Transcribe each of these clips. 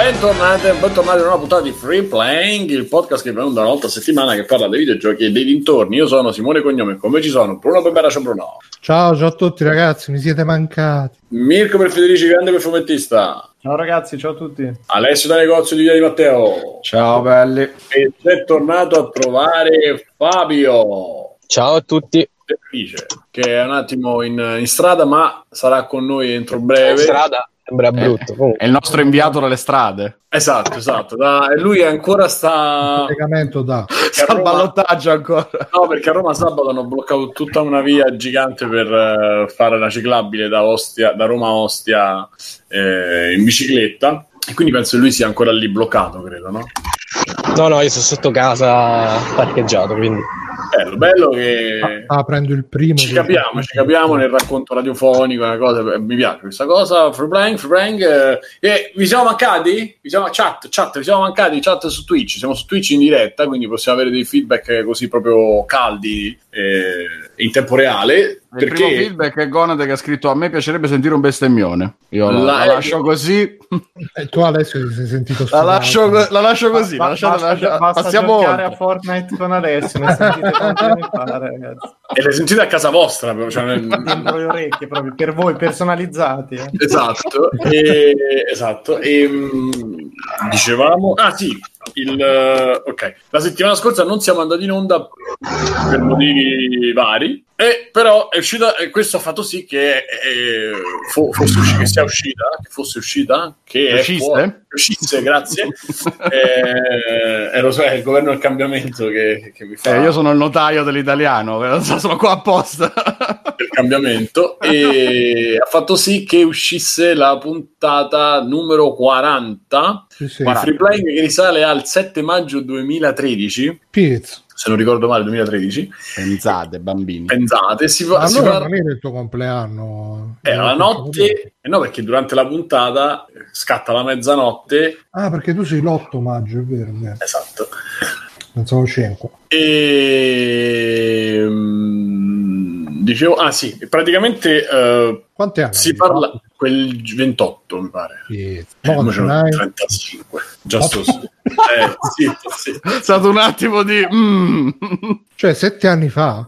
Bentornati in una nuova puntata di Free Playing, il podcast che viene una volta a settimana che parla dei videogiochi e dei dintorni. Io sono Simone Cognome e con me ci sono Bruno Bebera. Ciao Bruno. Ciao a tutti ragazzi, mi siete mancati. Mirko per Federici, grande per fumettista. Ciao ragazzi, ciao a tutti. Alessio da negozio di Via di Matteo. Ciao belli. E è tornato a trovare Fabio. Ciao a tutti. Felice, che è un attimo in strada, ma sarà con noi entro breve. In strada sembra brutto. È il nostro inviato dalle strade. Esatto. Lui ancora sta al ballottaggio ancora. No, perché a Roma sabato hanno bloccato tutta una via gigante per fare la ciclabile da Roma a Ostia in bicicletta, e quindi penso che lui sia ancora lì bloccato, credo, no? No, io sono sotto casa parcheggiato, quindi bello che prendo il primo. Ci capiamo nel racconto radiofonico, una cosa, mi piace questa cosa. Free Playing. Vi siamo mancati? Vi siamo mancati? Chat su Twitch, siamo su Twitch in diretta, quindi possiamo avere dei feedback così proprio caldi in tempo reale. Il primo feedback è Gonade che ha scritto: a me piacerebbe sentire un bestemmione. Io la lascio così. E tu Alessio ti sei sentito la lascio così. Basta passiamo giocare a Fortnite con Alessio. Ne sentite quanti anni fa, ragazzi? E le sentite a casa vostra, cioè dentro le orecchie, proprio per voi, personalizzati. Esatto. Dicevamo, ok. La settimana scorsa non siamo andati in onda per motivi vari, però è uscita, e questo ha fatto sì che uscisse, grazie. Lo so, è il governo del cambiamento che mi fa. Io sono il notaio dell'italiano, sono qua apposta. Del cambiamento, e ha fatto sì che uscisse la puntata numero 40 di Free Playing, che risale al 7 maggio 2013. Pizzo. Se non ricordo male, 2013. Pensate, bambini. Allora non era il tuo compleanno. Era la notte. No, perché durante la puntata scatta la mezzanotte. Ah, perché tu sei l'8 maggio, è vero. Esatto. Pensavo 5. Dicevo, praticamente quanti anni? Si parla quel 28, mi pare. 35. Già sto sì. È stato un attimo di cioè 7 anni fa?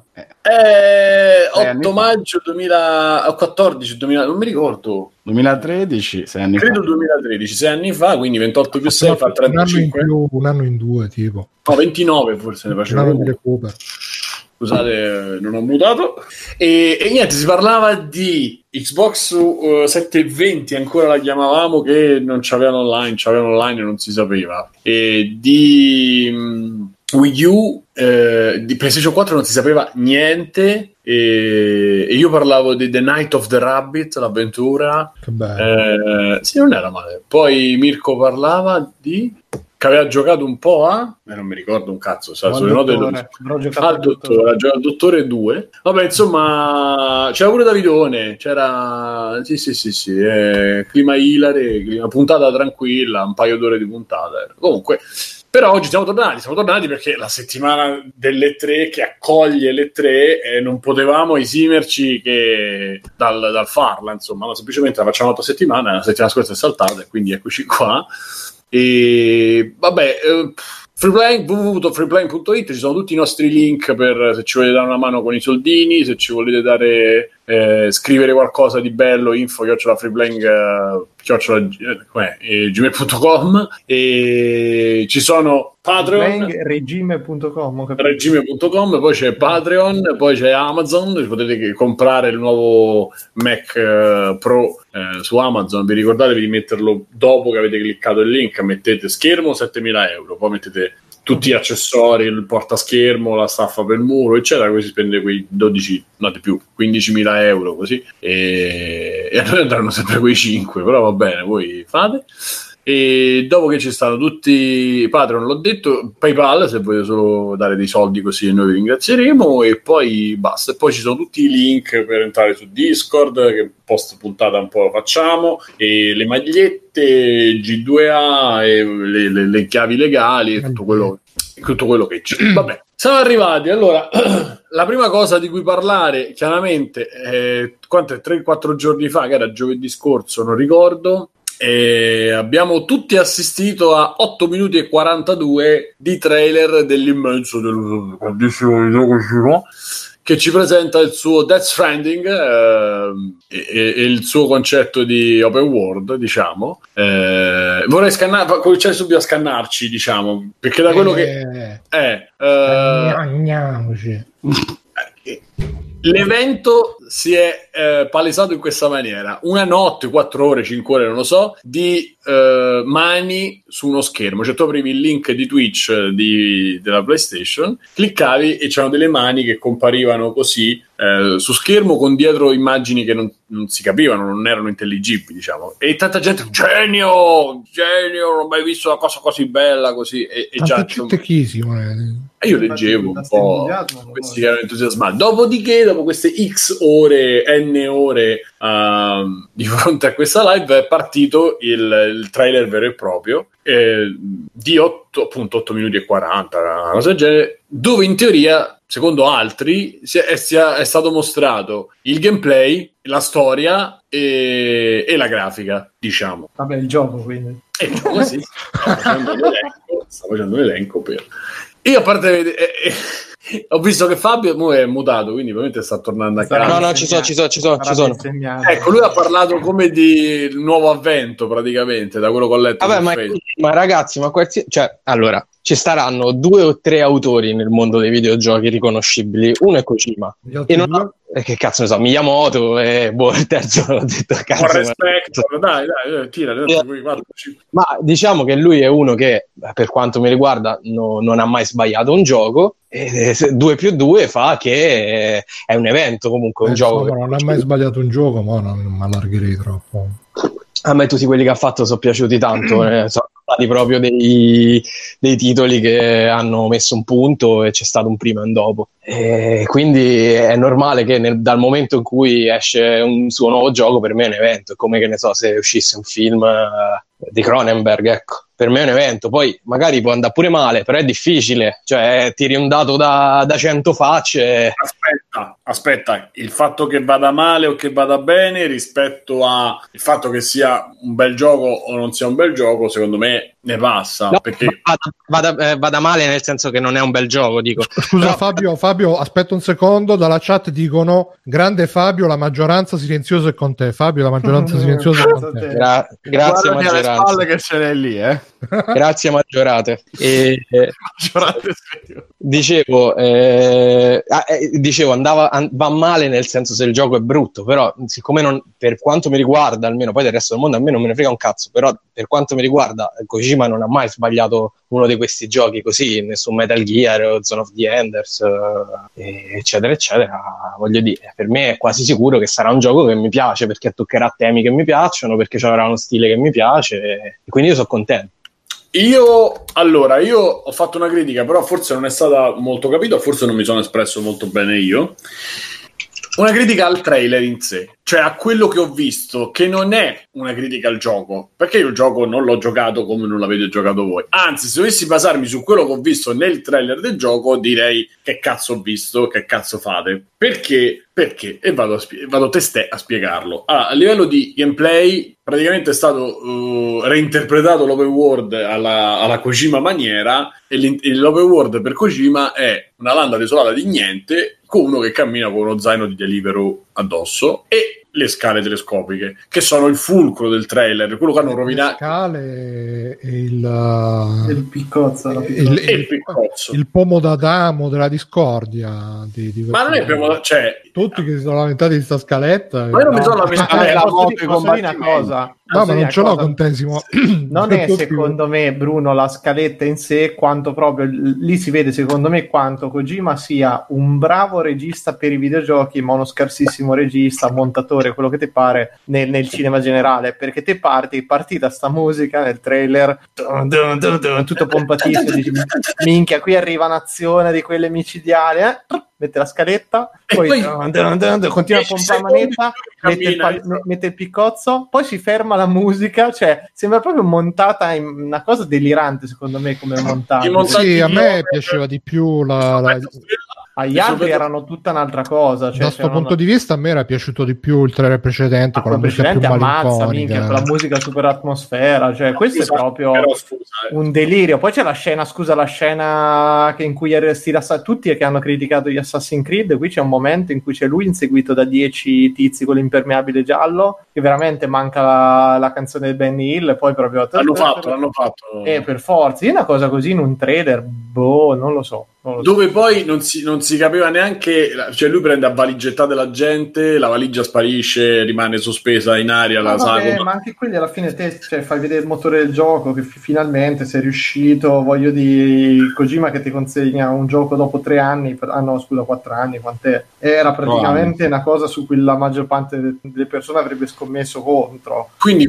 8 maggio 2014, non mi ricordo. 2013, 6 anni credo fa. 2013, 6 anni fa, quindi 28 più 6 fa 35. Un anno in due, tipo. No, 29 forse ne facevo. Un anno di recupero. Scusate, non ho mutato. E niente, si parlava di Xbox 720, ancora la chiamavamo, che non c'avevano online e non si sapeva. E di Wii U, di PlayStation 4 non si sapeva niente. E io parlavo di The Night of the Rabbit, l'avventura. Che bello. Sì, non era male. Poi Mirko parlava di... che aveva giocato un po' non mi ricordo un cazzo, sulle note al dottore 2. Vabbè, insomma, c'era pure Davidone, c'era sì, clima ilare, puntata tranquilla, un paio d'ore di puntata. Comunque, però oggi siamo tornati perché la settimana delle 3 che accoglie le 3 non potevamo esimerci che dal farla, insomma, no, semplicemente la facciamo l'altra settimana, la settimana scorsa è saltata e quindi eccoci qua. E vabbè, Freeplaying, www.freeplaying.it, ci sono tutti i nostri link per se ci volete dare una mano con i soldini, se ci volete dare scrivere qualcosa di bello, info@freeplaying.gmail.com, e ci sono Patreon, regime.com, poi c'è Patreon, poi c'è Amazon, potete comprare il nuovo Mac Pro su Amazon. Vi ricordatevi di metterlo dopo che avete cliccato il link, mettete schermo 7.000 euro, poi mettete tutti gli accessori, il portaschermo, la staffa per muro, eccetera, così spende quei 15.000 euro così, e a noi andranno sempre quei 5, però va bene, voi fate. E dopo che ci stanno tutti Patreon, l'ho detto, PayPal se volete solo dare dei soldi così noi vi ringrazieremo, e poi basta. E poi ci sono tutti i link per entrare su Discord, che post puntata un po' lo facciamo, e le magliette G2A e le chiavi legali e tutto quello che c'è. Vabbè, siamo arrivati. Allora, la prima cosa di cui parlare chiaramente 3-4 giorni fa, che era giovedì scorso, non ricordo, E abbiamo tutti assistito a 8 minuti e 42 di trailer dell'immenso del grandissimo Hideo Kojima, che ci presenta il suo Death Stranding e il suo concetto di open world, diciamo. Vorrei cominciare subito a scannarci, diciamo, perché da quello che l'evento si è palesato in questa maniera: una notte, 4 ore, 5 ore, non lo so, di mani su uno schermo. Cioè tu aprivi il link di Twitch della PlayStation, cliccavi e c'erano delle mani che comparivano così su schermo, con dietro immagini che non si capivano, non erano intelligibili, diciamo. E tanta gente, genio, non ho mai visto una cosa così bella così. E già e io leggevo un po' questi che erano entusiasmati. Dopodiché, dopo queste X ore, N ore di fronte a questa live, è partito il trailer vero e proprio di 8 minuti e 40, una cosa del genere, dove in teoria, secondo altri, è stato mostrato il gameplay, la storia e la grafica, diciamo. Vabbè, il gioco, quindi. E il gioco, sì. Sto facendo un elenco per... Io, a parte... ho visto che Fabio è mutato, quindi probabilmente sta tornando a casa. No, ci sono. Ecco, lui ha parlato come di nuovo avvento, praticamente, da quello che ho letto. Vabbè, ma ragazzi, cioè, allora, ci staranno 2 o 3 autori nel mondo dei videogiochi riconoscibili. Uno è Kojima. Che cazzo ne so, Miyamoto e il terzo l'ho detto a caso. Con rispetto, dai, tira. Ma diciamo che lui è uno che, per quanto mi riguarda, non ha mai sbagliato un gioco. E 2 più 2 fa che è un evento, comunque un gioco. Non ha mai sbagliato un gioco, ma non mi allargherei troppo. A me tutti quelli che ha fatto sono piaciuti tanto, sono stati proprio dei titoli che hanno messo un punto e c'è stato un prima e un dopo. E quindi è normale che dal momento in cui esce un suo nuovo gioco, per me è un evento. È come, che ne so, se uscisse un film di Cronenberg, ecco. Per me è un evento, poi magari può andare pure male, però è difficile, cioè tiri un dato da 100 facce. Aspetta, il fatto che vada male o che vada bene rispetto al fatto che sia un bel gioco o non sia un bel gioco, secondo me ne passa. No, perché vada male nel senso che non è un bel gioco, dico. Scusa, però... Fabio, aspetta un secondo, dalla chat dicono: grande Fabio, la maggioranza silenziosa è con te. Fabio, la maggioranza silenziosa è con te. Grazie, maggioranza. Le spalle che ce l'hai lì, Grazie, maggiorate. Dicevo, va male nel senso se il gioco è brutto, però siccome per quanto mi riguarda, almeno poi del resto del mondo a me non me ne frega un cazzo, però per quanto mi riguarda Kojima non ha mai sbagliato uno di questi giochi così, nessun Metal Gear o Zone of the Enders, eccetera eccetera. Voglio dire, per me è quasi sicuro che sarà un gioco che mi piace, perché toccherà temi che mi piacciono, perché avrà uno stile che mi piace, e quindi io sono contento. Io ho fatto una critica, però forse non è stata molto capita, forse non mi sono espresso molto bene io. Una critica al trailer in sé, cioè a quello che ho visto, che non è una critica al gioco, perché io il gioco non l'ho giocato come non l'avete giocato voi. Anzi, se dovessi basarmi su quello che ho visto nel trailer del gioco, direi: che cazzo ho visto, che cazzo fate? Perché? E vado a spiegarlo. A livello di gameplay, praticamente è stato reinterpretato l'open world alla Kojima maniera, e l'open world per Kojima è una landa desolata di niente, con uno che cammina con uno zaino di Deliveroo addosso e le scale telescopiche, che sono il fulcro del trailer, quello che hanno rovinato. Le scale e il piccozzo, il pomo d'Adamo della discordia ma non è proprio, cioè, tutti che si sono lamentati di sta scaletta. Ma io non mi sono lamentato. Una cosa. No, ma non ce l'ho contesimo. Non è secondo me, Bruno, la scaletta in sé, quanto proprio lì si vede secondo me quanto Kojima sia un bravo regista per i videogiochi, ma uno scarsissimo regista, montatore, quello che ti pare nel cinema generale, perché te parti da sta musica nel trailer tutto pompatissimo, dici, minchia, qui arriva un'azione di quelle micidiali, mette la scaletta, poi continua a pompare manetta, mette il piccozzo, poi si ferma la musica, cioè sembra proprio montata in una cosa delirante, secondo me, come montaggio. Sì, a me piaceva di più Agli altri erano tutta un'altra cosa. Cioè, da questo punto di vista a me era piaciuto di più il trailer precedente, con la musica più malinconica, con la musica super atmosfera, cioè questo è proprio un delirio. Poi c'è la scena in cui tutti che hanno criticato gli Assassin's Creed, qui c'è un momento in cui c'è lui inseguito da 10 tizi con l'impermeabile giallo, che veramente manca la canzone di Benny Hill, e poi proprio l'hanno fatto per forza. Io una cosa così in un trailer, non lo so. Dove poi non si capiva neanche, cioè lui prende a valigettate la gente, la valigia sparisce, rimane sospesa in aria la sagoma. Ma anche quelli alla fine fai vedere il motore del gioco, che finalmente sei riuscito, Kojima che ti consegna un gioco dopo 3 anni, 4 anni, quant'è? Era praticamente una cosa su cui la maggior parte delle persone avrebbe scommesso contro. Quindi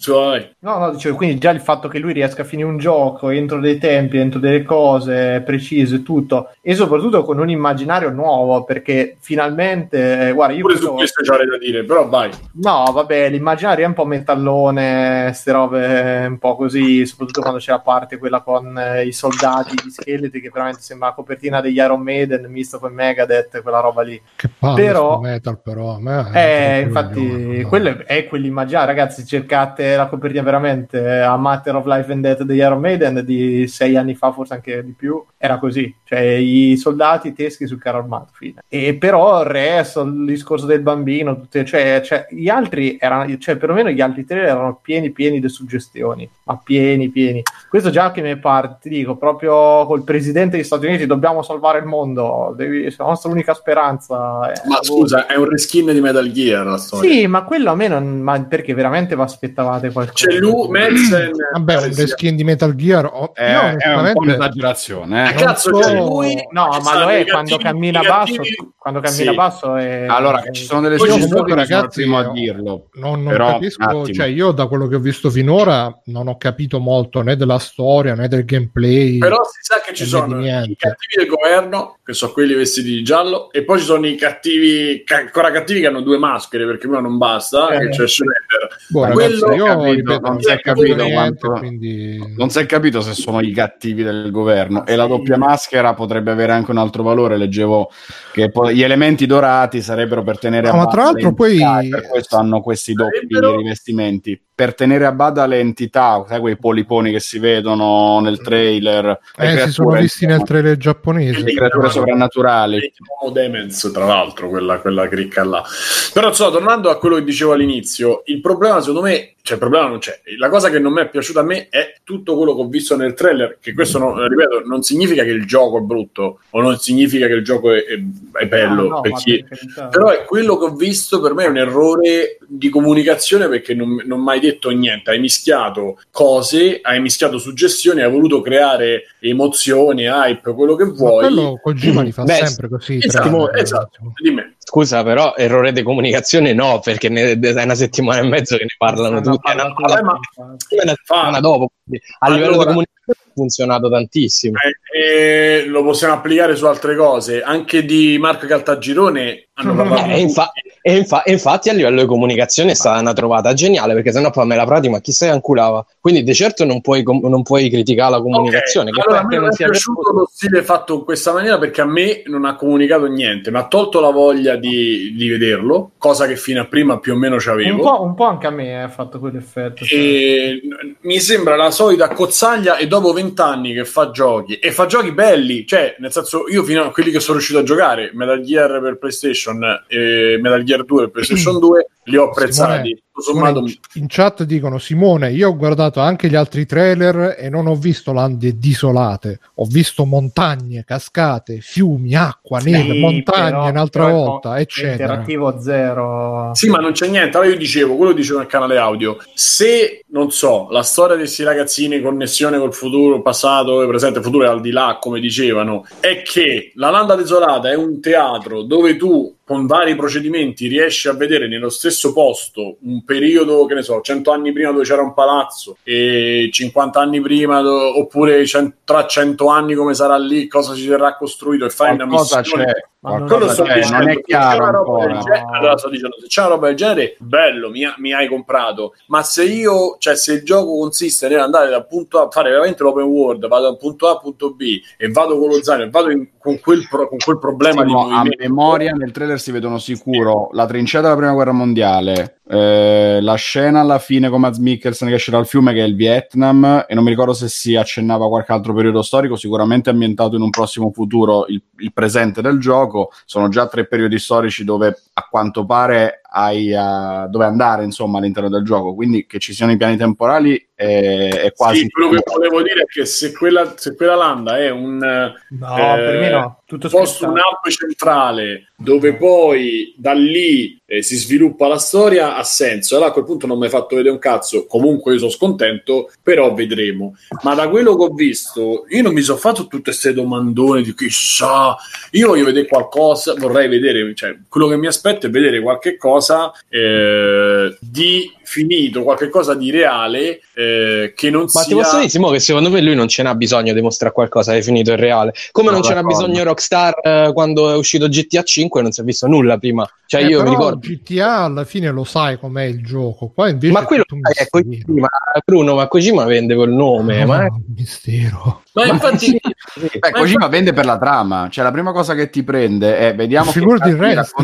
dicevo, quindi già il fatto che lui riesca a finire un gioco entro dei tempi, entro delle cose precise, tutto, e soprattutto con un immaginario nuovo, perché finalmente guarda, io pure su questo c'è da dire, però vai. No, vabbè, l'immaginario è un po' metallone, ste robe un po' così, soprattutto quando c'è la parte quella con i soldati, gli scheletri, che veramente sembra la copertina degli Iron Maiden misto con Megadeth, quella roba lì. Che palle metal, però a me infatti quello è quell'immaginario, ragazzi. Cercate la copertina veramente a Matter of Life and Death degli Iron Maiden di 6 anni fa, forse anche di più, era così, cioè i soldati teschi sul carro armato, fine. E però il resto, il discorso del bambino, cioè gli altri erano, cioè perlomeno gli altri tre erano pieni di suggestioni, ma pieni. Questo già che mi parte, ti dico, proprio col presidente degli Stati Uniti, dobbiamo salvare il mondo, la nostra unica speranza. Ma scusa, è un reskin di Metal Gear la storia. Sì, ma quello a me non, ma perché veramente vi aspettavate qualcosa? C'è lui, Madsen, vabbè, un reskin di Metal Gear è un po' un'esagerazione. Cazzo, c'è lui. No, ma lo è quando cammina basso. Quando cammina basso è... Allora, ci sono delle similitudini, ragazzi, a dirlo. Non capisco, cioè io da quello che ho visto finora non ho capito molto né della storia né del gameplay. Però si sa che ci sono i cattivi del governo, che sono quelli vestiti di giallo, e poi ci sono i cattivi, ancora cattivi, che hanno 2 maschere, perché prima non basta, che c'è Shredder. Non si è capito se sono i cattivi del governo, e la doppia maschera potrebbe avere anche un altro valore. Leggevo che poi gli elementi dorati sarebbero per tenere a bada, ma tra l'altro poi per questo hanno questi doppi rivestimenti, per tenere a bada le entità, sai, quei poliponi che si vedono nel trailer, si sono visti nel trailer giapponese, le creature sovrannaturali, Demons, tra l'altro, quella cricca là. Però tornando a quello che dicevo all'inizio, il problema secondo me, cioè il problema non c'è, la cosa che non mi è piaciuta a me è tutto quello che ho visto nel trailer, che questo ripeto, non significa che il gioco è brutto o non significa che il gioco è bello, però è quello che ho visto. Per me è un errore di comunicazione, perché non mi hai detto niente, hai mischiato cose, hai mischiato suggestioni, hai voluto creare emozioni, hype, quello che vuoi. Ma quello Kojima li fa sempre così. Esatto. Dimmi. Scusa, però errore di comunicazione no, perché è una settimana e mezzo che ne parlano tutti, una settimana dopo. A livello di comunicazione ha funzionato tantissimo. Lo possiamo applicare su altre cose, anche di Marco Caltagirone hanno parlato. Infatti a livello di comunicazione è stata una trovata geniale, perché sennò poi me la prati, ma chi se ne inculava? Quindi di certo non puoi criticare la comunicazione. Okay. Allora, a me non è piaciuto lo stile fatto in questa maniera, perché a me non ha comunicato niente, mi ha tolto la voglia di vederlo, cosa che fino a prima più o meno c'avevo. Un po' anche a me ha fatto quell'effetto. Mi sembra la solita cozzaglia, e dopo 20 anni che fa giochi, e fa giochi belli, cioè nel senso, io fino a quelli che sono riuscito a giocare, Metal Gear per PlayStation e Metal Gear 2 per PlayStation 2, li ho apprezzati. Simone, in chat dicono: Simone, io ho guardato anche gli altri trailer e non ho visto lande desolate, ho visto montagne, cascate, fiumi, acqua, neve, montagne un'altra volta, eccetera. Interattivo zero. Sì, ma non c'è niente. Allora io dicevo, quello dicevo nel canale audio, se non so, la storia di questi ragazzini, connessione col futuro, passato, presente, futuro e al di là, come dicevano, è che la landa desolata è un teatro dove tu con vari procedimenti riesci a vedere nello stesso posto un periodo, che ne so, 100 anni prima dove c'era un palazzo e 50 anni prima oppure tra 100 anni come sarà lì, cosa ci verrà costruito, e fai una missione. Non è chiaro ancora. Allora sto dicendo, se c'è una roba del genere, bello, mi hai comprato. Ma se il gioco consiste nell'andare dal punto A, fare veramente l'open world, vado dal punto A al punto B e vado con lo zaino e vado con quel problema di movimento. A memoria nel trailer si vedono sicuro la trincea della prima guerra mondiale, la scena alla fine con Mads Mikkelsen che esce dal fiume, che è il Vietnam, e non mi ricordo se si accennava a qualche altro periodo storico, sicuramente ambientato in un prossimo futuro. Il presente del gioco sono già 3 periodi storici dove a quanto pare hai dove andare, insomma, all'interno del gioco, quindi che ci siano i piani temporali è quasi. Sì, quello che volevo dire è che se quella landa è un per me no, tutto posto, un hub centrale dove poi da lì si sviluppa la storia, ha senso. Allora a quel punto non mi hai fatto vedere un cazzo, comunque io sono scontento, però vedremo. Ma da quello che ho visto io non mi sono fatto tutte queste domandone di chissà, io voglio vedere qualcosa, vorrei vedere, cioè quello che mi aspetto è vedere qualche cosa di finito, qualche cosa di reale, che non sia. Ma ti posso dire, Simo, che secondo me lui non ce n'ha bisogno di mostrare qualcosa di finito e reale, come non ce n'ha bisogno Rockstar quando è uscito GTA 5 e non si è visto nulla prima, cioè io mi ricordo GTA alla fine lo sai com'è il gioco, qua invece ma quello è Kojima, Bruno, ma Kojima vende col nome, ma è un mistero. Ma infatti Kojima vende per la trama, cioè la prima cosa che ti prende è vediamo che figurati il resto.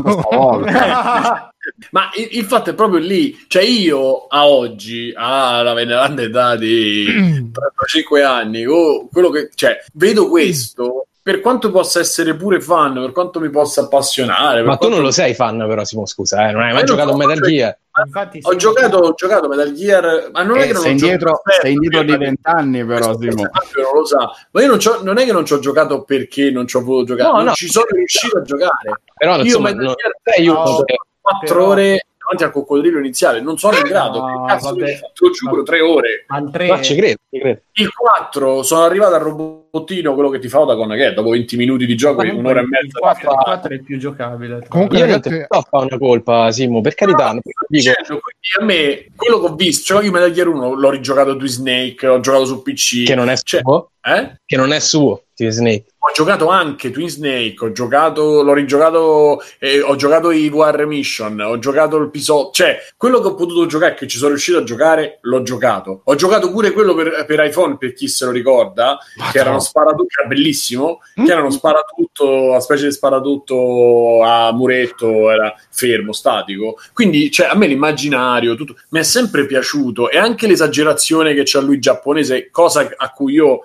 Ma il fatto è proprio lì, cioè io a oggi, alla veneranda età di 35 anni, quello che, cioè, vedo questo, per quanto possa essere pure fan, per quanto mi possa appassionare. Ma tu non lo sei fan, però, Simo, scusa, non hai mai giocato a Metal Gear? Infatti, ho giocato Metal Gear, ma non è che non sei indietro di 20 anni, però Simo. Non lo sa, ma io non è che non ci ho giocato perché non ci ho voluto giocare, non ci sono riuscito a giocare. Però io insomma, Metal Gear 4 ore davanti al coccodrillo iniziale, non sono in grado. Che cazzo mi hai fatto? Lo giuro, 3 ore. Ma ci credo. Il 4 sono arrivato al robottino, quello che ti fa Otakon, che è dopo 20 minuti di gioco, un'ora e mezza. Il 4 è il più giocabile. Comunque io non ti sto a fare una colpa, Simo, per carità. Quindi a me quello che ho visto, cioè io Metal Gear 1 l'ho rigiocato Twin Snake, l'ho giocato su PC, che non è suo, che non è suo Twin Snake. Ho giocato anche Twin Snake, l'ho rigiocato, ho giocato i VR Mission, ho giocato il episodio, cioè quello che ho potuto giocare, che ci sono riuscito a giocare, l'ho giocato. Ho giocato pure quello per iPhone, per chi se lo ricorda, che era uno sparatutto, era bellissimo, che era uno sparatutto, una specie di sparatutto a muretto, era fermo, statico. Quindi, cioè, a me l'immaginario, tutto, mi è sempre piaciuto, e anche l'esagerazione che c'ha lui giapponese, cosa a cui io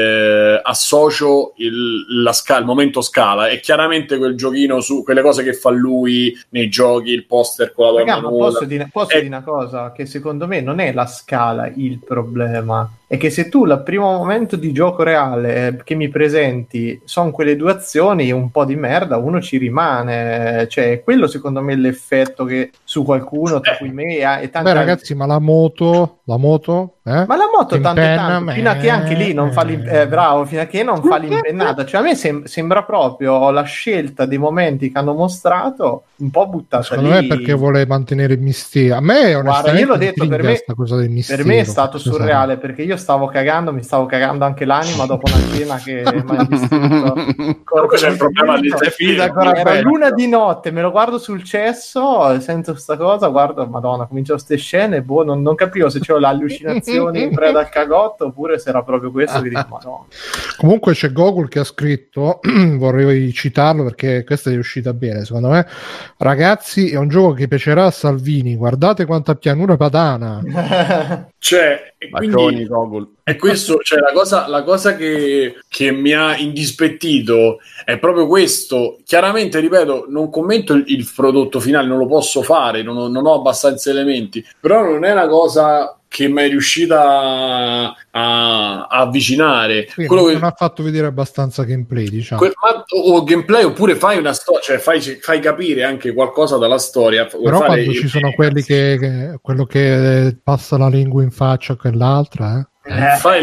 associo il momento scala, è chiaramente quel giochino su quelle cose che fa lui nei giochi, il poster con la donna nuda. Posso dire una cosa, che secondo me non è la scala il problema, è che se tu il primo momento di gioco reale che mi presenti sono quelle 2 azioni, un po' di merda, uno ci rimane, cioè quello secondo me è l'effetto che su qualcuno, tra cui me e tanti. Beh ragazzi, ma la moto ma la moto tanto fino a che anche lì non fa fino a che non fa l'impennata, cioè a me sembra proprio la scelta dei momenti che hanno mostrato un po' buttata secondo lì. me perché vuole mantenere il mistero. A me guarda, io l'ho detto, per me cosa del mistero, per me è stato surreale, perché io mi stavo cagando anche l'anima dopo una cena che mi ha distrutto. C'è il problema di era l'una di notte, me lo guardo sul cesso, sento sta cosa, guardo, madonna, cominciano ste scene, non capivo se c'era l'allucinazione in preda al cagotto oppure se era proprio questo che dico, madonna. Comunque c'è Gogol che ha scritto, vorrei citarlo perché questa è uscita bene secondo me: ragazzi, è un gioco che piacerà a Salvini, guardate quanta pianura padana. Cioè, quindi è questo, cioè la cosa che mi ha indispettito è proprio questo. Chiaramente, ripeto, non commento il prodotto finale, non lo posso fare, non ho abbastanza elementi, però non è una cosa che mi è riuscita a avvicinare. Quello che non ha fatto vedere abbastanza gameplay, diciamo. O gameplay, oppure fai una storia, cioè fai capire anche qualcosa dalla storia. Però quando ci sono quelli che quello che passa la lingua in faccia a quell'altra, Fai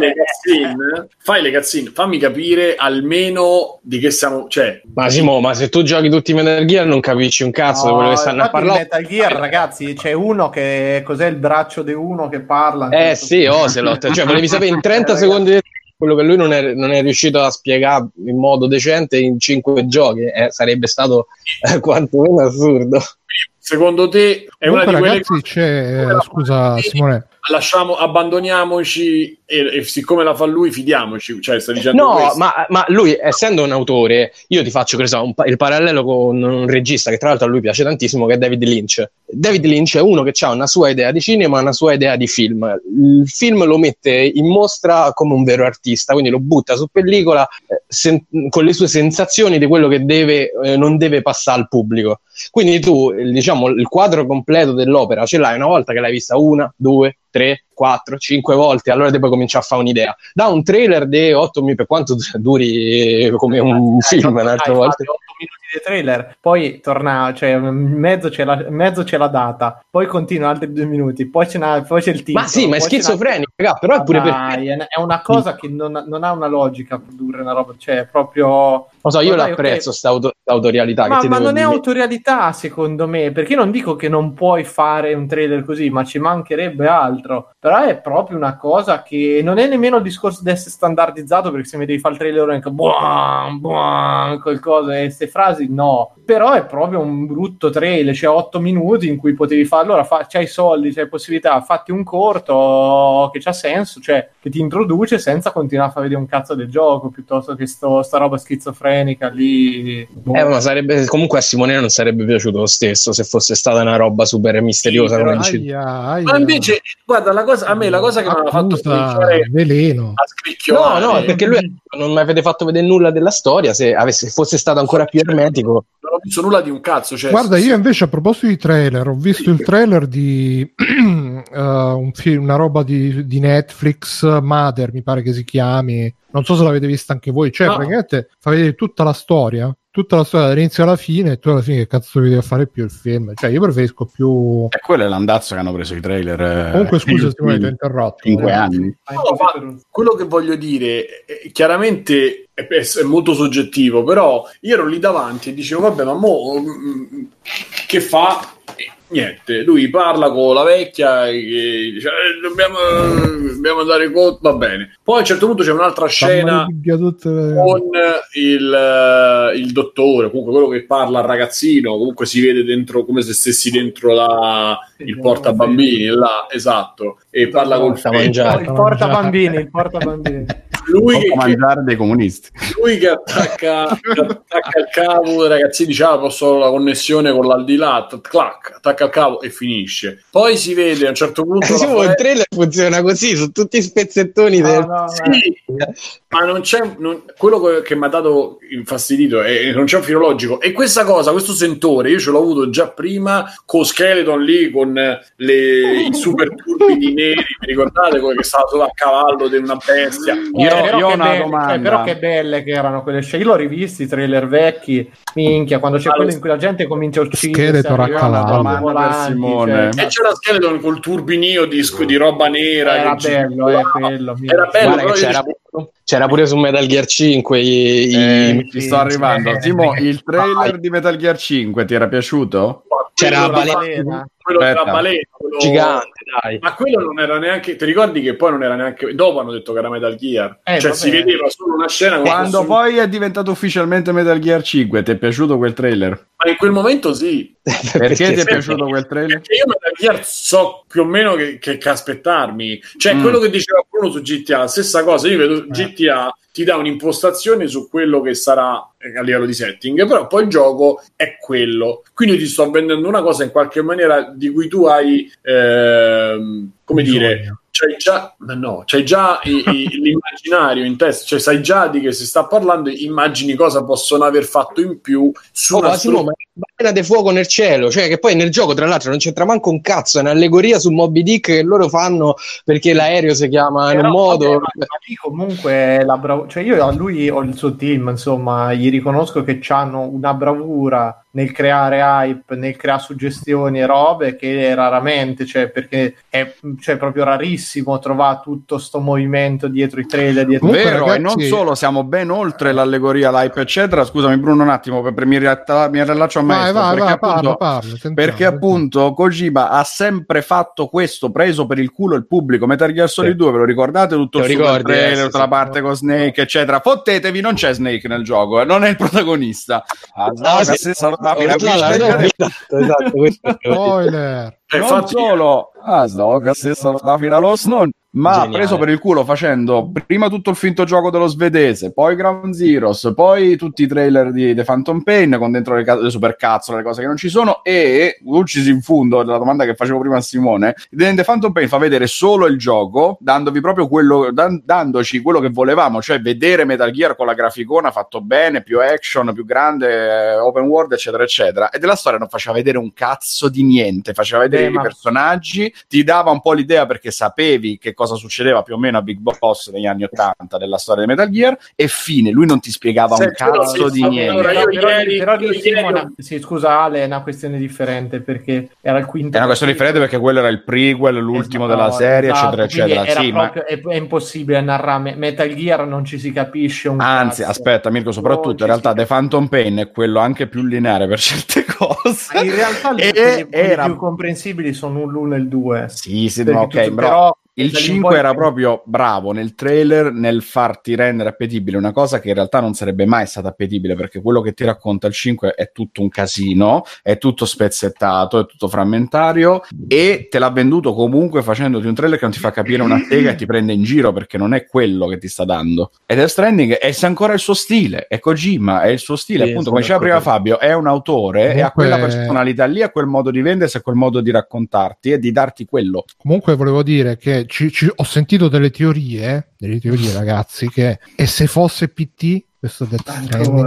le cutscene, fammi capire almeno di che siamo, cioè. Ma Simo, ma se tu giochi tutti Metal Gear non capisci un cazzo di quello che stanno a parlare. Metal Gear, ragazzi, c'è uno che cos'è il braccio di uno che parla. Sì, Ocelot, cioè volevi sapere in 30 secondi quello che lui non è riuscito a spiegare in modo decente in 5 giochi, sarebbe stato quantomeno assurdo. Secondo te è una di quelle ragazzi, scusa Simone, abbandoniamoci e siccome la fa lui fidiamoci, cioè sta dicendo no, questo. ma lui essendo un autore, io ti faccio il parallelo con un regista che tra l'altro a lui piace tantissimo, che è David Lynch. David Lynch è uno che ha una sua idea di cinema, una sua idea di film. Il film lo mette in mostra come un vero artista, quindi lo butta su pellicola con le sue sensazioni di quello che non deve passare al pubblico. Quindi tu, diciamo, il quadro completo dell'opera ce l'hai una volta che l'hai vista 1, 2, 3, 4, 5 volte, allora poi cominci a fare un'idea. Da un trailer di 8 minuti, per quanto duri come un film un'altra volta. 8 minuti di trailer, poi torna, cioè in mezzo c'è la data, poi continua altri 2 minuti, poi c'è il titolo. Ma sì, ma è schizofrenico, raga, però è pure è una cosa che non ha una logica produrre una roba, cioè è proprio... Lo so, io l'apprezzo sta autorialità. Ma non è autorialità secondo me, perché io non dico che non puoi fare un trailer così, ma ci mancherebbe altro, però è proprio una cosa che non è nemmeno il discorso di essere standardizzato, perché se mi devi fare il trailer anche qualcosa e queste frasi no, però è proprio un brutto trailer, cioè 8 minuti in cui potevi fare, allora c'hai i soldi, c'hai possibilità, fatti un corto che c'ha senso, cioè che ti introduce senza continuare a far vedere un cazzo del gioco, piuttosto che sta roba schizofrenica lì. Ma sarebbe, comunque a Simone non sarebbe piaciuto lo stesso se fosse stata una roba super misteriosa. Sì, ma invece guarda, a me la cosa che mi aveva fatto strisciare veleno a scricchiolare, no, perché lui non mi avete fatto vedere nulla della storia. Se fosse stato ancora più ermetico, non ho visto nulla di un cazzo, cioè, guarda, io invece a proposito di trailer ho visto il trailer di un film, una roba di Netflix, Mother mi pare che si chiami, non so se l'avete vista anche voi, cioè praticamente fa vedere tutta la storia dall'inizio alla fine, e tu alla fine che cazzo devi fare più il film, cioè io preferisco più quello è l'andazzo che hanno preso i trailer comunque scusa se mi avete interrotto 5 anni. No, quello che voglio dire chiaramente è molto soggettivo, però io ero lì davanti e dicevo vabbè, ma che fa? Niente, lui parla con la vecchia e dice dobbiamo andare conto, va bene. Poi a un certo punto c'è un'altra scena con il dottore, comunque quello che parla al ragazzino, comunque si vede dentro come se stessi dentro il portabambini là, esatto, e parla col il portabambini lui che mangiare dei comunisti, lui che attacca il cavo, ragazzi, diciamo posso la connessione con l'aldilà, clac, attacca il cavo e finisce. Poi si vede a un certo punto il trailer funziona così su tutti i spezzettoni sì, ma non c'è quello che mi ha dato infastidito e non c'è un filologico, e questa cosa, questo sentore io ce l'ho avuto già prima con Skeleton lì, con i super turbini neri, mi ricordate quello che stava solo a cavallo di una bestia? Io ho una domanda, però che belle che erano quelle scene, io l'ho rivisti i trailer vecchi, minchia, quando c'è quello in cui la gente comincia a uccidere Simone, e c'era Skeleton col turbinio di roba nera, era bello, era bello, c'era pure su Metal Gear 5 ci sto arrivando. Simo, il trailer di Metal Gear 5 ti era piaciuto? C'era la balena, quello della balena, gigante, dai. Ma quello non era neanche, ti ricordi che poi non era neanche, dopo hanno detto che era Metal Gear, cioè si vedeva solo una scena quando poi è diventato ufficialmente Metal Gear 5. Ti è piaciuto quel trailer? Ma in quel momento sì. Perché ti è piaciuto quel trailer? Perché io Metal Gear so più o meno che aspettarmi, cioè quello che diceva Bruno su GTA, la stessa cosa, io vedo GTA ti dà un'impostazione su quello che sarà a livello di setting, però poi il gioco è quello, quindi ti sto vendendo una cosa in qualche maniera di cui tu hai come dire, c'hai già l'immaginario in testa, cioè sai già di che si sta parlando, immagini cosa possono aver fatto in più su una balena di fuoco nel cielo, cioè che poi nel gioco tra l'altro non c'entra manco un cazzo, è un'allegoria su Moby Dick che loro fanno perché l'aereo si chiama in un modo, ma lì comunque cioè io a lui o il suo team insomma gli riconosco che hanno una bravura nel creare hype, nel creare suggestioni e robe, che raramente, cioè, perché è proprio rarissimo trovare tutto sto movimento dietro i trailer, dietro vero, ragazzi... e non solo, siamo ben oltre l'allegoria, l'hype eccetera. Scusami Bruno un attimo, mi rilaccio a Maestro, perché appunto Kojima ha sempre fatto questo, preso per il culo il pubblico. Metal Gear Solid 2, ve lo ricordate? Tutto il super trailer, tutta la parte con Snake eccetera. Fottetevi, non c'è Snake nel gioco, non è il protagonista. Spoiler. Non solo ma ha preso per il culo facendo prima tutto il finto gioco dello svedese, poi Ground Zeroes, poi tutti i trailer di The Phantom Pain con dentro le supercazzole, le cose che non ci sono, e uccisi in fondo la domanda che facevo prima a Simone. The Phantom Pain fa vedere solo il gioco, dandovi proprio dandoci quello che volevamo, cioè vedere Metal Gear con la graficona fatto bene, più action, più grande, open world eccetera eccetera, e della storia non faceva vedere un cazzo di niente, faceva vedere i personaggi, ti dava un po' l'idea perché sapevi che cosa succedeva più o meno a Big Boss negli anni 80 della storia di Metal Gear, e fine, lui non ti spiegava un cazzo di niente. Però scusa Ale, è una questione differente, perché era il quinto. È una questione differente perché quello era il prequel, l'ultimo della serie, eccetera eccetera. Sì, proprio, è impossibile narrare Metal Gear, non ci si capisce un anzi, cazzo. Aspetta Mirko, soprattutto in realtà The Phantom Pain è quello anche più lineare per certe cose. In realtà quelli più comprensibili sono l'1 e il 2. Sì, ok, però il 5 era proprio bravo nel trailer nel farti rendere appetibile una cosa che in realtà non sarebbe mai stata appetibile, perché quello che ti racconta il 5 è tutto un casino, è tutto spezzettato, è tutto frammentario, e te l'ha venduto comunque facendoti un trailer che non ti fa capire una sega e ti prende in giro, perché non è quello che ti sta dando. E Death Stranding è ancora il suo stile, è Kojima, è il suo stile, appunto, come diceva prima Fabio, è un autore comunque... e ha quella personalità lì, ha quel modo di vendersi, ha quel modo di raccontarti e di darti quello. Comunque volevo dire che ho sentito delle teorie ragazzi, che e se fosse PT questo Death Stranding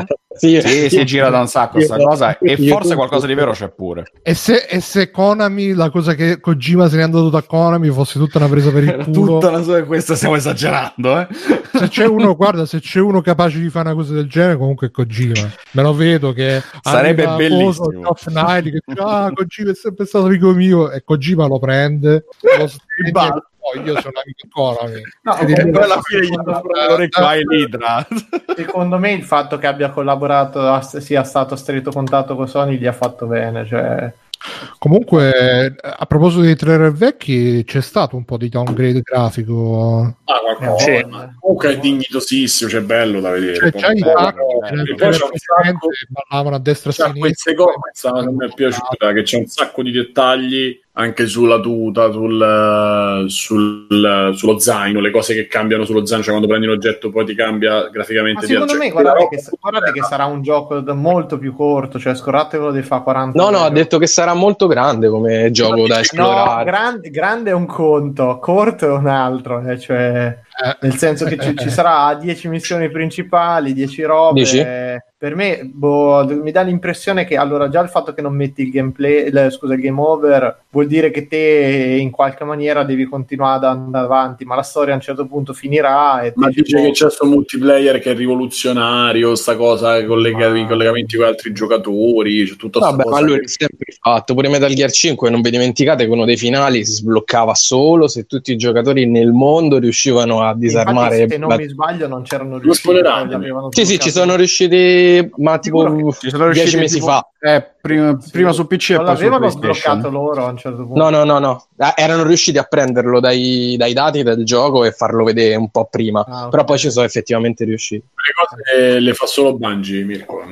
si gira da un sacco questa cosa, e forse qualcosa di vero c'è pure. E se Konami, la cosa che Kojima se n'è andato da Konami, fosse tutta una presa per il culo, questa stiamo esagerando, se c'è uno capace di fare una cosa del genere, comunque è Kojima. Me lo vedo che sarebbe bellissimo. Off Night, che Kojima è sempre stato amico mio, e Kojima lo prende, lo spegne. Io sono amico Konami. Secondo me il fatto che abbia collaborato, sia stato a stretto contatto con Sony, gli ha fatto bene, cioè. Comunque, a proposito dei trailer vecchi, c'è stato un po' di downgrade grafico. Qualcosa. Comunque è dignitosissimo, c'è bello da vedere. C'è i parlavano a destra e a sinistra. Questa non mi è piaciuta, che c'è un sacco di dettagli anche sulla tuta, sullo zaino, le cose che cambiano sullo zaino, cioè quando prendi un oggetto poi ti cambia graficamente. Ma secondo me guardate che sarà un gioco molto più corto, cioè scordatevelo di fa 40 no, ha detto che sarà molto grande come gioco da esplorare. No, grande è un conto, corto è un altro, cioè nel senso che ci sarà 10 missioni principali, 10 robe. Dici? Per me mi dà l'impressione che allora già il fatto che non metti il gameplay, il game over, vuol dire che te in qualche maniera devi continuare ad andare avanti, ma la storia a un certo punto finirà. Ma dice che c'è questo multiplayer che è rivoluzionario, sta cosa, collegamenti con altri giocatori, c'è tutta vabbè, cosa. Ma lui è sempre fatto, pure Metal Gear 5, non vi dimenticate che uno dei finali si sbloccava solo se tutti i giocatori nel mondo riuscivano a disarmare. Infatti, se non mi sbaglio non c'erano riusciti. Sì, ci sono riusciti, ma tipo 10 mesi fa. Prima su PC non e poi su PlayStation. sbloccato loro a un certo punto. No. Erano riusciti a prenderlo dai dati del gioco e farlo vedere un po' prima. Okay. Però poi ci sono effettivamente riusciti. Le cose le fa solo Bungie, Mirko.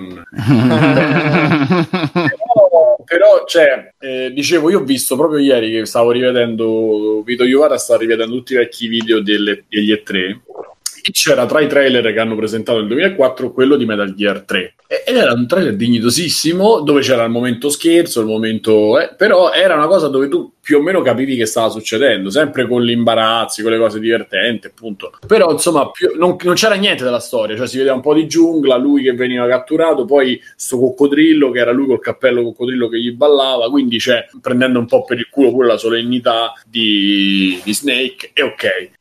Però cioè, dicevo, io ho visto proprio ieri che stavo rivedendo Vito Iovara, stava rivedendo tutti i vecchi video degli E3, e c'era tra i trailer che hanno presentato nel 2004 quello di Metal Gear 3, ed era un trailer dignitosissimo, dove c'era il momento scherzo, il momento però era una cosa dove tu più o meno capivi che stava succedendo, sempre con gli imbarazzi, con le cose divertenti, appunto. Però insomma non c'era niente della storia, cioè si vedeva un po' di giungla, lui che veniva catturato, poi sto coccodrillo che era lui col cappello coccodrillo che gli ballava, quindi prendendo un po' per il culo pure la solennità di Snake, e ok.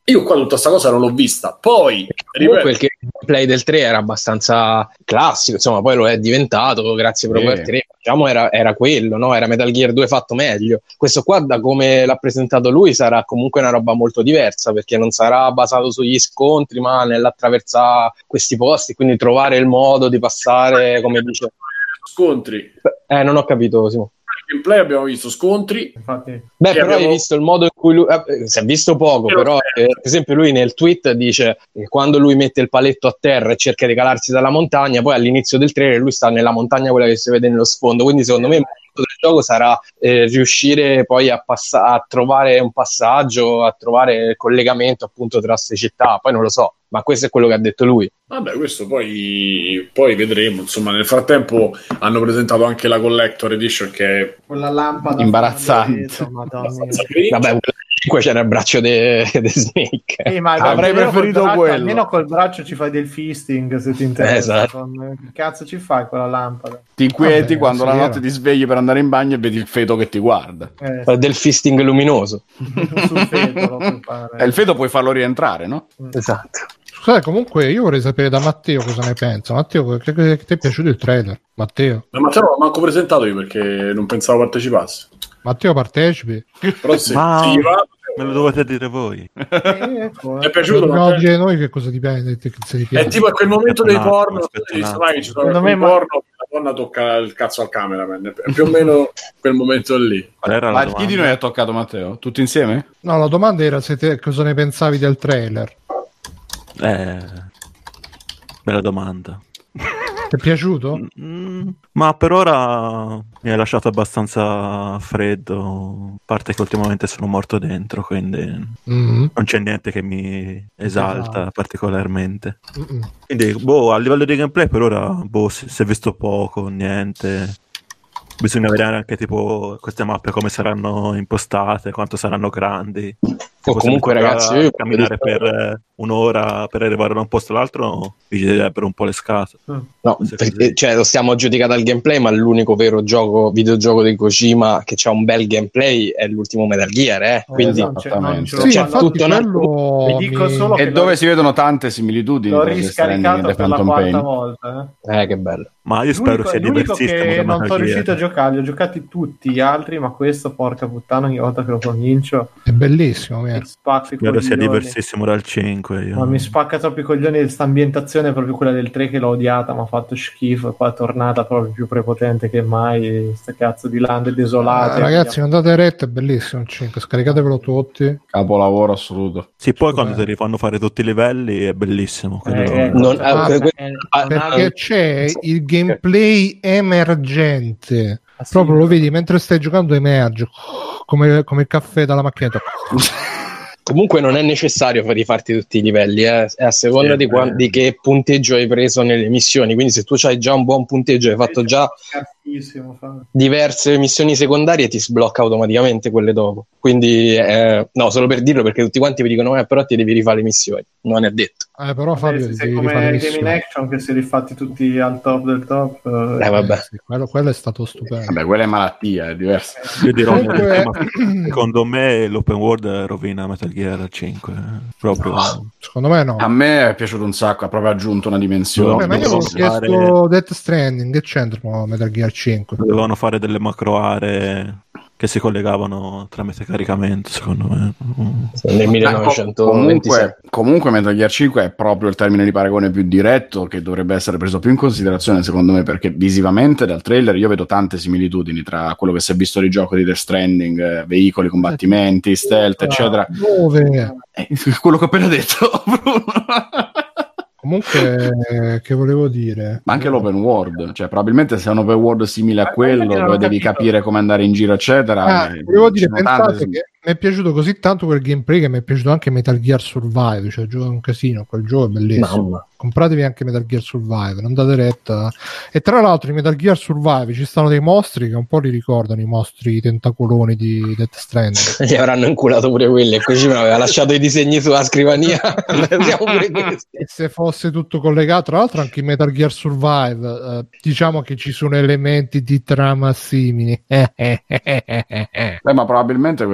Io qua tutta sta cosa non l'ho vista. Poi comunque il gameplay del 3 era abbastanza classico, insomma, poi lo è diventato grazie proprio al 3. Diciamo era quello, no? Era Metal Gear 2 fatto meglio. Questo qua, da come l'ha presentato lui, sarà comunque una roba molto diversa, perché non sarà basato sugli scontri, ma nell'attraversare questi posti, quindi trovare il modo di passare, come dice. Scontri. Non ho capito, Simo. Gameplay abbiamo visto scontri. Infatti. Però hai visto il modo in cui lui si è visto poco, però per esempio lui nel tweet dice che quando lui mette il paletto a terra e cerca di calarsi dalla montagna, poi all'inizio del trailer lui sta nella montagna, quella che si vede nello sfondo, quindi secondo me il modo del gioco sarà riuscire poi a trovare un passaggio, a trovare il collegamento appunto tra queste città, poi non lo so, ma questo è quello che ha detto lui. Vabbè, questo poi vedremo. Insomma, nel frattempo hanno presentato anche la Collector Edition, che è quella lampada imbarazzante. Vabbè, qua c'era il braccio di Snake. Ma avrei preferito quello. Almeno col braccio ci fai del fisting, se ti interessa. Esatto. Che cazzo ci fai con la lampada? Ti inquieti quando la notte ti svegli per andare in bagno e vedi il feto che ti guarda. Del fisting luminoso. Sul feto, e il feto puoi farlo rientrare, no? Esatto. Scusate, comunque io vorrei sapere da Matteo cosa ne pensa. Matteo, che ti è piaciuto il trailer? Matteo? Matteo non l'ho manco presentato io perché non pensavo partecipasse. Matteo, partecipi? Però sì, me lo dovete dire voi. Ti è piaciuto? Dobbiamo dire noi che cosa ti piace. È tipo a quel momento dei porno, che ci sono alcuni porno, la donna tocca il cazzo al cameraman. È più o meno quel momento lì. Ma chi di noi ha toccato Matteo? Tutti insieme? No, la domanda era cosa ne pensavi del trailer. Bella domanda. Ti è piaciuto? Ma per ora mi ha lasciato abbastanza freddo, a parte che ultimamente sono morto dentro, quindi non c'è niente che mi esalta particolarmente. Quindi a livello di gameplay per ora si è visto poco, niente. Bisogna vedere anche tipo queste mappe come saranno impostate, quanto saranno grandi. O comunque ragazzi, camminare per un'ora per arrivare da un posto all'altro vi girerebbero un po' le scatole. No, cioè lo stiamo giudicando al gameplay, ma l'unico vero videogioco di Kojima che c'ha un bel gameplay è l'ultimo Metal Gear, quindi c'è tutto e dove si vedono tante similitudini. L'ho riscaricato per la quarta volta. Che bello. Ma io spero sia diversissimo. Che non sono riuscito a giocare, li ho giocati tutti gli altri, ma questo, porca puttana, ogni volta che lo comincio è bellissimo. Spero sia diversissimo dal 5. Ma mi spacca troppo i coglioni. Questa ambientazione è proprio quella del 3 che l'ho odiata, mi ha fatto schifo, e poi è tornata proprio più prepotente che mai. Sta cazzo di lande desolate. Ragazzi, non date retta, è bellissimo il 5, scaricatevelo tutti. Capolavoro assoluto. Sì, poi quando ti rifanno fare tutti i livelli è bellissimo. Perché c'è il gameplay emergente. Proprio lo vedi mentre stai giocando, emerge come il caffè dalla macchinetta. Comunque non è necessario rifarti tutti i livelli, è a seconda di che punteggio hai preso nelle missioni, quindi se tu hai già un buon punteggio, hai fatto già diverse missioni secondarie, ti sblocca automaticamente quelle dopo, quindi no, solo per dirlo, perché tutti quanti vi dicono però ti devi rifare le missioni, non è detto. Però Fabio, sei come Game in Action che si è rifatti tutti al top del top. Vabbè. Sì, quello è stato stupendo. Vabbè, quella è malattia, è diversa. Io dirò, secondo me l'open world rovina Metal Gear 5 proprio. Secondo me no. A me è piaciuto un sacco, ha proprio aggiunto una dimensione. Ma io avevo chiesto Death Stranding, che c'entra Metal Gear 5? Dovevano fare delle macro aree che si collegavano tramite caricamento, secondo me. Nel 1927. Comunque Metal Gear 5 è proprio il termine di paragone più diretto, che dovrebbe essere preso più in considerazione, secondo me, perché visivamente dal trailer io vedo tante similitudini tra quello che si è visto di gioco di Death Stranding, veicoli, combattimenti, stealth, eccetera. Dove? Quello che ho appena detto, Bruno. Comunque, che volevo dire? Ma anche l'open world, cioè probabilmente se è un open world simile a quello, dove devi capire come andare in giro, eccetera. Volevo dire, pensate che mi è piaciuto così tanto quel gameplay che mi è piaciuto anche Metal Gear Survive, cioè gioca un casino, quel gioco è bellissimo. Mamma. Compratevi anche Metal Gear Survive, non date retta. E tra l'altro in Metal Gear Survive ci stanno dei mostri che un po' li ricordano i mostri tentacoloni di Death Stranding. Gli avranno inculato pure quelli, e così mi aveva lasciato i disegni sulla scrivania. E se fosse tutto collegato, tra l'altro anche in Metal Gear Survive diciamo che ci sono elementi di trama simili. Ma probabilmente questa roba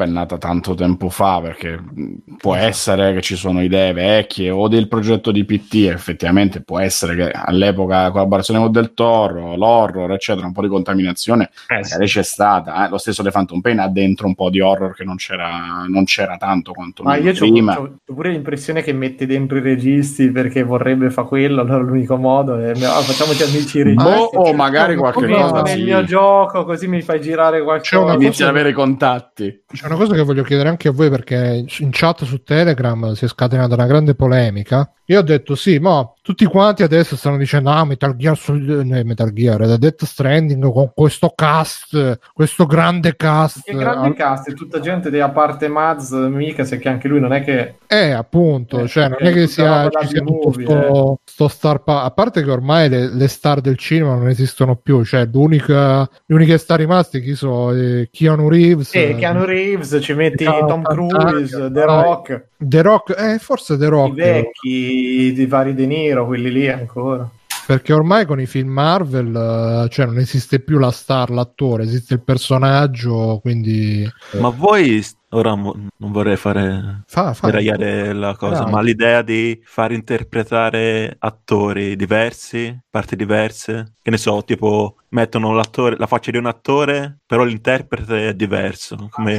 è nata tanto tempo fa, perché può essere che ci sono idee vecchie o del progetto di PT, effettivamente può essere che all'epoca collaborazione con Del Toro, l'horror eccetera, un po' di contaminazione magari c'è stata, lo stesso The Phantom Pain ha dentro un po' di horror che non c'era tanto quanto prima. Ho pure l'impressione che mette dentro i registi perché vorrebbe fare quello, allora l'unico modo è facciamoci amici registi, o magari qualche cosa nel mio gioco, così mi fai girare qualcosa, inizi ad avere contatti. C'è una cosa che voglio chiedere anche a voi, perché in chat su Telegram si è scatenata una grande polemica. Io ho detto sì, ma tutti quanti adesso stanno dicendo Metal Gear, da Death Stranding con questo cast, questo grande cast. Che grande cast, è tutta gente a parte Mads Mikkelsen, che anche lui non è che appunto, cioè non è che ci sia tutto sto star a parte che ormai le star del cinema non esistono più, cioè le uniche star rimaste chi sono Keanu Reeves, ci metti Tom Cruise, The Rock, forse The Rock, i vecchi di vari De Niro, quelli lì ancora, perché ormai con i film Marvel cioè non esiste più la star, l'attore, esiste il personaggio, quindi ma voi ora non vorrei fare deragliare la cosa, ma l'idea di far interpretare attori diversi, parti diverse, che ne so, tipo mettono l'attore, la faccia di un attore, però l'interprete è diverso, come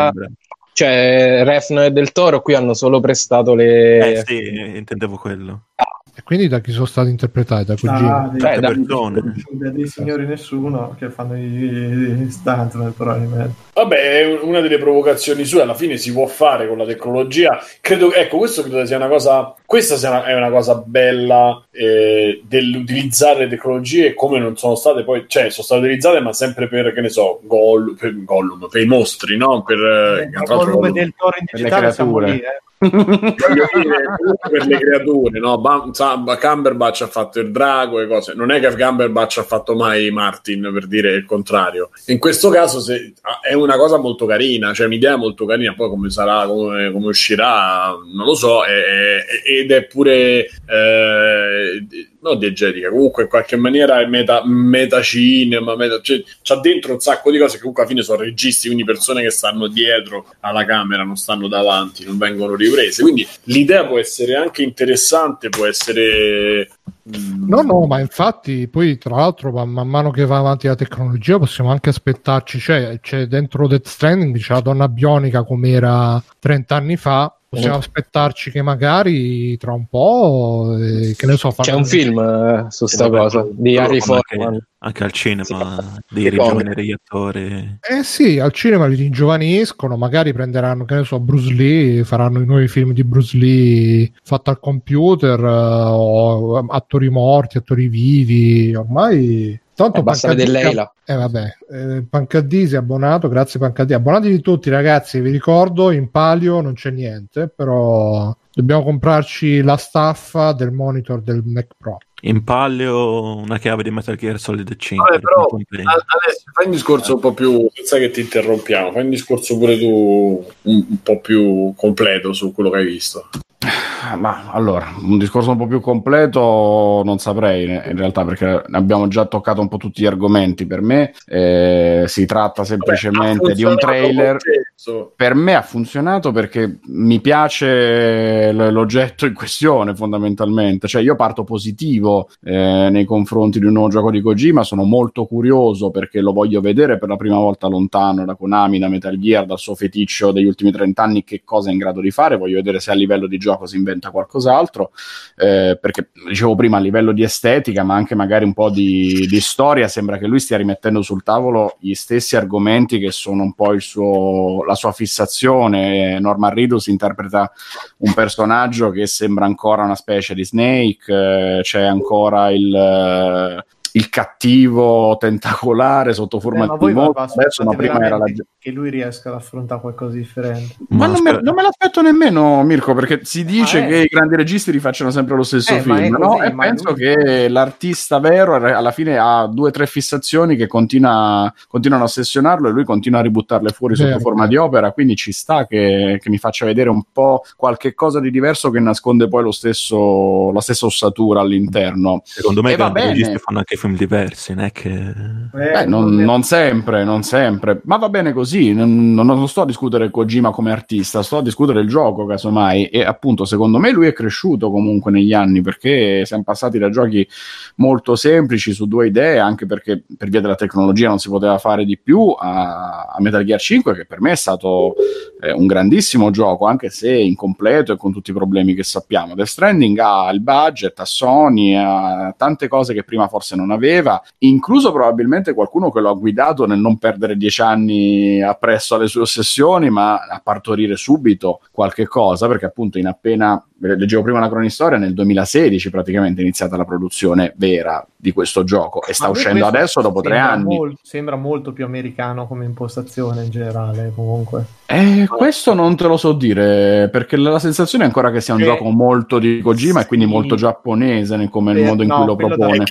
cioè Refn e Del Toro qui hanno solo prestato le sì, intendevo quello. E quindi da chi sono stati interpretati? Da cugini? dei signori nessuno che fanno i stunt, però vabbè, una delle provocazioni sue alla fine si può fare con la tecnologia, credo sia una cosa, è una cosa bella dell'utilizzare le tecnologie come non sono state poi, cioè sono state utilizzate ma sempre per, che ne so, Gollum, per i mostri, no? Per del Toro in digitale siamo lì, per le creature, no? Cumberbatch ha fatto il drago e cose, non è che Cumberbatch ha fatto mai Martin, per dire il contrario. In questo caso è una cosa molto carina, cioè un'idea molto carina, poi come sarà, come uscirà non lo so, ed è pure non diegetica, comunque in qualche maniera è metacinema, cioè, c'ha dentro un sacco di cose che comunque alla fine sono registi, quindi persone che stanno dietro alla camera, non stanno davanti, non vengono riprese, quindi l'idea può essere anche interessante, può essere no, ma infatti poi tra l'altro man mano che va avanti la tecnologia possiamo anche aspettarci, c'è dentro Death Stranding c'è la donna bionica come era 30 anni fa. Possiamo aspettarci che magari tra un po' che ne so, c'è un film su sta cosa di Harry Forman anche al cinema di rigiovanire gli attori. Sì, al cinema li ringiovaniscono, magari prenderanno, che ne so, Bruce Lee, faranno i nuovi film di Bruce Lee fatto al computer, o attori morti, attori vivi, ormai tanto basta vedere Leila. Pancadisi abbonato, grazie Pancadisi, abbonatevi tutti ragazzi, vi ricordo in Palio non c'è niente, però dobbiamo comprarci la staffa del monitor del Mac Pro. In Palio una chiave di Metal Gear Solid 5. Vabbè, però adesso fai un discorso un po' più, senza che ti interrompiamo, fai un discorso pure tu un po' più completo su quello che hai visto. Ma allora, un discorso un po' più completo non saprei in realtà, perché abbiamo già toccato un po' tutti gli argomenti. Per me si tratta semplicemente di un trailer. Per me ha funzionato perché mi piace l'oggetto in questione, fondamentalmente, cioè io parto positivo nei confronti di un nuovo gioco di Kojima, sono molto curioso perché lo voglio vedere per la prima volta lontano da Konami, da Metal Gear, dal suo feticcio degli ultimi 30 anni, che cosa è in grado di fare, voglio vedere se a livello di gioco si inventa qualcos'altro, perché dicevo prima a livello di estetica ma anche magari un po' di storia sembra che lui stia rimettendo sul tavolo gli stessi argomenti che sono un po' la sua fissazione. Norman Reedus interpreta un personaggio che sembra ancora una specie di Snake, c'è ancora il cattivo tentacolare sotto forma di mostro, adesso, ma prima era che lui riesca ad affrontare qualcosa di differente. Ma non me l'aspetto nemmeno, Mirko, perché si dice che i grandi registi rifacciano sempre lo stesso film, no? E penso che l'artista vero alla fine ha 2 o 3 fissazioni che continuano a ossessionarlo e lui continua a ributtarle fuori sotto forma di opera, quindi ci sta che mi faccia vedere un po' qualche cosa di diverso che nasconde poi la stessa ossatura all'interno. Secondo me i grandi registi fanno anche film diversi, non è che... non sempre, ma va bene così, non sto a discutere Kojima come artista, sto a discutere il gioco casomai, e appunto secondo me lui è cresciuto comunque negli anni, perché siamo passati da giochi molto semplici su 2 idee, anche perché per via della tecnologia non si poteva fare di più, a Metal Gear 5, che per me è stato un grandissimo gioco, anche se incompleto e con tutti i problemi che sappiamo. Death Stranding ha il budget, ha Sony, ha tante cose che prima forse non aveva, incluso probabilmente qualcuno che lo ha guidato nel non perdere 10 anni appresso alle sue ossessioni, ma a partorire subito qualche cosa, perché appunto leggevo prima una cronistoria, nel 2016 praticamente è iniziata la produzione vera di questo gioco e sta uscendo adesso dopo 3 anni. Sembra molto più americano come impostazione in generale, comunque. Questo non te lo so dire, perché la sensazione è ancora che sia un gioco molto di Kojima, e quindi molto giapponese come il modo in cui lo propone.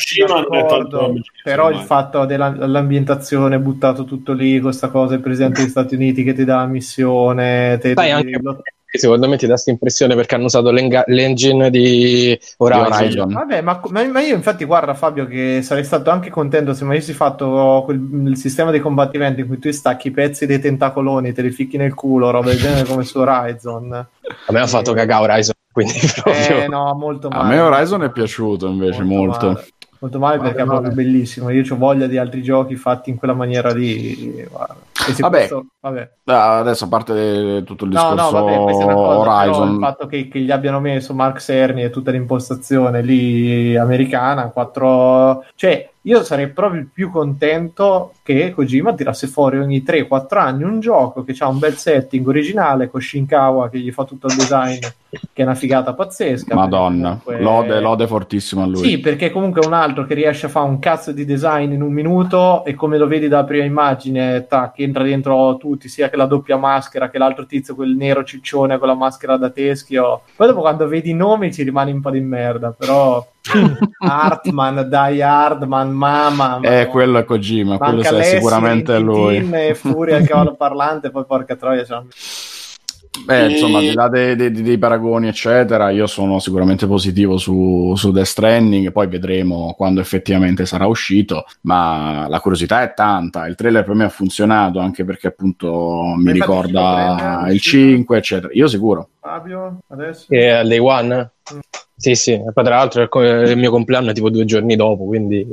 Però il fatto dell'ambientazione, buttato tutto lì, questa cosa, il presidente degli Stati Uniti che ti dà la missione, secondo me ti dà questa impressione perché hanno usato l'engine di Horizon. Vabbè, ma io infatti guarda Fabio, che sarei stato anche contento se mi avessi fatto il sistema di combattimento in cui tu stacchi i pezzi dei tentacoloni, te li ficchi nel culo, roba del genere come su Horizon. A me ha fatto cagare Horizon, quindi proprio... no, molto male. A me Horizon è piaciuto invece molto. Molto male perché è proprio bellissimo. Io ho voglia di altri giochi fatti in quella maniera lì. Vabbè. Adesso a parte tutto il discorso Horizon, il fatto che gli abbiano messo Mark Cerny e tutta l'impostazione lì americana, cioè io sarei proprio più contento che Kojima tirasse fuori ogni 3-4 anni un gioco che ha un bel setting originale con Shinkawa che gli fa tutto il design, che è una figata pazzesca. Madonna, lode fortissimo a lui. Sì, perché comunque è un altro che riesce a fare un cazzo di design in un minuto, e come lo vedi dalla prima immagine, che entra dentro tutti, sia che la doppia maschera che l'altro tizio, quel nero ciccione con la maschera da teschio. Poi dopo quando vedi i nomi ci rimane un po' di merda, però Hartman, Die Hardman, Mama, quello è Kojima, quello è sicuramente lui. E Furia, il cavallo parlante, poi porca troia, insomma, al di là dei paragoni eccetera, io sono sicuramente positivo su Death Stranding, poi vedremo quando effettivamente sarà uscito, ma la curiosità è tanta. Il trailer per me ha funzionato anche perché appunto mi ricorda il 5 eccetera. Io sicuro. Fabio adesso? Al Day One? Sì, poi tra l'altro il mio compleanno è tipo 2 giorni dopo, quindi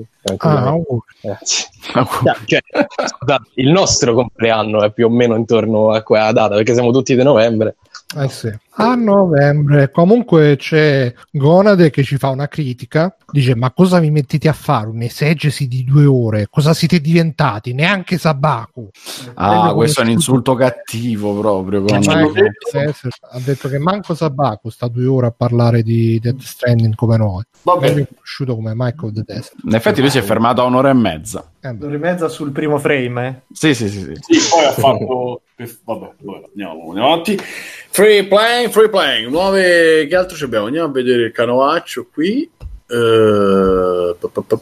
il nostro compleanno è più o meno intorno a quella data, perché siamo tutti di novembre. Sì. A novembre. Comunque c'è Gonade che ci fa una critica, dice: ma cosa vi mettete a fare un'esegesi di 2 ore? Cosa siete diventati? Neanche Sabaku. Questo è un insulto cattivo proprio. Ha detto che manco Sabaku sta 2 ore a parlare di Death Stranding come noi. È conosciuto come Mike of the Desert. In effetti lui si è fermato a 1 ora e mezza. 1 ora e mezza sul primo frame, Sì, poi ha fatto vabbè, andiamo avanti. Free playing, nuove, che altro abbiamo? Andiamo a vedere il canovaccio qui. Che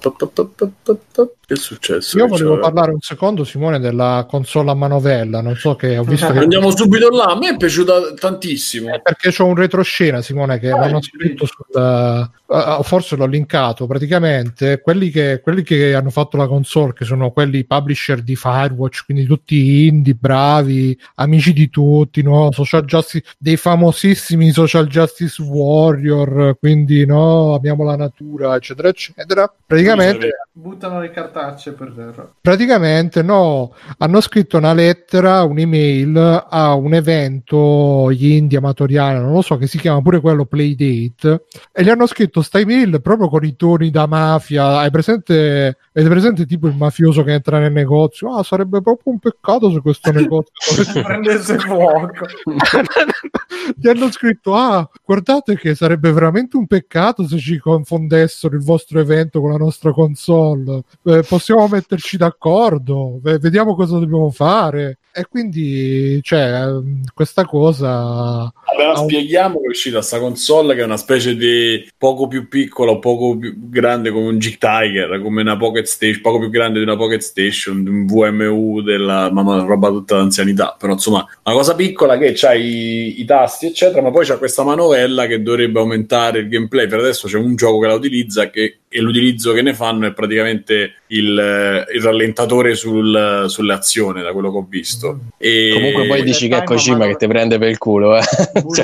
è successo? Io volevo parlare un secondo, Simone, della console a manovella. Non so, che ho visto che andiamo subito là. A me è piaciuta tantissimo, perché c'ho un retroscena, Simone, che non ho scritto forse l'ho linkato. Praticamente quelli che hanno fatto la console, che sono quelli publisher di Firewatch, quindi tutti indie bravi, amici di tutti, no? Social justice, dei famosissimi social justice warrior, quindi abbiamo la natura, eccetera eccetera. Praticamente buttano le cartacce per terra. Praticamente hanno scritto una lettera, un'email a un evento gli indie amatoriali, non lo so, che si chiama pure quello Playdate, e gli hanno scritto sta email proprio con i toni da mafia. Avete presente tipo il mafioso che entra nel negozio? Sarebbe proprio un peccato se questo negozio prendesse fuoco. Gli hanno scritto: guardate che sarebbe veramente un peccato se ci confondessero il vostro evento con la nostra console, possiamo metterci d'accordo, vediamo cosa dobbiamo fare. E quindi questa cosa Vabbè, spieghiamo che è uscita sta console che è una specie di poco più piccola o poco più grande come un G-Tiger, come una Pocket Station, poco più grande di una Pocket Station, di un VMU della roba tutta d'anzianità, però insomma una cosa piccola che c'ha i tasti eccetera, ma poi c'ha questa manovella che dovrebbe aumentare il gameplay. Per adesso c'è un gioco che la utilizza e l'utilizzo che ne fanno è praticamente il rallentatore sulle azioni, da quello che ho visto. E comunque poi dici che è Kojima che ti prende per il culo, a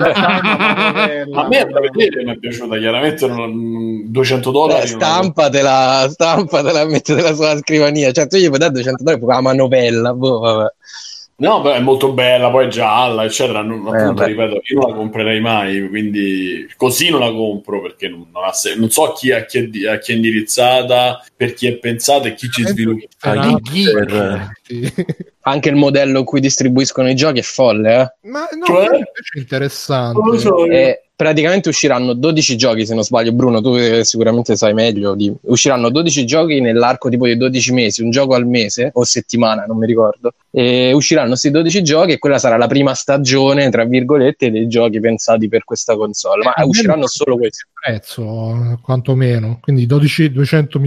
me da vedere mi è piaciuta, chiaramente $200 stampatela e mettetela sulla scrivania, cioè tu gli puoi dare $200 per la manovella, vabbè. No, beh, è molto bella, poi è gialla, eccetera. Appunto, ripeto, io non la comprerei mai, quindi così non la compro perché non so a chi è indirizzata, per chi è pensata e chi ci sviluppa. Anche il modello in cui distribuiscono i giochi è folle, Ma no, è interessante. Non lo so, praticamente usciranno 12 giochi, se non sbaglio. Bruno, tu sicuramente sai meglio. Usciranno 12 giochi nell'arco tipo di 12 mesi, un gioco al mese o settimana, non mi ricordo. E usciranno questi 12 giochi e quella sarà la prima stagione, tra virgolette, dei giochi pensati per questa console. Ma usciranno solo questi. Prezzo, quantomeno. Quindi 200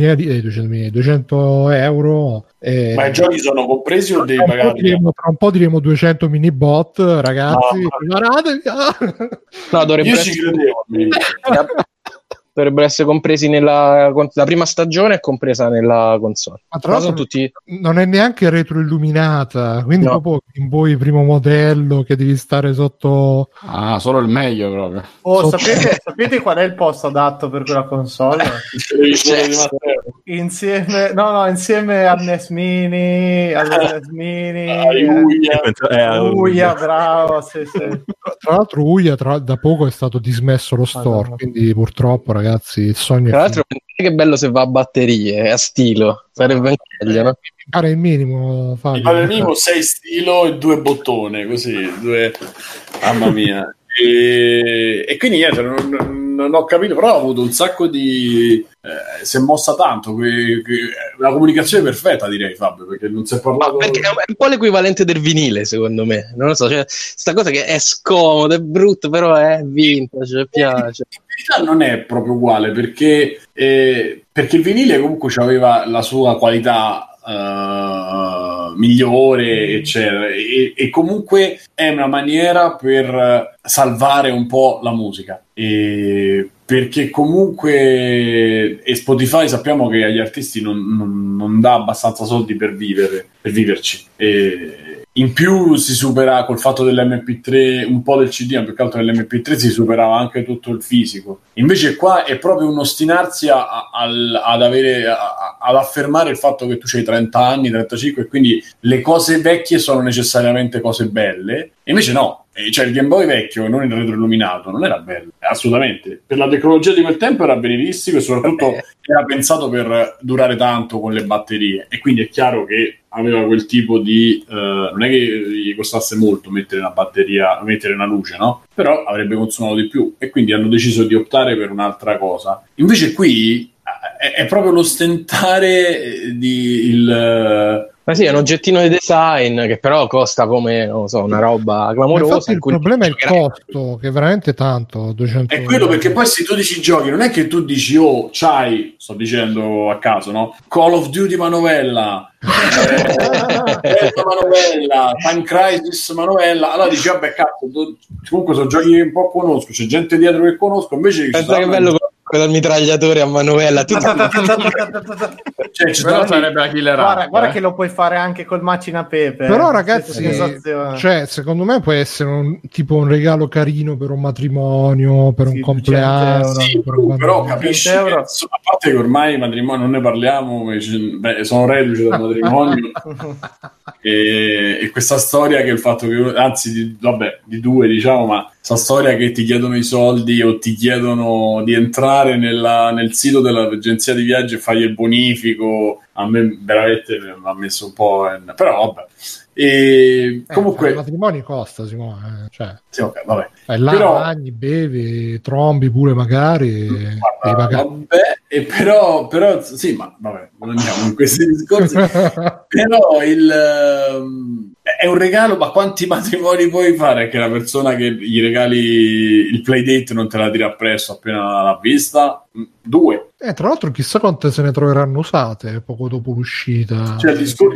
euro. Ma i giochi sono compresi o devi pagare? Tra un po' diremo 200 mini bot, ragazzi, preparatevi. No, dovrebbero essere compresi la prima stagione è compresa nella console. Ma tra l'altro non è neanche retroilluminata, quindi proprio in voi primo modello che devi stare sotto. Solo il meglio proprio. Sapete qual è il posto adatto per quella console? insieme al NES Mini, Uia, bravo. Sì. Tra l'altro Uia da poco è stato dismesso lo store, quindi purtroppo ragazzi il sogno tra l'altro che bello se va a batterie, a stilo, sarebbe anche meglio, no? Fare il minimo, Fabio. Fare il minimo 6 stilo e 2 bottone, così, mamma mia. E quindi niente, non ho capito, però ho avuto un sacco di si è mossa tanto la comunicazione perfetta, direi, Fabio, perché non si è parlato, perché è un po' l'equivalente del vinile, secondo me, non lo so, cioè sta cosa che è scomodo, è brutto, però è vintage, piace. In realtà non è proprio uguale perché il vinile comunque aveva la sua qualità migliore, eccetera, e comunque è una maniera per salvare un po' la musica, perché comunque Spotify sappiamo che agli artisti non dà abbastanza soldi per viverci, in più si supera col fatto dell'MP3 un po' del CD, ma più che altro dell'MP3 si superava anche tutto il fisico. Invece qua è proprio un ostinarsi ad affermare il fatto che tu c'hai 30 anni, 35, e quindi le cose vecchie sono necessariamente cose belle, e invece no. Cioè il Game Boy vecchio, non il retroilluminato, non era bello, assolutamente. Per la tecnologia di quel tempo era bellissimo e soprattutto era pensato per durare tanto con le batterie, e quindi è chiaro che aveva quel tipo di non è che gli costasse molto mettere una batteria, mettere una luce, no? Però avrebbe consumato di più, e quindi hanno deciso di optare per un'altra cosa. Invece qui è proprio lo stentare ma sì, è un oggettino di design che però costa come, non so, una roba clamorosa. Il problema è il costo, che è veramente tanto. 200 è quello, perché poi se tu dici giochi, non è che tu dici sto dicendo a caso, no? Call of Duty manovella, manovella, Time Crisis manovella, allora dici vabbè cazzo, comunque sono giochi che un po' conosco, c'è gente dietro che conosco, invece pensa che bello dal mitragliatore a manovella, però sarebbe la killer app, guarda che lo puoi fare anche col macina pepe. Però ragazzi, cioè secondo me può essere tipo un regalo carino per un matrimonio, per un compleanno, però capisci che, a parte che ormai matrimonio non ne parliamo, sono reduce dal matrimonio e questa storia che il fatto che anzi di due, diciamo, ma questa storia che ti chiedono i soldi o ti chiedono di entrare nel sito dell'agenzia di viaggio e fai il bonifico, a me veramente mi ha messo un po' però vabbè. E comunque i matrimoni costa, Simone, cioè sì, okay, vabbè. Fai là, però mangi, bevi, trombi pure magari, vabbè, e però sì, ma vabbè, non andiamo in questi discorsi. Però è un regalo, ma quanti matrimoni puoi fare che la persona che gli regali il playdate non te la tira appresso appena l'ha vista? 2. Tra l'altro chissà quante se ne troveranno usate poco dopo l'uscita. Cioè,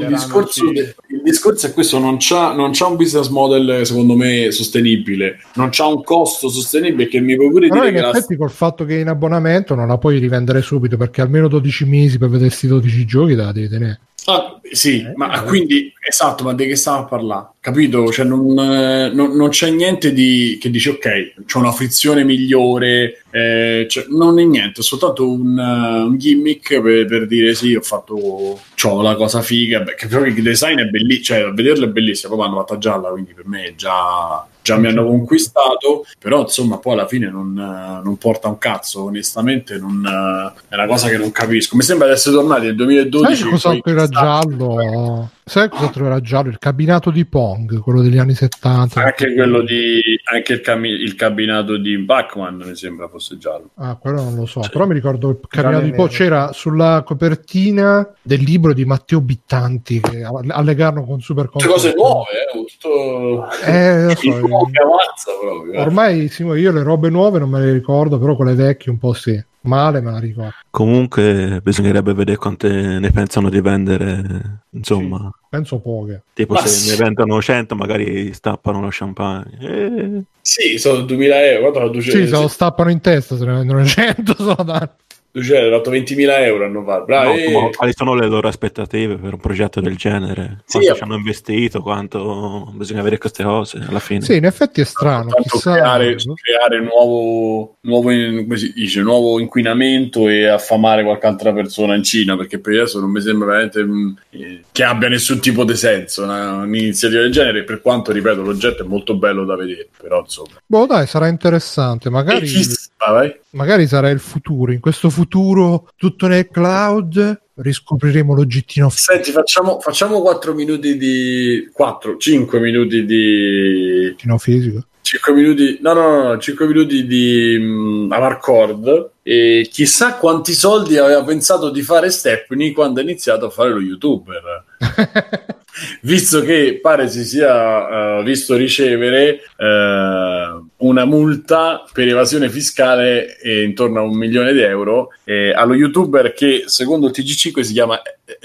il discorso è questo: non c'ha un business model secondo me sostenibile, non c'ha un costo sostenibile, che mi puoi pure però dire in effetti col fatto che in abbonamento non la puoi rivendere subito, perché almeno 12 mesi per vedersi 12 giochi te la devi tenere. Sì, ma quindi esatto, ma di che stiamo a parlare? Capito? Cioè non c'è niente di che dici ok, c'è una frizione migliore, cioè, non è niente, è soltanto un gimmick per dire sì, c'ho la cosa figa, che proprio il design è bellissimo, cioè vederlo è bellissimo, poi hanno fatta gialla, quindi per me già mi hanno conquistato, però insomma poi alla fine non porta un cazzo, onestamente è una cosa che non capisco. Mi sembra di essere tornati nel 2012. Sai cos'altro era giallo? Sai cos'altro era giallo? Il cabinato di Pong, quello degli anni 70. Anche il cabinato di Pac-Man mi sembra fosse giallo. Quello non lo so, però mi ricordo il cabinato di Pong c'era sulla copertina del libro di Matteo Bittanti che allegarono con super cose nuove, tutto lo so, che avanza proprio. Ormai io le robe nuove non me le ricordo, però quelle vecchie un po' sì. Male me la ricordo. Comunque bisognerebbe vedere quante ne pensano di vendere, insomma. Sì, penso poche. Tipo se ne vendono 100 magari stappano lo champagne. Sì, sono 2000 euro. Sì, se lo stappano in testa, se ne vendono 100 sono danni. Hanno fatto 20.000 euro hanno fatto. Bravi. No, quali sono le loro aspettative per un progetto del genere? Quanto ci hanno investito, quanto bisogna avere queste cose alla fine. Sì, in effetti è strano. Creare nuovo inquinamento e affamare qualche altra persona in Cina, perché per adesso non mi sembra veramente che abbia nessun tipo di senso un'iniziativa del genere, per quanto, ripeto, l'oggetto è molto bello da vedere, però insomma. Dai, sarà interessante, magari sarà il futuro. In questo futuro tutto nel cloud riscopriremo l'oggettino. Senti, facciamo 5 minuti di fisico. 5 minuti di Amarcord, e chissà quanti soldi aveva pensato di fare Stepney quando ha iniziato a fare lo youtuber. Visto che pare si sia visto ricevere una multa per evasione fiscale intorno a €1 milione allo youtuber che secondo il TG5 si chiama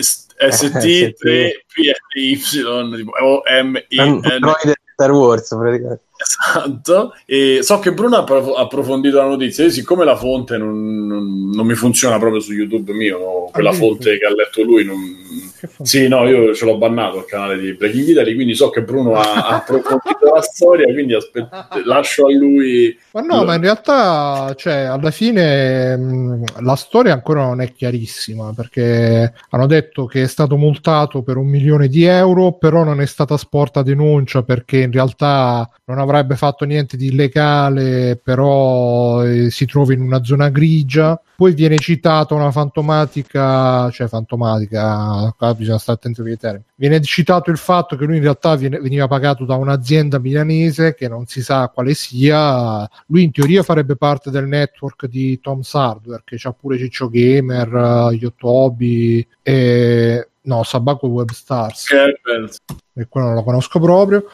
ST3PLY Star Wars praticamente. Esatto, e so che Bruno ha approfondito la notizia. Io, siccome la fonte non mi funziona proprio su YouTube mio, quella fonte che ha letto lui io ce l'ho bannato al canale di Breaking Italy, quindi so che Bruno ha approfondito la storia, quindi lascio a lui. Ma in realtà, cioè, alla fine la storia ancora non è chiarissima, perché hanno detto che è stato multato per €1 milione, però non è stata sporta denuncia perché in realtà non avrebbe fatto niente di illegale, però si trova in una zona grigia. Poi viene citata una fantomatica, qua bisogna stare attenti ai termini. Viene citato il fatto che lui in realtà veniva pagato da un'azienda milanese che non si sa quale sia. Lui in teoria farebbe parte del network di Tom's Hardware, che c'ha pure Ciccio Gamer, Yotobi e Sabaco Web Stars. E quello non lo conosco proprio.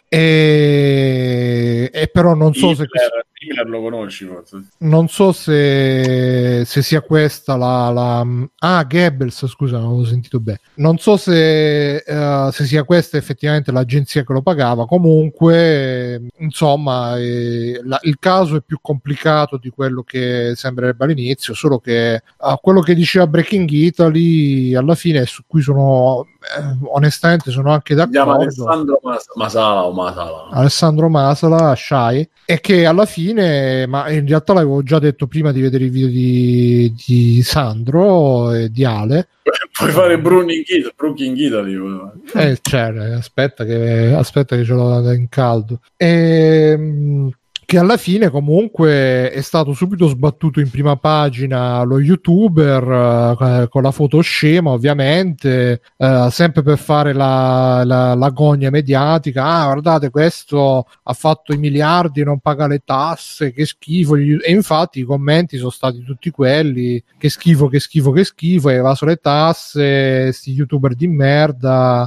E però non so se lo conosci forse. Non so se sia questa Goebbels, scusa, non avevo sentito bene. Non so se sia questa effettivamente l'agenzia che lo pagava. Comunque, insomma, il caso è più complicato di quello che sembrerebbe all'inizio, solo che quello che diceva Breaking Italy alla fine, su cui sono onestamente sono anche d'accordo. Alessandro Masala, Shai, e che alla fine, ma in realtà l'avevo già detto prima di vedere i video di Sandro e di Ale. Puoi fare Breaking Italy. Aspetta che ce l'ho in caldo. Che alla fine comunque è stato subito sbattuto in prima pagina lo youtuber con la foto scema, ovviamente, sempre per fare la gogna mediatica. Guardate, questo ha fatto i miliardi e non paga le tasse, che schifo. E infatti i commenti sono stati tutti quelli: che schifo, hai evaso le tasse, sti youtuber di merda.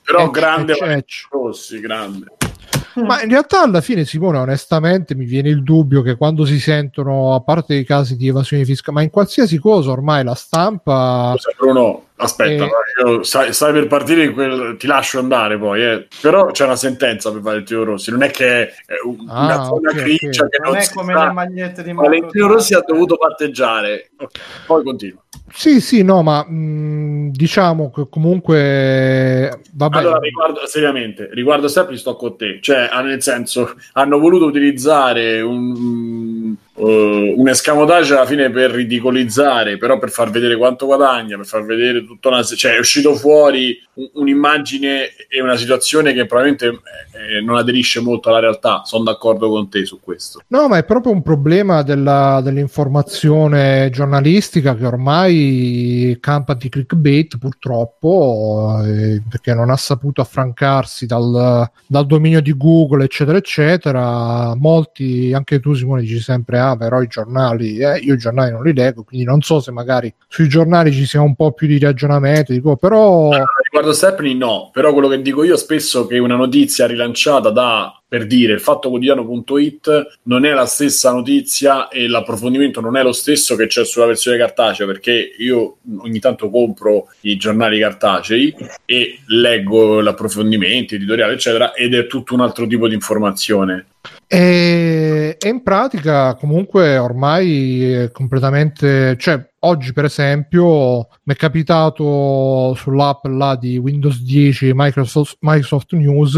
Però grande Rossi, grande. Ma in realtà alla fine, Simone, onestamente mi viene il dubbio che quando si sentono, a parte i casi di evasione fiscale, ma in qualsiasi cosa ormai la stampa... Bruno, aspetta, stai per partire in ti lascio andare poi, però c'è una sentenza per Valentino Rossi, non è che è una zona grigia che non è come le magliette di Valentino Rossi ha dovuto patteggiare. Poi continua. Sì, no, ma diciamo che comunque vabbè. Allora, riguardo sempre sto con te, cioè nel senso hanno voluto utilizzare un escamotage alla fine per ridicolizzare, però per far vedere quanto guadagna, per far vedere tutta una, cioè è uscito fuori un'immagine e una situazione che probabilmente non aderisce molto alla realtà. Sono d'accordo con te su questo. No, ma è proprio un problema dell'informazione giornalistica che ormai campa di clickbait, purtroppo, perché non ha saputo affrancarsi dal dominio di Google, eccetera eccetera. Molti, anche tu Simone, dici sempre però i giornali, io i giornali non li leggo, quindi non so se magari sui giornali ci sia un po' più di ragionamento, dico, però riguardo Stepney no, però quello che dico io spesso che una notizia rilanciata per dire il fattoquotidiano.it non è la stessa notizia e l'approfondimento non è lo stesso che c'è sulla versione cartacea, perché io ogni tanto compro i giornali cartacei e leggo l'approfondimento, editoriale eccetera, ed è tutto un altro tipo di informazione. E in pratica comunque ormai è completamente, cioè oggi per esempio mi è capitato sull'app là di Windows 10 Microsoft News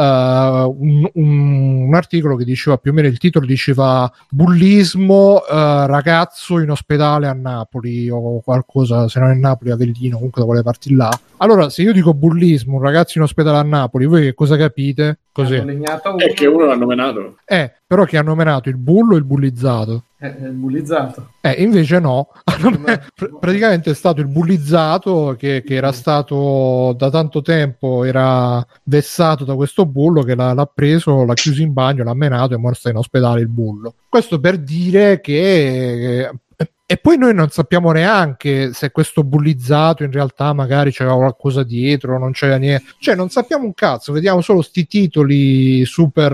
un articolo che diceva più o meno, il titolo diceva bullismo, ragazzo in ospedale a Napoli o qualcosa, se non è Napoli Avellino, comunque da quelle parti là. Allora se io dico bullismo, un ragazzo in ospedale a Napoli, voi che cosa capite? Così. È che uno l'ha nominato. Però che ha nominato il bullo e il bullizzato. Il bullizzato. Invece no, praticamente è stato il bullizzato che era stato da tanto tempo, era vessato da questo bullo che l'ha preso, l'ha chiuso in bagno, l'ha menato e è morto in ospedale il bullo. Questo per dire che... E poi noi non sappiamo neanche se questo bullizzato in realtà magari c'era qualcosa dietro, non c'era niente, cioè non sappiamo un cazzo, vediamo solo sti titoli super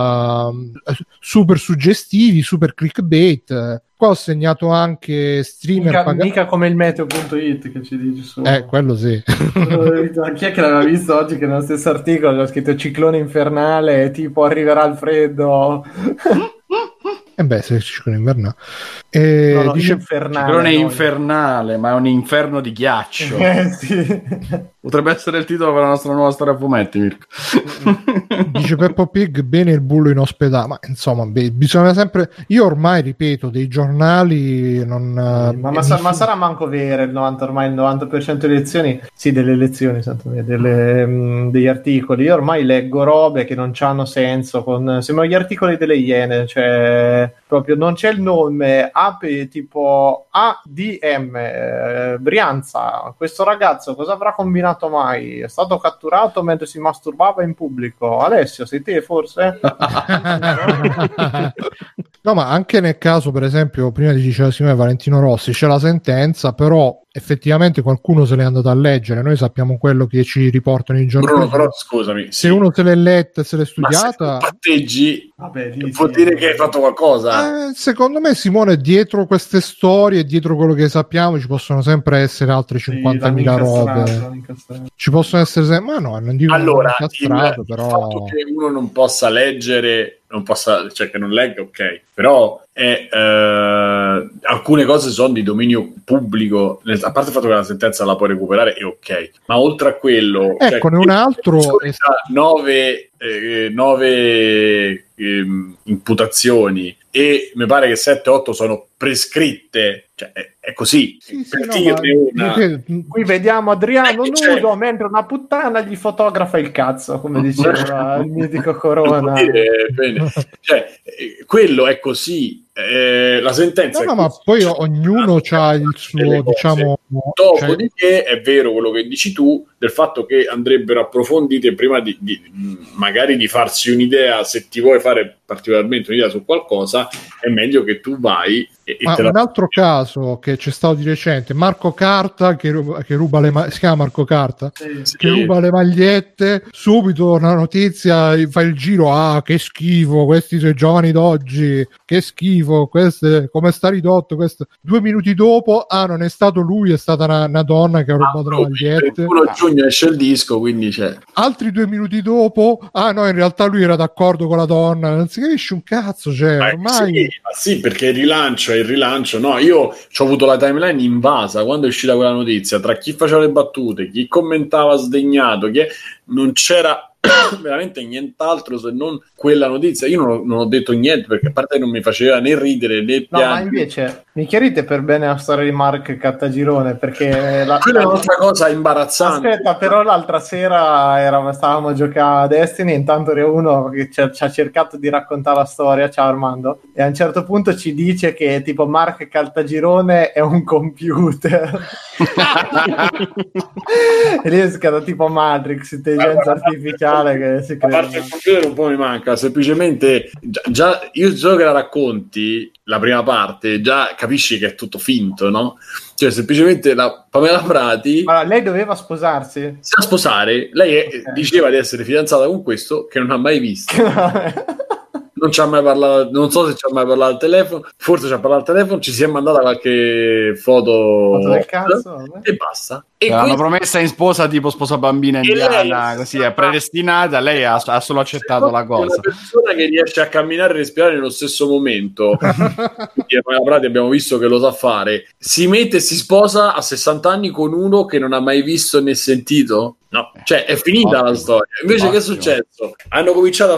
suggestivi, super clickbait. Qua ho segnato anche streamer mica come il meteo.it che ci dice su... quello sì. Chi è che l'aveva visto oggi che nello stesso articolo c'era scritto ciclone infernale, tipo arriverà il freddo? Se ciclone invernale. Dice infernale. Ciclone infernale, ma è un inferno di ghiaccio. Sì. Potrebbe essere il titolo per la nostra nuova storia a fumetti, Mirko. Dice Peppa Pig, bene il bullo in ospedale, ma insomma bisogna sempre, io ormai ripeto, dei giornali non ma sarà manco vero ormai il 90% delle elezioni, sì, delle elezioni, degli articoli, io ormai leggo robe che non c'hanno senso, sembrano gli articoli delle Iene, cioè proprio non c'è il nome, tipo ADM Brianza, questo ragazzo cosa avrà combinato mai? È stato catturato mentre si masturbava in pubblico. Alessio, sei te forse? No, ma anche nel caso, per esempio, prima diceva Simone Valentino Rossi, c'è la sentenza, però effettivamente qualcuno se l'è andato a leggere, noi sappiamo quello che ci riportano i giornali. Bruno, però scusami, se uno se l'è letta e se l'è studiata, ma se patteggi vuol dire che hai fatto qualcosa. Secondo me, Simone, dietro queste storie, dietro quello che sappiamo, ci possono sempre essere altre 50.000 robe. Ci possono essere ma no, non dico allora però il fatto che uno non possa leggere, cioè che non legga, ok, però alcune cose sono di dominio pubblico, a parte il fatto che la sentenza la puoi recuperare, è ok, ma oltre a quello, eccone un altro, 9 imputazioni e mi pare che 7-8 sono prescritte, cioè è così. Qui vediamo Adriano nudo mentre una puttana gli fotografa il cazzo, come diceva il mitico Corona. Bene. Cioè, quello è così. La sentenza ma poi ognuno ha il suo, diciamo. Dopodiché è vero quello che dici tu del fatto che andrebbero approfondite prima magari di farsi un'idea, se ti vuoi fare particolarmente un'idea su qualcosa, è meglio che tu vai un altro caso che c'è stato di recente, Marco Carta che ruba si chiama Marco Carta? Sì. Che ruba le magliette, subito una notizia, fa il giro, che schifo questi sono i giovani d'oggi, che schifo, queste, come sta ridotto questo. 2 minuti dopo, non è stato lui, è stata una donna che ha rubato le magliette. Il 1 giugno esce il disco, quindi c'è. Altri 2 minuti dopo, no, in realtà lui era d'accordo con la donna, non si capisce un cazzo, cioè ormai sì, perché il rilancio, no, io ci ho avuto la timeline invasa quando è uscita quella notizia, tra chi faceva le battute, chi commentava sdegnato, non c'era veramente nient'altro se non quella notizia. Io non ho detto niente perché a parte non mi faceva né ridere né piangere. No, ma invece mi chiarite per bene la storia di Mark Caltagirone, perché quella è un'altra cosa imbarazzante. Aspetta, però l'altra sera stavamo a giocare a Destiny, intanto era uno che ci ha cercato di raccontare la storia, ciao Armando, e a un certo punto ci dice che tipo Mark Caltagirone è un computer. E lì è scatta tipo Matrix, intelligenza artificiale che si crede. A parte il computer un po' mi manca, semplicemente già io so che la racconti la prima parte, già capisci che è tutto finto, no? Cioè semplicemente la Pamela Prati, ma lei doveva sposarsi? si a sposare, lei diceva di essere fidanzata con questo che non ha mai visto. Non ci ha mai parlato, non so se ci ha mai parlato al telefono, forse ci ha parlato al telefono, ci si è mandata qualche foto del cazzo, e basta. E l'hanno promessa in sposa, tipo sposa bambina indiana, così è predestinata, lei ha solo accettato la cosa. È una persona che riesce a camminare e respirare nello stesso momento. Quindi Prati abbiamo visto che lo sa fare. Si mette e si sposa a 60 anni con uno che non ha mai visto né sentito? No, cioè è finita la storia. Invece che è successo? Hanno cominciato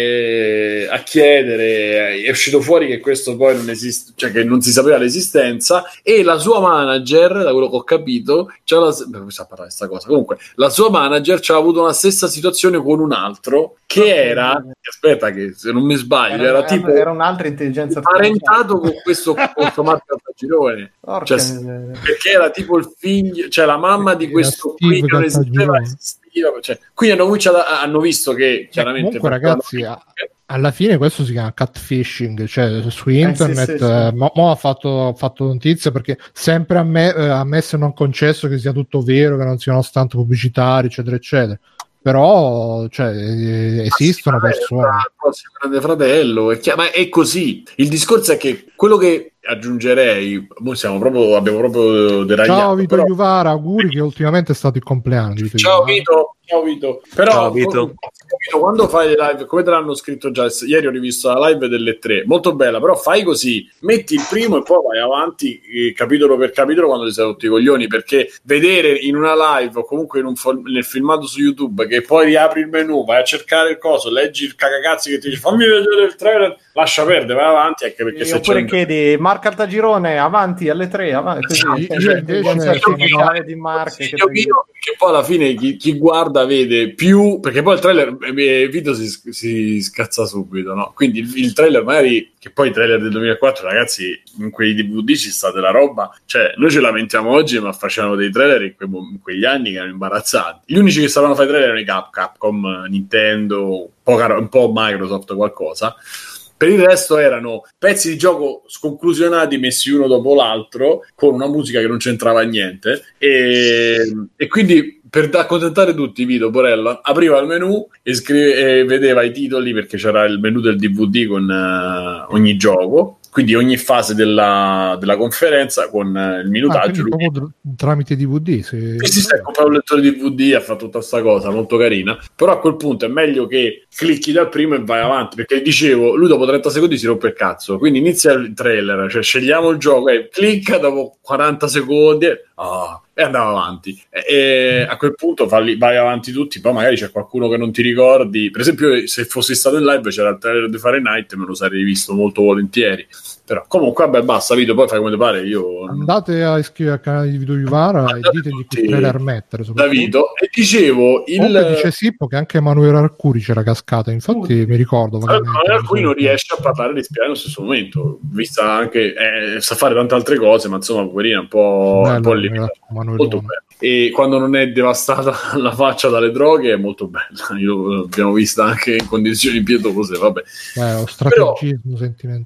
a chiedere, è uscito fuori che questo poi non esiste, cioè che non si sapeva l'esistenza, e la sua manager, da quello che ho capito, questa cosa. Comunque, la sua manager ci ha avuto una stessa situazione con un altro che era, aspetta che se non mi sbaglio, era un'altra intelligenza parentato con questo Marco Caltagirone, cioè, perché era tipo il figlio, cioè la mamma di questo qui che non esisteva, cioè, quindi hanno visto che chiaramente comunque ragazzi alla fine questo si chiama catfishing, cioè su internet sì. Mo ha fatto notizia perché sempre ammesso e non concesso che sia tutto vero, che non siano tanto pubblicitari eccetera eccetera, però cioè, esistono persone. Il prossimo Grande Fratello ma è così. Il discorso è che quello che aggiungerei, abbiamo proprio deragliato. Ciao Vito Iuvara, auguri che ultimamente è stato il compleanno di Vito. Ciao Vito. Però ciao, Vito. Quando fai le live, come te l'hanno scritto già ieri, ho rivisto la live delle 3, molto bella, però fai così, metti il primo e poi vai avanti capitolo per capitolo quando ti sei rotti i coglioni, perché vedere in una live o comunque nel filmato su YouTube che poi riapri il menu, vai a cercare il coso, leggi il cagacazzi che ti dice fammi vedere il trailer, lascia perdere, vai avanti, anche perché se oppure chiedi Marco Caltagirone avanti alle 3, avanti, così di Mark che poi alla fine chi guarda vede più, perché poi il trailer Vito si scazza subito, no? Quindi il trailer magari, che poi i trailer del 2004 ragazzi, in quei DVD ci sta della roba, cioè noi ce lamentiamo oggi ma facevano dei trailer in quegli anni che erano imbarazzanti. Gli unici che sapevano fare trailer erano i Capcom, Nintendo, un po' Microsoft, qualcosa. Per il resto erano pezzi di gioco sconclusionati messi uno dopo l'altro con una musica che non c'entrava niente e quindi per accontentare tutti Vito Borella apriva il menu e vedeva i titoli, perché c'era il menu del DVD con ogni gioco, quindi ogni fase della conferenza con il minutaggio. Tramite DVD si è comprato un lettore DVD, ha fatto tutta sta cosa molto carina, però a quel punto è meglio che clicchi dal primo e vai avanti, perché dicevo, lui dopo 30 secondi si rompe il cazzo, quindi inizia il trailer, cioè scegliamo il gioco, clicca dopo 40 secondi e andava avanti, e a quel punto vai avanti tutti, poi magari c'è qualcuno che non ti ricordi. Per esempio, se fossi stato in live c'era il trailer di Fahrenheit, me lo sarei visto molto volentieri. Però comunque vabbè, basta Vito, poi fai come ti pare. Andate a iscrivervi al canale di Vito Iuvara e ditegli che trailer mettere da Vito. E dicevo dice Sippo che anche Emanuele Arcuri c'era cascata, infatti mi ricordo Emanuele Arcuri non riesce a parlare e respirare nello stesso momento, vista anche sa fare tante altre cose, ma insomma poverina un po' limitato, molto bello. E quando non è devastata la faccia dalle droghe è molto bella. Io l'abbiamo vista anche in condizioni pietose, vabbè. Lo strategismo sentimentale.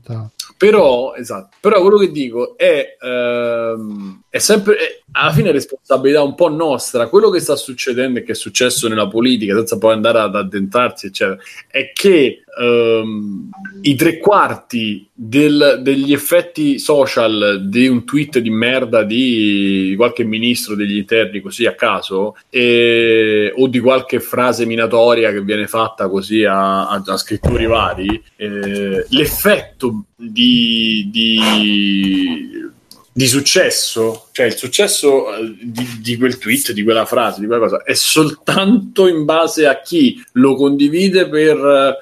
Però, esatto, però quello che dico è sempre alla fine responsabilità un po' nostra. Quello che sta succedendo e che è successo nella politica, senza poi andare ad addentrarsi, eccetera, è che i 3/4 degli effetti social di un tweet di merda di qualche ministro degli interni così a caso, o di qualche frase minatoria che viene fatta così a scrittori vari, l'effetto di successo, cioè il successo di quel tweet, di quella frase, di quella cosa, è soltanto in base a chi lo condivide per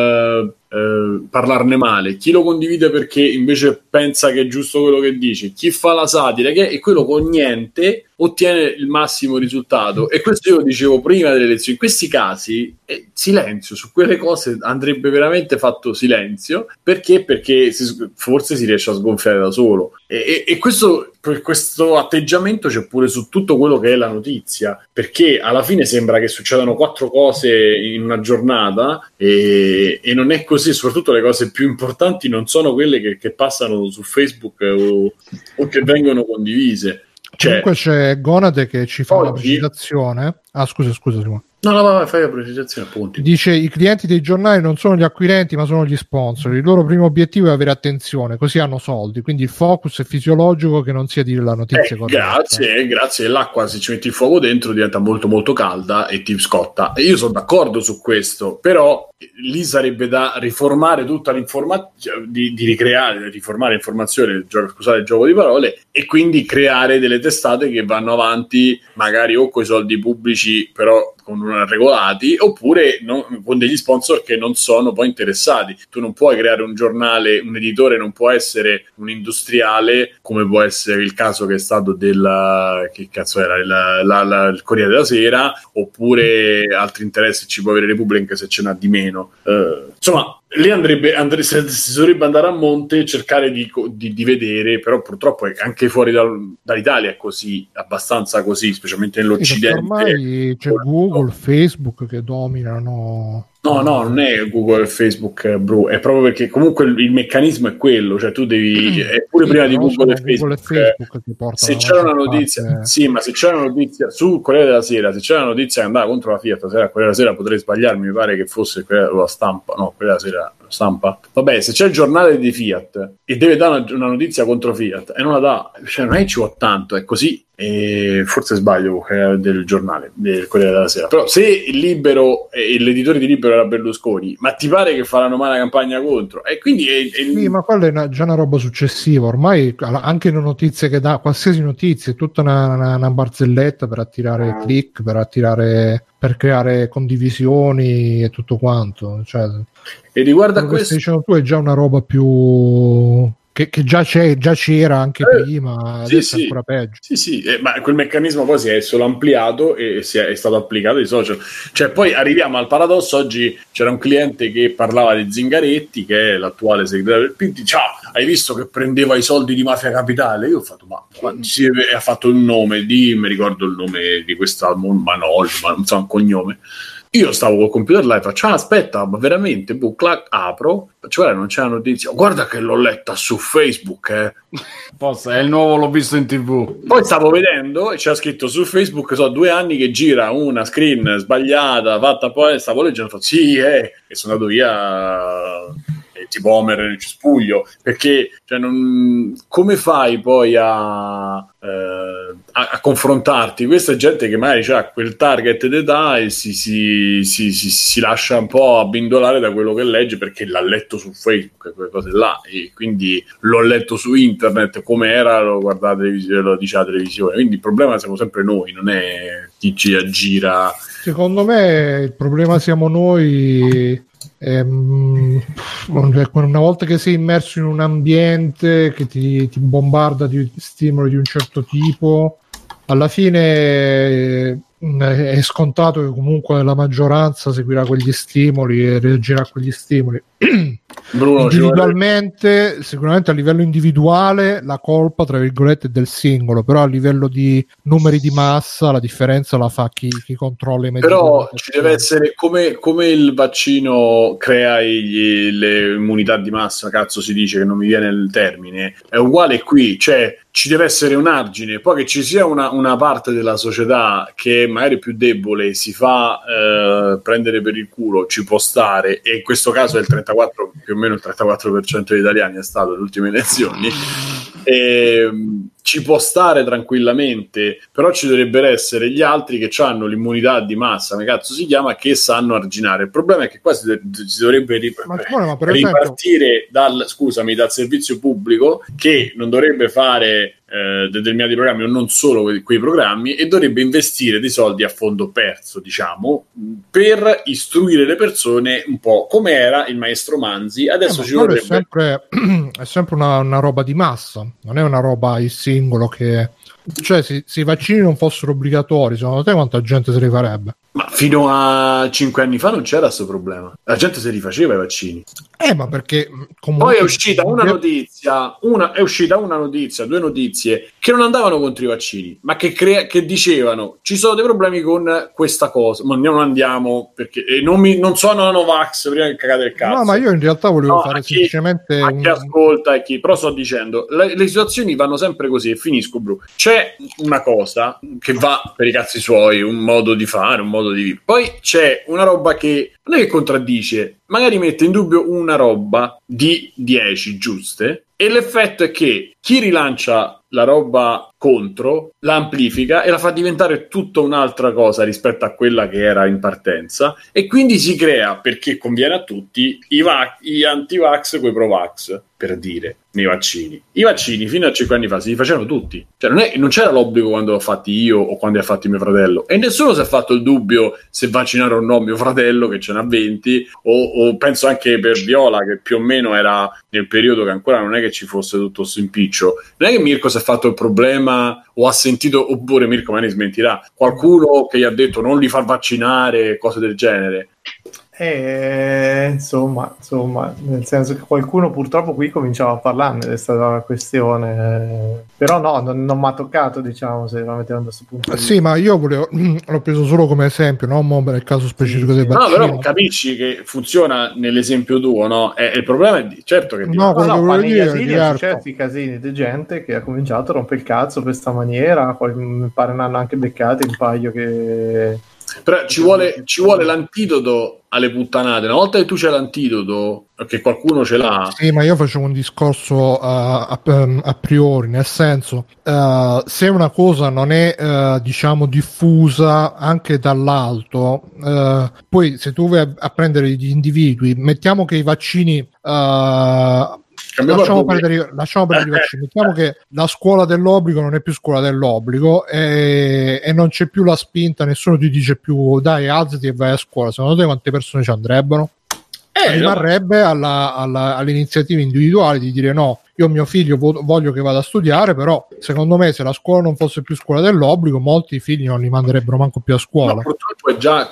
parlarne male, chi lo condivide perché invece pensa che è giusto quello che dice, chi fa la satira, e quello con niente ottiene il massimo risultato. E questo io lo dicevo prima delle elezioni. In questi casi silenzio, su quelle cose andrebbe veramente fatto silenzio, perché forse si riesce a sgonfiare da solo, e questo atteggiamento c'è pure su tutto quello che è la notizia, perché alla fine sembra che succedano 4 cose in una giornata, e non è così. Soprattutto le cose più importanti non sono quelle che passano su Facebook o che vengono condivise. Comunque c'è Gonade che ci fa una precisazione. Scusa Simone. No, fai la precisazione, appunti. Dice: i clienti dei giornali non sono gli acquirenti ma sono gli sponsor, il loro primo obiettivo è avere attenzione, così hanno soldi, quindi il focus è fisiologico che non sia dire la notizia corretta. Grazie, l'acqua, se ci metti il fuoco dentro diventa molto molto calda e ti scotta, e io sono d'accordo su questo, però lì sarebbe da riformare tutta l'informazione, di riformare l'informazione, scusate il gioco di parole, e quindi creare delle testate che vanno avanti magari o coi soldi pubblici però regolati, oppure con degli sponsor che non sono poi interessati. Tu non puoi creare un giornale, un editore non può essere un industriale, come può essere il caso che è stato il Corriere della Sera, oppure altri interessi ci può avere Repubblica se ce n'ha di meno. Insomma, lì si dovrebbe andare a monte e cercare di vedere, però purtroppo anche fuori dall'Italia è così, abbastanza così, specialmente nell'Occidente. Ormai c'è Google, Facebook che dominano. No, non è Google e Facebook, bro, è proprio perché comunque il meccanismo è quello, cioè tu devi, pure prima di Google e Facebook se c'era una notizia, sì, ma se c'era una notizia sul Corriere della Sera, se c'era una notizia che andava contro la Fiat, Corriere della Sera, potrei sbagliarmi, mi pare che fosse la Stampa, no, Corriere della Sera, Stampa, vabbè, se c'è il giornale di Fiat e deve dare una notizia contro Fiat e non la dà, cioè non è che ci vuole tanto, è così. E forse sbaglio del giornale del Corriere della Sera, però se il Libero e l'editore di Libero era Berlusconi, ma ti pare che faranno mai una campagna contro? E quindi sì, ma quella è già una roba successiva ormai. Anche le notizie che dà, qualsiasi notizia è tutta una barzelletta per attirare click, per creare condivisioni e tutto quanto, cioè, e riguarda questo, diciamo tu, è già una roba più che già c'era anche prima, adesso è ancora peggio. Sì, ma quel meccanismo poi si è solo ampliato e è stato applicato ai social. Cioè, poi arriviamo al paradosso. Oggi c'era un cliente che parlava di Zingaretti, che è l'attuale segretario del PD. Ciao, hai visto che prendeva i soldi di Mafia Capitale? Io ho fatto, ma ha fatto il nome mi ricordo il nome di quest'album, Manol, ma non so un cognome. Io stavo col computer là e faccio, aspetta, ma veramente? Apro, cioè non c'è la notizia. Guarda che l'ho letta su Facebook, Posso, è il nuovo, l'ho visto in TV. Poi stavo vedendo e c'era scritto su Facebook, 2 anni che gira una screen sbagliata, fatta poi, stavo leggendo, ho fatto, sì, e sono andato via tipo Homer nel cespuglio, perché cioè, come fai poi a confrontarti? Questa è gente che magari ha quel target d'età e si lascia un po' abbindolare da quello che legge perché l'ha letto su Facebook, quelle cose là, e quindi l'ho letto su internet come era, lo guardate, lo dice la televisione. Quindi il problema siamo sempre noi, non è chi ci aggira. Secondo me il problema siamo noi. Una volta che sei immerso in un ambiente che ti bombarda di stimoli di un certo tipo, alla fine è scontato che comunque la maggioranza seguirà quegli stimoli e reagirà a quegli stimoli. Bruno, individualmente, sicuramente a livello individuale la colpa tra virgolette è del singolo, però a livello di numeri di massa la differenza la fa chi controlla i mezzi. Però ci deve essere come il vaccino crea le immunità di massa, cazzo si dice, che non mi viene il termine, è uguale qui, cioè ci deve essere un argine, poi che ci sia una parte della società che magari è più debole, si fa prendere per il culo, ci può stare, e in questo caso è il 34, più o meno il 34% degli italiani è stato alle ultime elezioni, ci può stare tranquillamente, però ci dovrebbero essere gli altri che hanno l'immunità di massa, come cazzo si chiama, che sanno arginare. Il problema è che qua si dovrebbe ripartire dal servizio pubblico, che non dovrebbe fare determinati programmi o non solo quei programmi, e dovrebbe investire dei soldi a fondo perso, diciamo, per istruire le persone un po' come era il maestro Manzi. Adesso ci dovrebbe è sempre una roba di massa, non è una roba il singolo che, cioè se i vaccini non fossero obbligatori, secondo te quanta gente se li farebbe? Ma fino a 5 anni fa non c'era questo problema, la gente se li faceva i vaccini, ma perché comunque poi è uscita una notizia, due notizie che non andavano contro i vaccini, ma che dicevano ci sono dei problemi con questa cosa, ma non andiamo perché non sono la Novax, prima che cagate il cazzo. No, ma io in realtà volevo fare semplicemente chi ascolta e chi, però sto dicendo le situazioni vanno sempre così, e finisco, bro. C'è una cosa che va per i cazzi suoi, un modo di fare, un modo di vivere, poi c'è una roba che non è che contraddice, magari mette in dubbio una roba di 10 giuste, e l'effetto è che chi rilancia la roba contro la amplifica e la fa diventare tutta un'altra cosa rispetto a quella che era in partenza, e quindi si crea, perché conviene a tutti, gli anti-vax coi pro-vax, per dire, nei vaccini. I vaccini fino a 5 anni fa si li facevano tutti, cioè non c'era l'obbligo quando l'ho fatti io o quando li ha fatti mio fratello, e nessuno si è fatto il dubbio se vaccinare o no mio fratello che ce n'ha 20, o penso anche per Viola, che più o meno era nel periodo che ancora non è che ci fosse tutto questo impiccio. Non è che Mirko si è fatto il problema o ha sentito, oppure Mirko me ne smentirà, qualcuno che gli ha detto non li far vaccinare, cose del genere. Insomma, nel senso che qualcuno purtroppo qui cominciava a parlarne, è stata la questione, però no, non mi ha toccato, diciamo, se la mettiamo da questo punto. Sì, ma io l'ho preso solo come esempio, non nel caso specifico dei vaccini. No, però capisci che funziona nell'esempio tuo, no? Il problema è certo che negli asili c'è certi casini di gente che ha cominciato a rompere il cazzo per questa maniera, poi mi pare ne hanno anche beccati un paio che... Però ci vuole l'antidoto alle puttanate. Una volta che tu c'hai l'antidoto, che qualcuno ce l'ha. Sì, ma io facevo un discorso a priori, nel senso, se una cosa non è diciamo diffusa anche dall'alto, poi se tu vai a prendere gli individui, mettiamo che i vaccini lasciamo perdere i vaccini, mettiamo che la scuola dell'obbligo non è più scuola dell'obbligo e non c'è più la spinta, nessuno ti dice più dai alzati e vai a scuola. Secondo te quante persone ci andrebbero? Rimarrebbe alle iniziative individuali di dire no, io mio figlio voglio che vada a studiare, però secondo me se la scuola non fosse più scuola dell'obbligo molti figli non li manderebbero manco più a scuola. No, purtroppo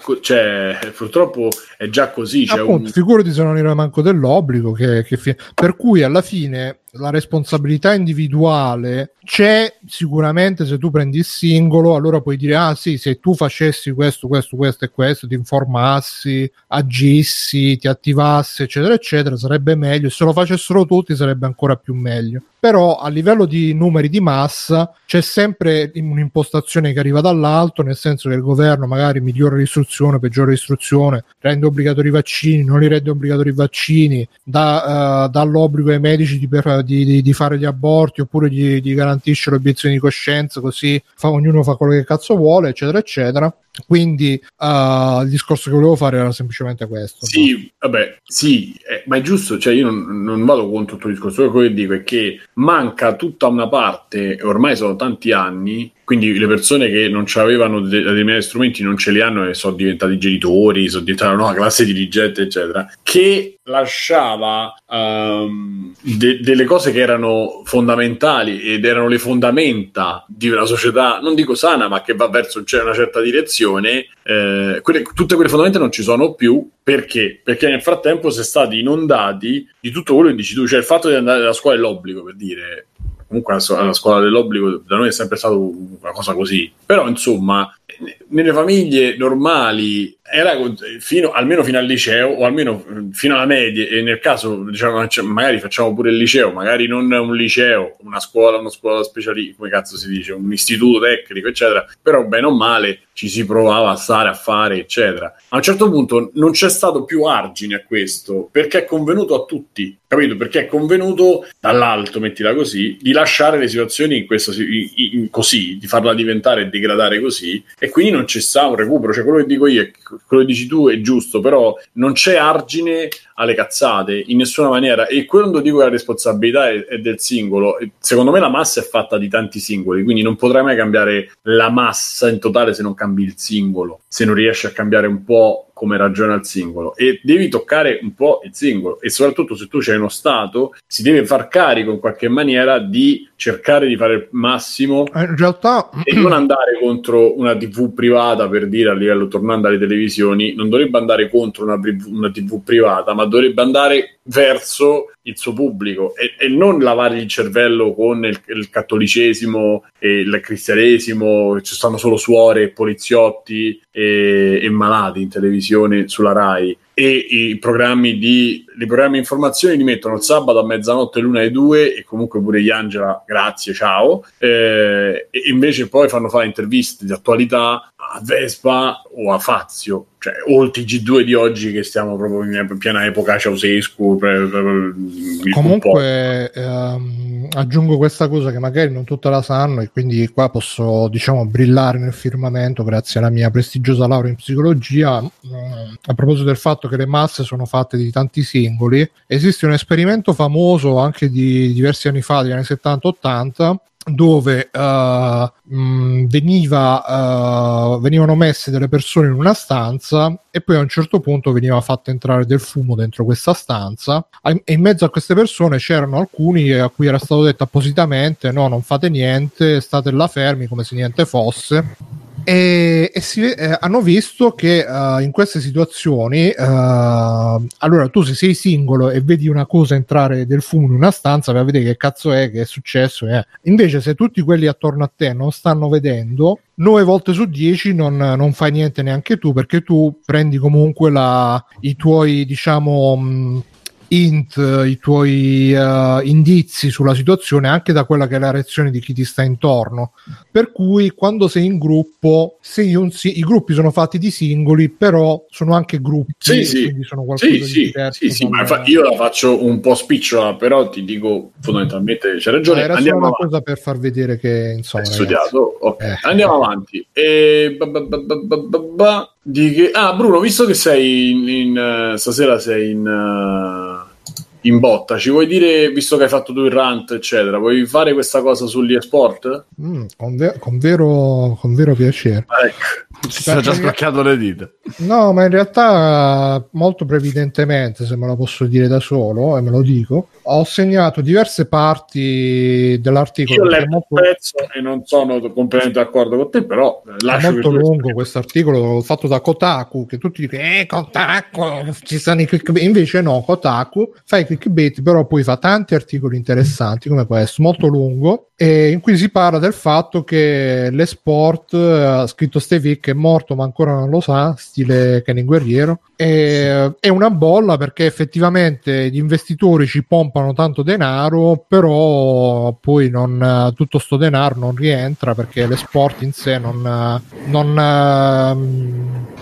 è già così, appunto, figurati se non era manco dell'obbligo per cui alla fine la responsabilità individuale c'è sicuramente. Se tu prendi il singolo, allora puoi dire sì, se tu facessi questo e questo, ti informassi, agissi, ti attivassi, eccetera eccetera, sarebbe meglio. Se lo facessero tutti sarebbe ancora più meglio. Però a livello di numeri di massa c'è sempre un'impostazione che arriva dall'alto, nel senso che il governo magari migliora l'istruzione, peggiora l'istruzione, rende obbligatori i vaccini, non li rende obbligatori i vaccini, dà l'obbligo ai medici di fare gli aborti, oppure gli garantisce l'obiezione di coscienza, così ognuno fa quello che cazzo vuole, eccetera eccetera. Quindi il discorso che volevo fare era semplicemente questo. Sì, vabbè, sì, ma è giusto, cioè io non vado contro il tuo discorso. Quello che dico è che manca tutta una parte, ormai sono tanti anni, quindi le persone che non avevano determinati strumenti non ce li hanno e sono diventati genitori, sono diventati una nuova classe dirigente, eccetera, che lasciava delle cose che erano fondamentali ed erano le fondamenta di una società, non dico sana, ma che va verso una certa direzione. Tutte quelle fondamenta non ci sono più. Perché? Perché nel frattempo si è stati inondati di tutto quello che dici tu, cioè il fatto di andare alla scuola è l'obbligo, per dire. Comunque la scuola dell'obbligo da noi è sempre stata una cosa così, però insomma nelle famiglie normali era almeno fino al liceo, o almeno fino alla media, e nel caso diciamo magari facciamo pure il liceo, magari non un liceo, una scuola speciale, come cazzo si dice, un istituto tecnico eccetera, però bene o male ci si provava a stare a fare eccetera. A un certo punto non c'è stato più argine a questo, perché è convenuto a tutti, capito? Perché è convenuto dall'alto, mettila così, di lasciare le situazioni così, di farla diventare e degradare così, e quindi non c'è stato un recupero. Cioè quello che dico io, quello che dici tu è giusto, però non c'è argine alle cazzate in nessuna maniera, e quando dico che la responsabilità è del singolo, secondo me la massa è fatta di tanti singoli, quindi non potrai mai cambiare la massa in totale se non cambi il singolo, se non riesci a cambiare un po' come ragiona il singolo, e devi toccare un po' il singolo, e soprattutto se tu c'hai uno Stato si deve far carico in qualche maniera di cercare di fare il massimo, in realtà, e non andare contro una TV privata, per dire, a livello, tornando alle televisioni, non dovrebbe andare contro una TV privata, ma dovrebbe andare verso il suo pubblico, e non lavargli il cervello con il cattolicesimo e il cristianesimo. Ci stanno solo suore, poliziotti e malati in televisione sulla Rai, e i programmi informazioni li mettono il sabato a mezzanotte, l'una e 2, e comunque pure gli Angela, grazie, ciao, e invece poi fanno fare interviste di attualità a Vespa o a Fazio, cioè o il TG2 di oggi, che stiamo proprio in piena epoca Ceausescu. Comunque aggiungo questa cosa che magari non tutti la sanno, e quindi qua posso, diciamo, brillare nel firmamento grazie alla mia prestigiosa laurea in psicologia. A proposito del fatto che le masse sono fatte di tanti singoli, esiste un esperimento famoso anche di diversi anni fa, degli anni 70-80, dove venivano messe delle persone in una stanza, e poi a un certo punto veniva fatto entrare del fumo dentro questa stanza, e in mezzo a queste persone c'erano alcuni a cui era stato detto appositamente: no, non fate niente, state là fermi come se niente fosse. E hanno visto che in queste situazioni, allora tu se sei singolo e vedi una cosa entrare del fumo in una stanza, vai a vedere che cazzo è, che è successo. Invece se tutti quelli attorno a te non stanno vedendo, 9 volte su 10 non fai niente neanche tu, perché tu prendi comunque i tuoi, diciamo, i tuoi indizi sulla situazione anche da quella che è la reazione di chi ti sta intorno. Per cui quando sei in gruppo, i gruppi sono fatti di singoli, però sono anche gruppi, quindi sono qualcosa di diverso. Ma io la faccio un po' spicciola, però ti dico fondamentalmente c'è ragione. Era solo una cosa per far vedere che insomma hai studiato. Okay. Andiamo avanti. Bruno, visto che sei stasera sei in botta, ci vuoi dire, visto che hai fatto tu il rant eccetera, vuoi fare questa cosa sugli esport? Con vero piacere. Ecco. Si sono già spaccato le dita. No, ma in realtà molto previdentemente, se me lo posso dire da solo, e me lo dico, ho segnato diverse parti dell'articolo. Io ho letto un pezzo e non sono completamente d'accordo con te, però è molto lungo questo articolo, fatto da Kotaku, che tutti dicono Kotaku, ci stanno i clickbait. Invece no, Kotaku fa i clickbait, però poi fa tanti articoli interessanti come questo, molto lungo, e in cui si parla del fatto che l'esport, ha scritto Stevie, che è morto ma ancora non lo sa, stile Kenny Guerriero, è una bolla, perché effettivamente gli investitori ci pompano tanto denaro, però poi tutto sto denaro non rientra, perché l'esport in sé non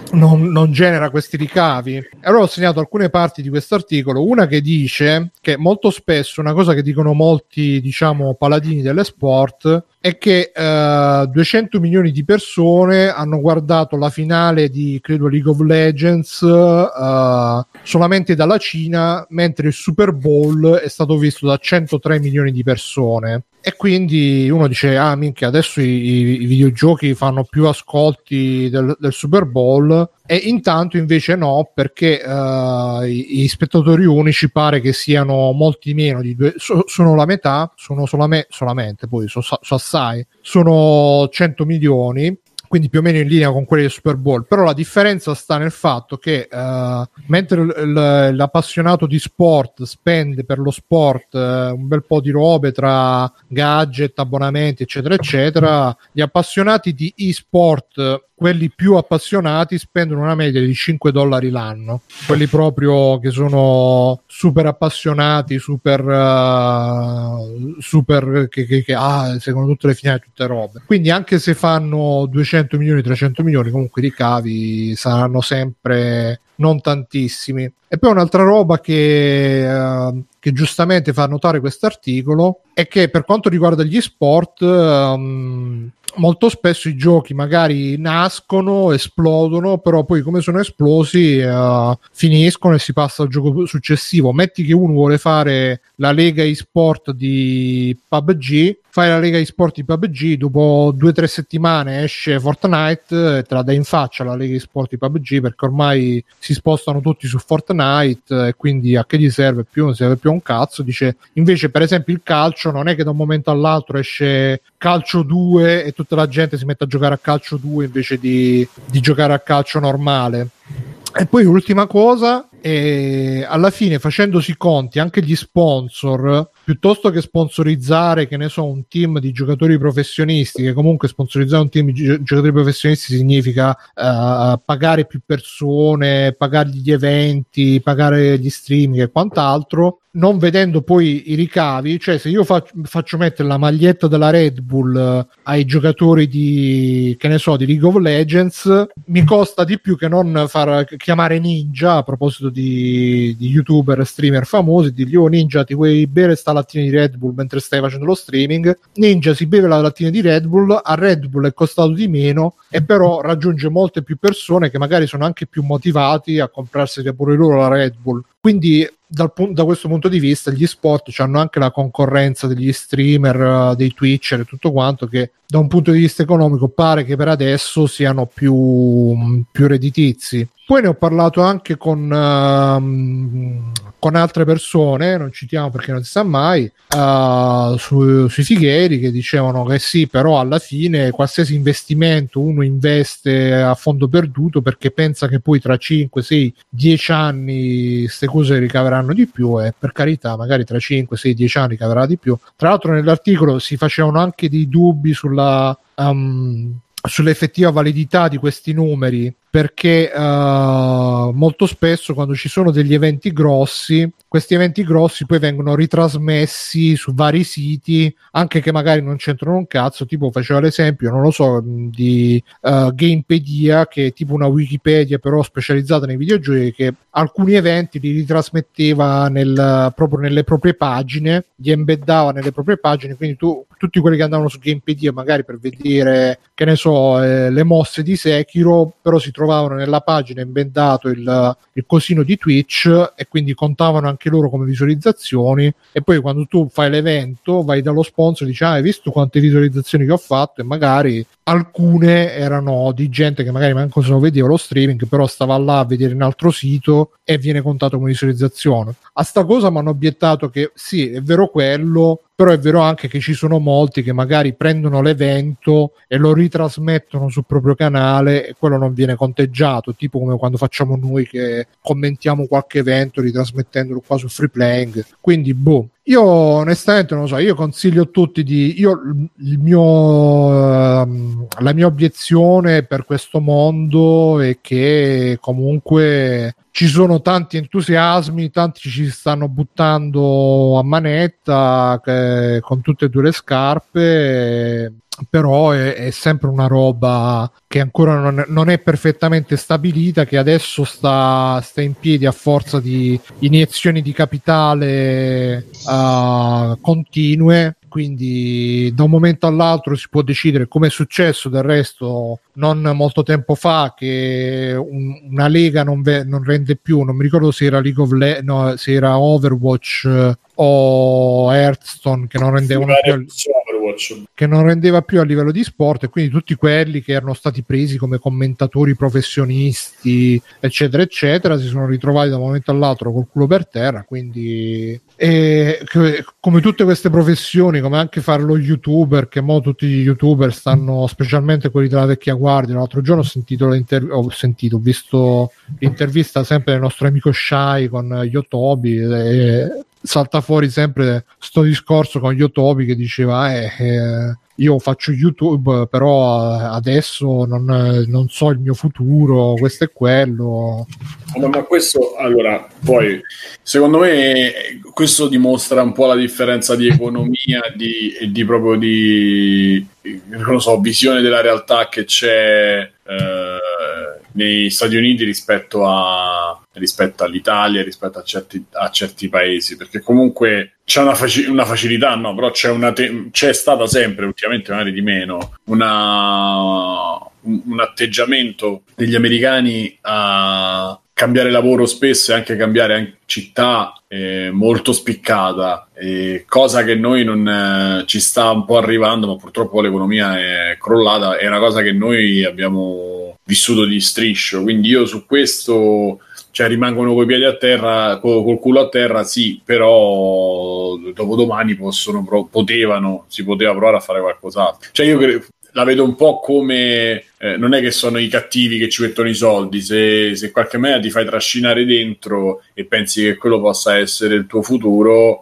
non genera questi ricavi. E allora ho segnato alcune parti di questo articolo, una che dice che molto spesso, una cosa che dicono molti, diciamo, paladini dell'esport, è che 200 milioni di persone hanno guardato la finale di, credo, League of Legends solamente dalla Cina, mentre il Super Bowl è stato visto da 103 milioni di persone. E quindi uno dice, ah minchia, adesso i videogiochi fanno più ascolti del Super Bowl, e intanto invece no, perché i spettatori unici pare che siano molti meno di sono la metà, sono solamente, poi sono assai, sono 100 milioni, quindi più o meno in linea con quelli del Super Bowl. Però la differenza sta nel fatto che mentre l'appassionato di sport spende per lo sport un bel po' di robe tra gadget, abbonamenti eccetera eccetera, gli appassionati di e-sport, quelli più appassionati, spendono una media di $5 l'anno, quelli proprio che sono super appassionati, super che seguono tutte le finali, tutte robe. Quindi anche se fanno 200 milioni, 300 milioni, comunque i ricavi saranno sempre non tantissimi. E poi un'altra roba che giustamente fa notare quest'articolo è che per quanto riguarda gli sport, molto spesso i giochi magari nascono, esplodono, però poi come sono esplosi finiscono e si passa al gioco successivo. Metti che uno vuole fare la Lega eSport di PUBG, fai la Lega eSport di PUBG, dopo 2 o 3 settimane esce Fortnite e te la dai in faccia la Lega eSport di PUBG, perché ormai si spostano tutti su Fortnite e quindi a che gli serve più? Non serve più a un cazzo. Dice invece per esempio il calcio non è che da un momento all'altro esce Calcio 2 e tutta la gente si mette a giocare a Calcio 2 invece di giocare a calcio normale. E poi ultima cosa, alla fine facendosi i conti anche gli sponsor, piuttosto che sponsorizzare, che ne so, un team di giocatori professionisti, che comunque sponsorizzare un team di giocatori professionisti significa pagare più persone, pagargli gli eventi, pagare gli streaming e quant'altro, non vedendo poi i ricavi. Cioè se io faccio mettere la maglietta della Red Bull ai giocatori di, che ne so, di League of Legends, mi costa di più che non far chiamare Ninja, a proposito di youtuber, streamer famosi, dirgli: oh Ninja, ti vuoi bere sta lattina di Red Bull mentre stai facendo lo streaming? Ninja si beve la lattina di Red Bull, a Red Bull è costato di meno e però raggiunge molte più persone che magari sono anche più motivati a comprarsi pure loro la Red Bull. Quindi da questo punto di vista gli sport hanno anche la concorrenza degli streamer, dei Twitcher e tutto quanto, che da un punto di vista economico pare che per adesso siano più redditizi. Poi ne ho parlato anche con altre persone, non citiamo perché non si sa mai, sui fighieri, che dicevano che sì, però alla fine qualsiasi investimento uno investe a fondo perduto, perché pensa che poi tra 5, 6, 10 anni queste cose ricaveranno di più, e per carità, magari tra 5, 6, 10 anni ricaverà di più. Tra l'altro nell'articolo si facevano anche dei dubbi sull'effettiva validità di questi numeri, perché molto spesso quando ci sono degli eventi grossi, questi eventi grossi poi vengono ritrasmessi su vari siti, anche che magari non c'entrano un cazzo. Tipo faceva l'esempio, non lo so, di Gamepedia, che è tipo una Wikipedia però specializzata nei videogiochi, che alcuni eventi li ritrasmetteva proprio nelle proprie pagine, li embeddava nelle proprie pagine, quindi tutti quelli che andavano su Gamepedia magari per vedere, che ne so, le mosse di Sekiro, però si trovavano nella pagina embeddato il cosino di Twitch, e quindi contavano anche loro come visualizzazioni. E poi quando tu fai l'evento vai dallo sponsor e dici: hai visto quante visualizzazioni che ho fatto? E magari alcune erano di gente che magari manco se lo vedeva lo streaming, però stava là a vedere un altro sito e viene contato come visualizzazione. A sta cosa mi hanno obiettato che sì, è vero quello, però è vero anche che ci sono molti che magari prendono l'evento e lo ritrasmettono sul proprio canale e quello non viene conteggiato, tipo come quando facciamo noi che commentiamo qualche evento ritrasmettendolo qua su Free Playing. Quindi io onestamente non lo so, io consiglio a tutti la mia obiezione per questo mondo è che comunque ci sono tanti entusiasmi, tanti ci stanno buttando a manetta con tutte e due le scarpe, però è sempre una roba che ancora non è perfettamente stabilita, che adesso sta in piedi a forza di iniezioni di capitale continue, quindi da un momento all'altro si può decidere, come è successo del resto non molto tempo fa, che una lega non rende più, non mi ricordo se era se era Overwatch o Hearthstone, che non rendevano più a livello di sport, e quindi tutti quelli che erano stati presi come commentatori professionisti eccetera eccetera si sono ritrovati da un momento all'altro col culo per terra. Quindi come tutte queste professioni, come anche fare lo youtuber, che mo tutti gli youtuber stanno, specialmente quelli della vecchia guardia. L'altro giorno ho visto l'intervista sempre del nostro amico Shai con Yotobi, e salta fuori sempre sto discorso con Yotobi che diceva io faccio YouTube, però adesso non so il mio futuro, questo è quello. Ma questo, allora, poi secondo me questo dimostra un po' la differenza di economia e di proprio di non so, visione della realtà che c'è negli Stati Uniti rispetto all'Italia, rispetto a certi paesi, perché comunque c'è una facilità, no, però c'è stata sempre, ultimamente magari di meno, un atteggiamento degli americani a cambiare lavoro spesso e anche cambiare città molto spiccata, cosa che noi non ci sta un po' arrivando, ma purtroppo l'economia è crollata, è una cosa che noi abbiamo vissuto di striscio, quindi io su questo, cioè, rimangono coi piedi a terra, col culo a terra, sì, però dopodomani si poteva provare a fare qualcos'altro. Cioè io la vedo un po' come non è che sono i cattivi che ci mettono i soldi, se in qualche maniera ti fai trascinare dentro e pensi che quello possa essere il tuo futuro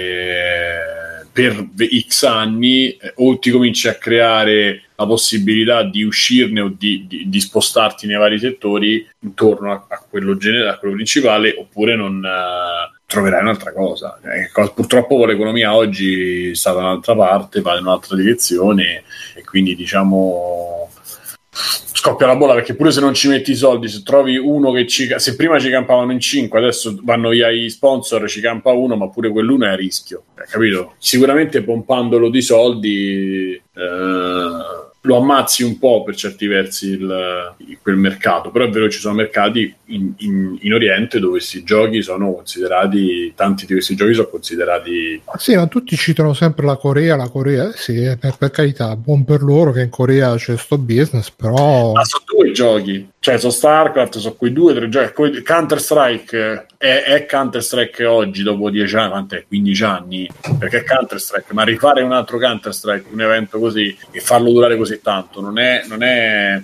per X anni, o ti cominci a creare la possibilità di uscirne o di spostarti nei vari settori intorno a quello generale, a quello principale, oppure non troverai un'altra cosa. Purtroppo l'economia oggi sta da un'altra parte, va in un'altra direzione, e quindi diciamo scoppia la bolla, perché pure se non ci metti i soldi, se trovi uno che se prima ci campavano in 5, adesso vanno via i sponsor, ci campa uno, ma pure quell'uno è a rischio, capito? Sicuramente pompandolo di soldi lo ammazzi un po' per certi versi quel mercato, però è vero che ci sono mercati in Oriente dove questi giochi sono considerati, tanti di questi giochi sono considerati... Sì, ma tutti citano sempre la Corea, sì, per carità, buon per loro che in Corea c'è sto business, però... Ma sono due giochi, cioè sono StarCraft, sono quei 2 o 3 giochi, Counter-Strike è Counter-Strike oggi dopo 10 anni, quant'è? 15 anni, perché è Counter-Strike, ma rifare un altro Counter-Strike, un evento così, e farlo durare così tanto non è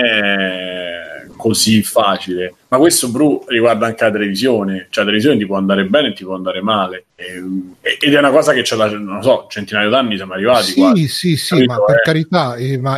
così facile. Ma questo, Bru, riguarda anche la televisione, cioè la televisione ti può andare bene e ti può andare male, ed è una cosa che c'è da, non so, centinaio d'anni siamo arrivati. Sì, ma per carità,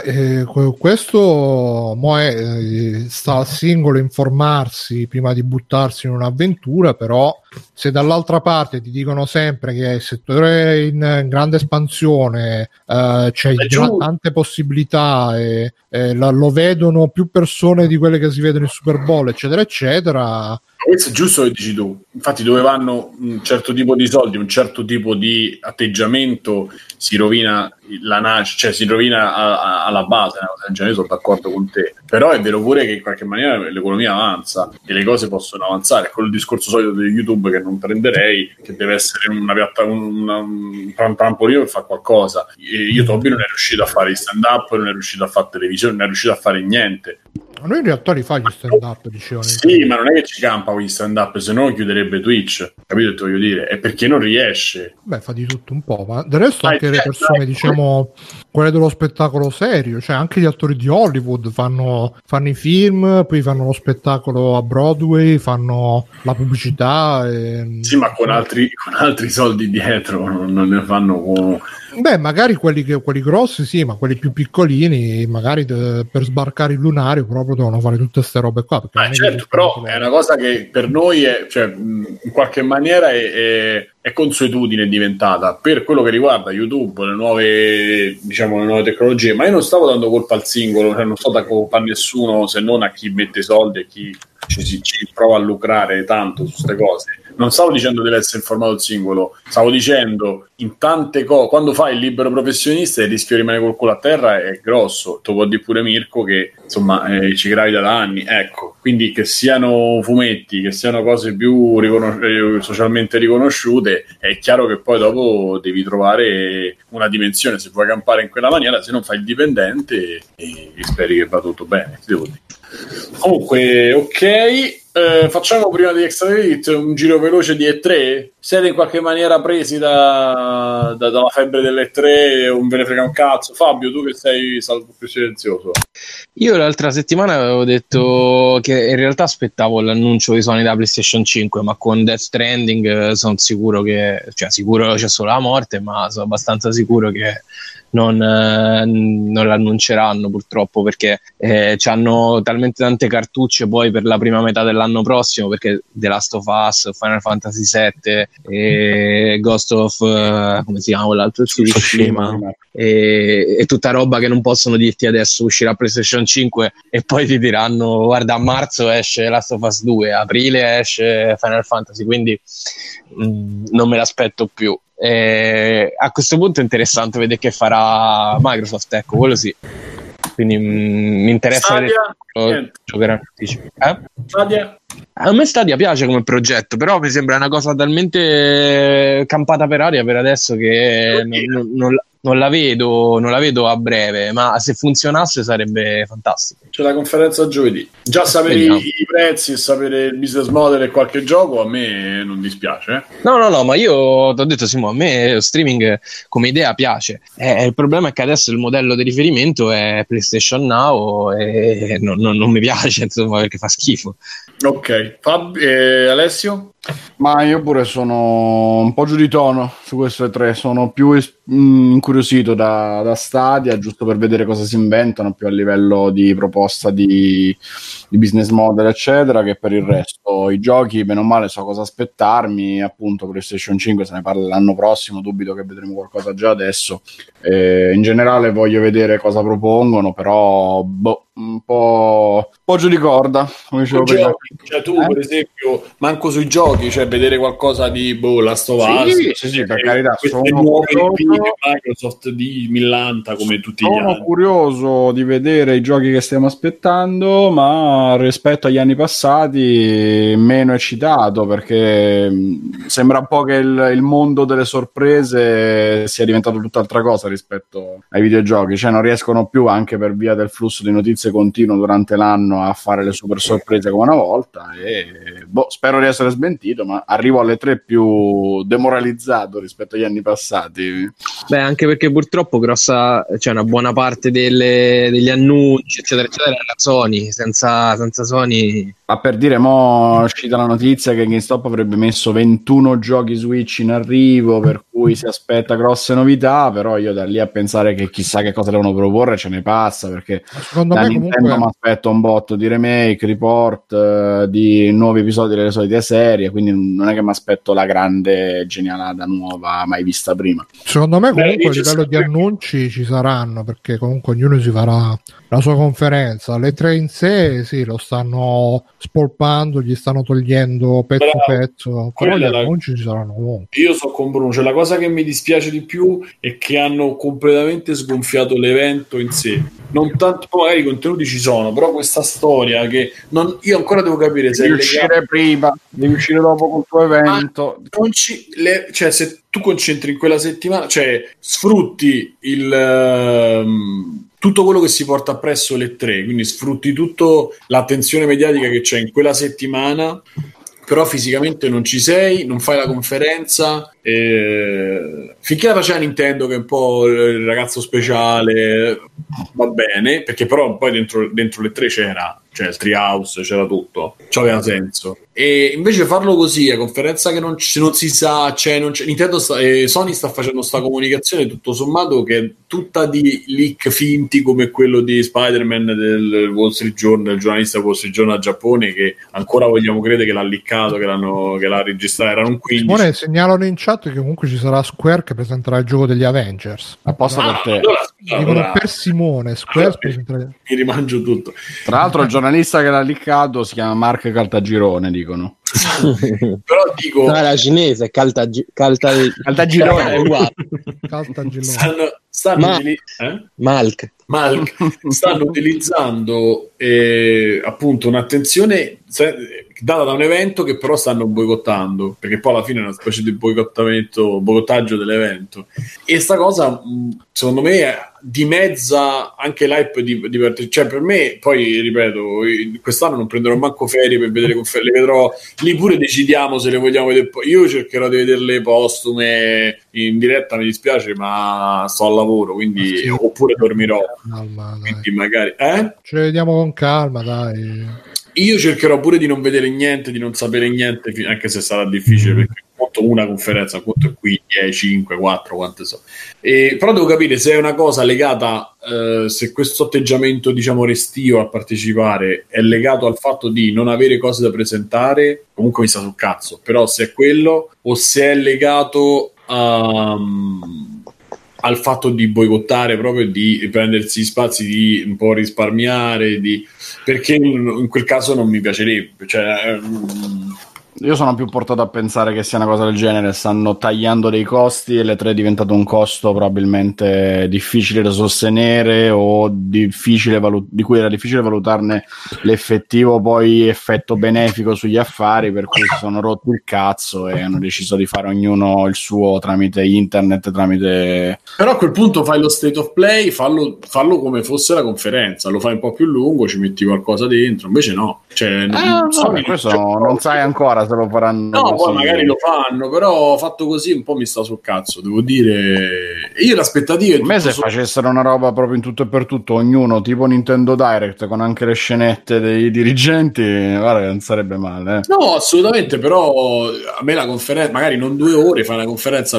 questo sta al singolo informarsi prima di buttarsi in un'avventura, però se dall'altra parte ti dicono sempre che il settore è in grande espansione, c'è tante possibilità, lo vedono più persone di quelle che si vedono in Super Bowl, eccetera eccetera. Questo è giusto che dici tu, infatti dove vanno un certo tipo di soldi, un certo tipo di atteggiamento, si rovina cioè si rovina alla base, io sono d'accordo con te, però è vero pure che in qualche maniera l'economia avanza e le cose possono avanzare. È quello il discorso solito di YouTube che non prenderei, che deve essere una un trampolino per fare qualcosa. YouTube non è riuscito a fare i stand up, non è riuscito a fare televisione, non è riuscito a fare niente. Noi in realtà li fa gli stand up, dicevano. Sì, ma non è che ci campa con gli stand up, se no chiuderebbe Twitch, capito che ti voglio dire? È perché non riesce. Beh, fa di tutto un po', ma del resto anche le persone, diciamo, quelle dello spettacolo serio, cioè anche gli attori di Hollywood fanno i film, poi fanno lo spettacolo a Broadway, fanno la pubblicità. Sì, ma con altri soldi dietro, non ne fanno. Beh, magari quelli grossi sì, ma quelli più piccolini magari per sbarcare il lunario proprio potevano fare tutte queste robe qua. Certo, però è una cosa che per noi è, cioè, in qualche maniera è consuetudine diventata per quello che riguarda YouTube, le nuove tecnologie. Ma io non stavo dando colpa al singolo, cioè non sto dando colpa a nessuno se non a chi mette i soldi e chi ci prova a lucrare tanto su queste cose. Non stavo dicendo deve essere in formato singolo, stavo dicendo in tante cose, quando fai il libero professionista il rischio di rimanere col culo a terra è grosso. Te lo può dire pure Mirko che insomma ci gravita da anni, ecco. Quindi che siano fumetti, che siano cose più socialmente riconosciute, è chiaro che poi dopo devi trovare una dimensione se vuoi campare in quella maniera, se non fai il dipendente e speri che va tutto bene. Comunque, ok. Facciamo prima di Extra Credit un giro veloce di E3. Siete in qualche maniera presi dalla febbre delle E3 o non ve ne frega un cazzo? Fabio, tu che sei salvo più silenzioso. Io l'altra settimana avevo detto che in realtà aspettavo l'annuncio di Sony da PlayStation 5, ma con Death Stranding sono sicuro che, cioè sicuro c'è solo la morte, ma sono abbastanza sicuro che non l'annunceranno purtroppo, perché c'hanno talmente tante cartucce poi per la prima metà dell'anno prossimo, perché The Last of Us, Final Fantasy VII e Ghost of come si chiama l'altro? Tsushima, e tutta roba che non possono dirti adesso uscirà PlayStation 5 e poi ti diranno guarda a marzo esce Last of Us 2, aprile esce Final Fantasy, quindi non me l'aspetto più. A questo punto è interessante vedere che farà Microsoft, ecco, quello sì. Quindi mi interessa giocare Stadia? A me Stadia piace come progetto, però mi sembra una cosa talmente campata per aria per adesso che non la vedo a breve, ma se funzionasse sarebbe fantastico. C'è la conferenza giovedì. Già sapere i prezzi e sapere il business model e qualche gioco a me non dispiace. No, ma io ti ho detto Simo, a me lo streaming come idea piace. Il problema è che adesso il modello di riferimento è PlayStation Now e non mi piace, insomma, perché fa schifo. Ok, Alessio? Ma io pure sono un po' giù di tono su queste tre, sono più incuriosito da Stadia, giusto per vedere cosa si inventano, più a livello di proposta di business model eccetera, che per il resto i giochi bene o male so cosa aspettarmi. Appunto PlayStation 5 se ne parla l'anno prossimo, dubito che vedremo qualcosa già adesso. In generale voglio vedere cosa propongono, però un po' giù di corda, come dicevo prima. Cioè tu per esempio manco sui giochi, cioè vedere qualcosa di Last of Us, sì, per carità, sono nuove Microsoft di Millanta come tutti gli altri. Sono curioso di vedere i giochi che stiamo aspettando, ma rispetto agli anni passati meno eccitato, perché sembra un po' che il mondo delle sorprese sia diventato tutt'altra cosa rispetto ai videogiochi, cioè non riescono più, anche per via del flusso di notizie continuo durante l'anno, a fare le super sorprese come una volta. E spero di essere smentito, ma arrivo alle 3 più demoralizzato rispetto agli anni passati. Beh, anche perché purtroppo una buona parte degli annunci eccetera eccetera era Sony, senza Sony. Ma per dire, mo è uscita la notizia che GameStop avrebbe messo 21 giochi Switch in arrivo, per cui si aspetta grosse novità, però io da lì a pensare che chissà che cosa devono proporre ce ne passa, perché secondo me Nintendo comunque mi aspetto un botto di remake, report, di nuovi episodi delle solite serie, quindi non è che mi aspetto la grande genialata nuova mai vista prima. Secondo me comunque a livello di annunci ci saranno, perché comunque ognuno si farà la sua conferenza. Le 3 in sé sì, lo stanno spolpando, gli stanno togliendo pezzo, però gli annunci ci saranno comunque. Io so con Bruno, cioè la cosa che mi dispiace di più è che hanno completamente sgonfiato l'evento in sé. Non tanto, magari i contenuti ci sono, però questa storia che io ancora devo capire se devi uscire prima, devi uscire dopo col tuo evento. Cioè se tu concentri in quella settimana, cioè sfrutti tutto quello che si porta appresso le 3, quindi sfrutti tutto l'attenzione mediatica che c'è in quella settimana, però fisicamente non ci sei, non fai la conferenza, finché la faceva Nintendo, che è un po' il ragazzo speciale, va bene, perché però poi dentro le 3 c'era cioè il Treehouse, c'era tutto, c'aveva senso. E invece farlo così a conferenza che non si sa, cioè Nintendo Sony sta facendo sta comunicazione tutto sommato che è tutta di leak finti, come quello di Spider-Man del Wall Street Journal, del giornalista Wall Street Journal Giappone, che ancora vogliamo credere che l'ha leakato, che l'ha registrato, erano un 15. Simone, segnalano in chat che comunque ci sarà Square che presenterà il gioco degli Avengers apposta per te. Dicono per Simone Square mi rimangio tutto. Tra l'altro il giornalista che l'ha leakato si chiama Mark Caltagirone, dicono. Però dico la cinese Caltagirone è uguale. Malk stanno utilizzando appunto un'attenzione data da un evento che però stanno boicottando, perché poi alla fine è una specie di boicottaggio dell'evento, e sta cosa secondo me dimezza anche l'hype di cioè per me, poi ripeto, quest'anno non prenderò manco ferie per vedere le vedrò lì, pure decidiamo se le vogliamo vedere. Io cercherò di vederle postume in diretta, mi dispiace ma sto al lavoro, quindi oppure dormirò, quindi magari ce le vediamo con calma, dai. Io cercherò pure di non vedere niente, di non sapere niente, anche se sarà difficile, perché conto una conferenza, conto qui 10, 5, 4, quante so. Però devo capire se è una cosa legata, se questo atteggiamento, diciamo, restio a partecipare è legato al fatto di non avere cose da presentare, comunque mi sta sul cazzo, però se è quello, o se è legato al fatto di boicottare, proprio di prendersi spazi, di un po' risparmiare, perché in quel caso non mi piacerebbe, cioè io sono più portato a pensare che sia una cosa del genere, stanno tagliando dei costi e l'E3 è diventato un costo probabilmente difficile da sostenere o di cui era difficile valutarne l'effettivo poi effetto benefico sugli affari, per cui si sono rotti il cazzo e hanno deciso di fare ognuno il suo tramite internet, Però a quel punto fai lo state of play, fallo come fosse la conferenza, lo fai un po' più lungo, ci metti qualcosa dentro, invece no, cioè questo non sai ancora se lo faranno. No, poi magari lo fanno, però fatto così un po' mi sta sul cazzo, devo dire. Io l'aspettativa è a me se facessero una roba proprio in tutto e per tutto, ognuno tipo Nintendo Direct con anche le scenette dei dirigenti, guarda, non sarebbe male. No, assolutamente, però a me la conferenza, magari non 2 ore, fai una conferenza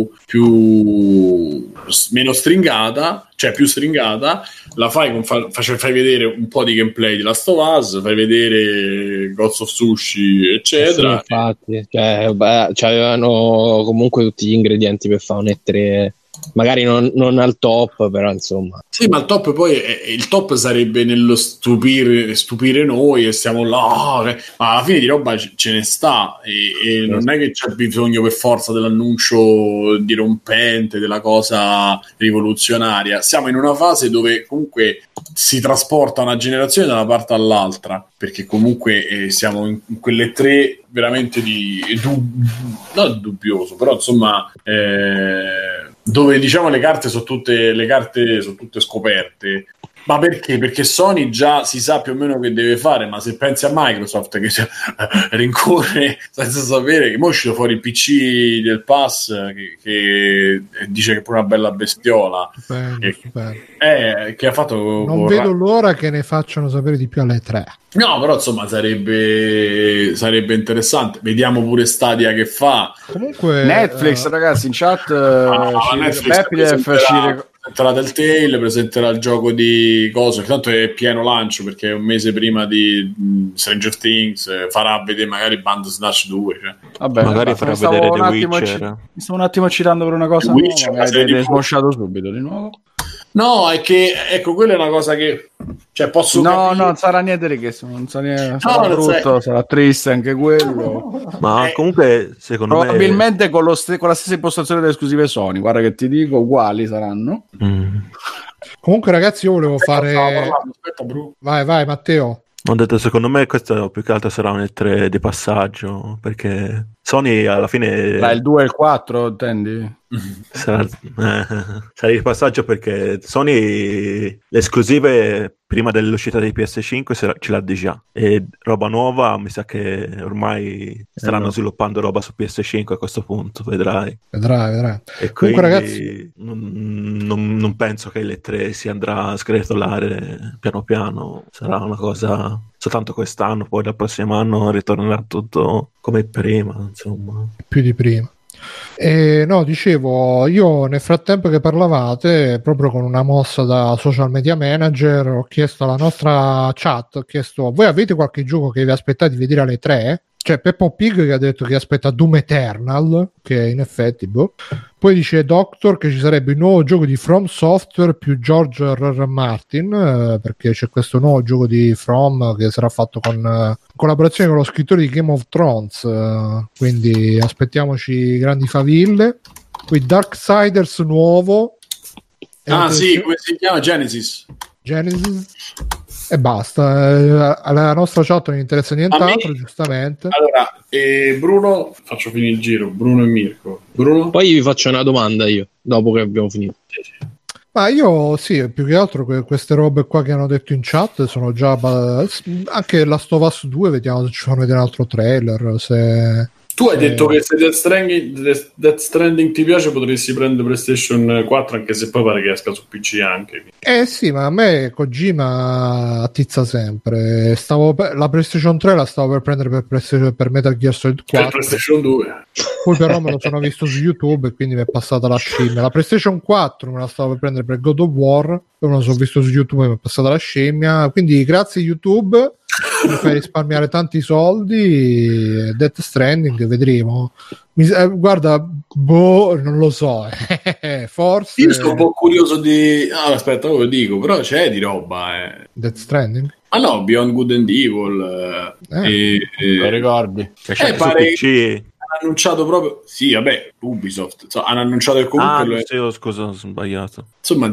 meno stringata, cioè più stringata, la fai fai vedere un po' di gameplay di Last of Us, fai vedere Ghost of Sushi, eccetera. Sì, infatti, avevano comunque tutti gli ingredienti per fare un E3, magari non al top, però insomma. Sì, ma il top poi il top sarebbe nello stupire noi e stiamo là, ma alla fine di roba ce ne sta e non è che c'è bisogno per forza dell'annuncio dirompente, della cosa rivoluzionaria. Siamo in una fase dove comunque si trasporta una generazione da una parte all'altra, perché comunque siamo in quelle 3 veramente non dubbioso, però insomma dove diciamo le carte sono tutte scoperte. Ma perché? Perché Sony già si sa più o meno che deve fare, ma se pensi a Microsoft che rincorre senza sapere, che mo è uscito fuori il PC del Pass che dice che è pure una bella bestiola, che ha fatto. Non vedo l'ora che ne facciano sapere di più alle 3. No, però insomma sarebbe interessante. Vediamo pure Stadia che fa. Comunque Netflix, ragazzi, in chat presenterà Telltale, presenterà il gioco di cosa, che tanto è pieno lancio perché è un mese prima di Stranger Things, farà vedere magari Bandersnatch 2, cioè. Vabbè, magari farà vedere The Witcher. Mi stavo un attimo citando per una cosa nuova, smosciato subito di nuovo. No, è che ecco, quella è una cosa che posso capire. Non sarà niente di che, sarà brutto, sarà triste anche quello. Ma comunque secondo probabilmente con la stessa impostazione delle esclusive Sony, guarda che ti dico, uguali saranno. Comunque ragazzi, io volevo fare vai Matteo. Ho detto, secondo me questo più che altro sarà un E3 di passaggio, perché Sony alla fine... il 2 e il 4, intendi? Sarà il passaggio, perché Sony le esclusive prima dell'uscita dei PS5 ce l'ha di già, e roba nuova mi sa che ormai staranno sviluppando roba su PS5 a questo punto, vedrai. E comunque ragazzi, non non penso che le 3 si andrà a sgretolare piano piano, sarà una cosa soltanto quest'anno, poi dal prossimo anno ritornerà tutto come prima, insomma. Più di prima. No, dicevo, io nel frattempo che parlavate, proprio con una mossa da social media manager, ho chiesto alla nostra chat, ho chiesto: voi avete qualche gioco che vi aspettate di vedere alle 3? C'è Peppo Pig che ha detto che aspetta Doom Eternal, che in effetti poi dice Doctor che ci sarebbe il nuovo gioco di From Software più George R.R. Martin, perché c'è questo nuovo gioco di From che sarà fatto con collaborazione con lo scrittore di Game of Thrones, quindi aspettiamoci grandi faville. Poi Darksiders nuovo, sì, come si chiama? Genesis e basta. Alla nostra chat non interessa nient'altro, giustamente. Allora, Bruno, faccio finire il giro, Bruno e Mirko. Bruno? Poi vi faccio una domanda io, dopo che abbiamo finito. Ma io sì, più che altro queste robe qua che hanno detto in chat sono già anche Last of Us 2, vediamo se ci fanno vedere un altro trailer, se... Tu hai detto che se Death Stranding ti piace potresti prendere PlayStation 4, anche se poi pare che esca su PC anche. Sì, ma a me Kojima attizza sempre. La PlayStation 3 la stavo per prendere per Metal Gear Solid 4. Per PlayStation 2. Poi però me lo sono visto su YouTube e quindi mi è passata la scimmia. La PlayStation 4 me la stavo per prendere per God of War, poi me lo sono visto su YouTube e mi è passata la scimmia. Quindi grazie YouTube, mi fai risparmiare tanti soldi. Death Stranding vedremo. Guarda, non lo so. Forse io sono un po' curioso di... aspetta, lo dico, però c'è di roba. Death Stranding? Ah no, Beyond Good and Evil. Lo ricordi? Pare che hanno annunciato proprio... Sì, vabbè, Ubisoft. Hanno annunciato che comunque... scusa, ho sbagliato. Insomma,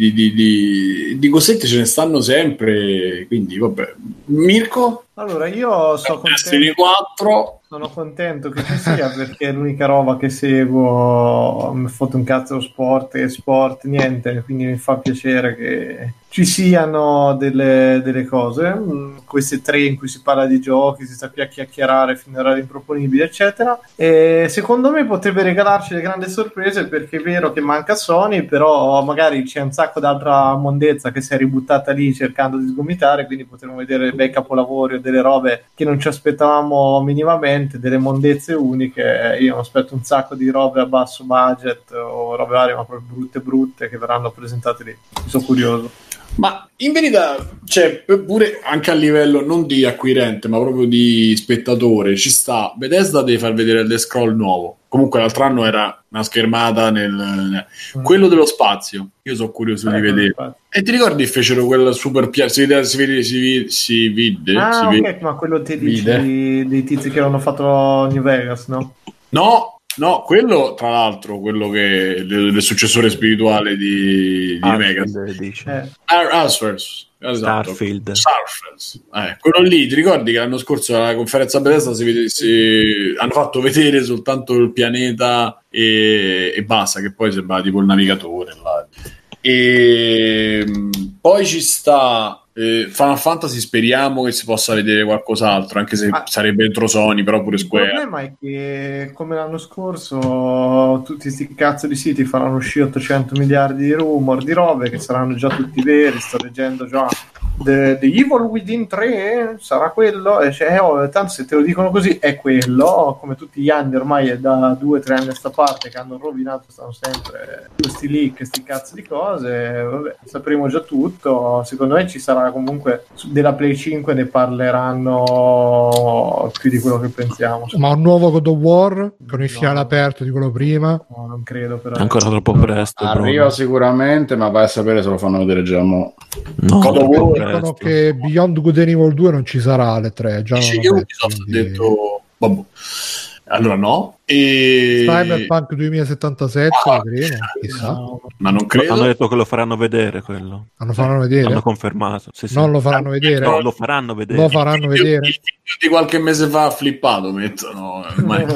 di cosette ce ne stanno sempre, quindi vabbè. Mirko? Allora, io sono contento. 4. Sono contento che ci sia, perché è l'unica roba che seguo. Mi foto un cazzo sport e sport, niente, quindi mi fa piacere che ci siano delle cose. Queste 3 in cui si parla di giochi, si sta qui a chiacchierare fino a orari improponibili, eccetera. E secondo me potrebbe regalarci delle grandi sorprese, perché è vero che manca Sony, però magari c'è un sacco d'altra mondezza che si è ributtata lì cercando di sgomitare, quindi potremo vedere bei capolavori o delle robe che non ci aspettavamo minimamente, delle mondezze uniche. Io mi aspetto un sacco di robe a basso budget o robe varie, ma proprio brutte che verranno presentate lì. Sono curioso. Ma in verità, cioè, pure anche a livello non di acquirente, ma proprio di spettatore, ci sta. Bethesda deve far vedere il The Scroll nuovo. Comunque l'altro anno era una schermata quello dello spazio. Io sono curioso di vedere. E ti ricordi fecero quel super si vide? Ok, ma quello te dici dei tizi che avevano fatto New Vegas, no? No, quello tra l'altro, quello che il successore spirituale di Vegas. Starfield. Quello lì, ti ricordi che l'anno scorso alla conferenza Bethesda hanno fatto vedere soltanto il pianeta e basta, che poi sembrava tipo il navigatore là. E poi ci sta Final Fantasy, speriamo che si possa vedere qualcos'altro, anche se sarebbe dentro Sony, però pure Square. Il problema è che, come l'anno scorso, tutti sti cazzo di siti faranno uscire 800 miliardi di rumor, di robe che saranno già tutti veri. Sto leggendo già The Evil Within 3 sarà quello, e tanto se te lo dicono così è quello, come tutti gli anni ormai, è da 2-3 anni a sta parte che hanno rovinato, stanno sempre questi leak, questi cazzo di cose. Vabbè, sapremo già tutto. Secondo me ci sarà comunque della Play 5, ne parleranno più di quello che pensiamo. Ma un nuovo God of War con il finale aperto di quello prima? No, non credo, però ancora troppo presto. Arriva sicuramente, ma vai a sapere se lo fanno vedere già mo. No, God of War dicono che Beyond Good and Evil 2 non ci sarà alle 3. Già Ubisoft ha detto vabbè. Allora no. Cyberpunk 2077 vedremo, chissà. No, ma non credo. Hanno detto che lo faranno vedere quello. Faranno vedere? Hanno confermato. Sì. Non lo faranno vedere? No, lo faranno vedere. Lo faranno vedere? Il video di qualche mese fa flippato mettono.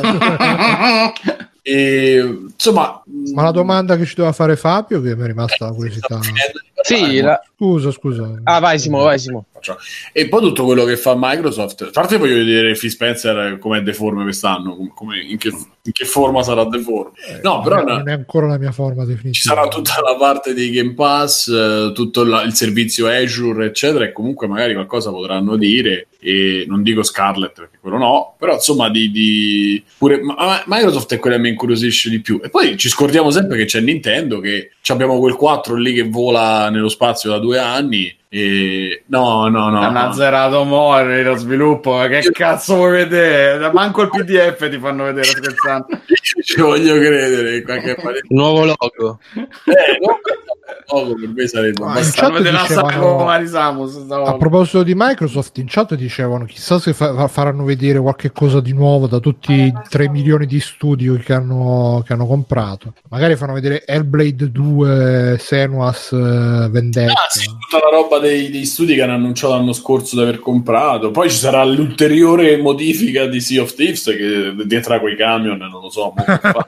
Insomma, ma la domanda che ci doveva fare Fabio, che mi è rimasta la curiosità. Sì, scusa. vai Simo. facciamo. E poi tutto quello che fa Microsoft, tra l'altro voglio vedere Phil Spencer com'è deforme quest'anno, in che forma sarà deforme. No, però non è ancora la mia forma definitiva. Ci sarà tutta la parte dei Game Pass, tutto il servizio Azure, eccetera, e comunque magari qualcosa potranno dire, e non dico Scarlett perché quello no, però insomma pure Microsoft è quella che mi incuriosisce di più. E poi ci scordiamo sempre che c'è Nintendo, che abbiamo quel 4 lì che vola nello spazio da 2 anni. E no, hanno azzerato Mori lo sviluppo, che cazzo vuoi vedere? Manco il PDF ti fanno vedere, scherzando. Ci voglio credere nuovo logo per me sarebbe a proposito di Microsoft, in chat dicevano chissà se faranno vedere qualche cosa di nuovo da tutti i 3 milioni di studio che hanno comprato. Magari fanno vedere Hellblade 2, Senua's Vendetta. Sì, tutta la roba dei studi che hanno annunciato l'anno scorso di aver comprato. Poi ci sarà l'ulteriore modifica di Sea of Thieves che dietro a quei camion, non lo so.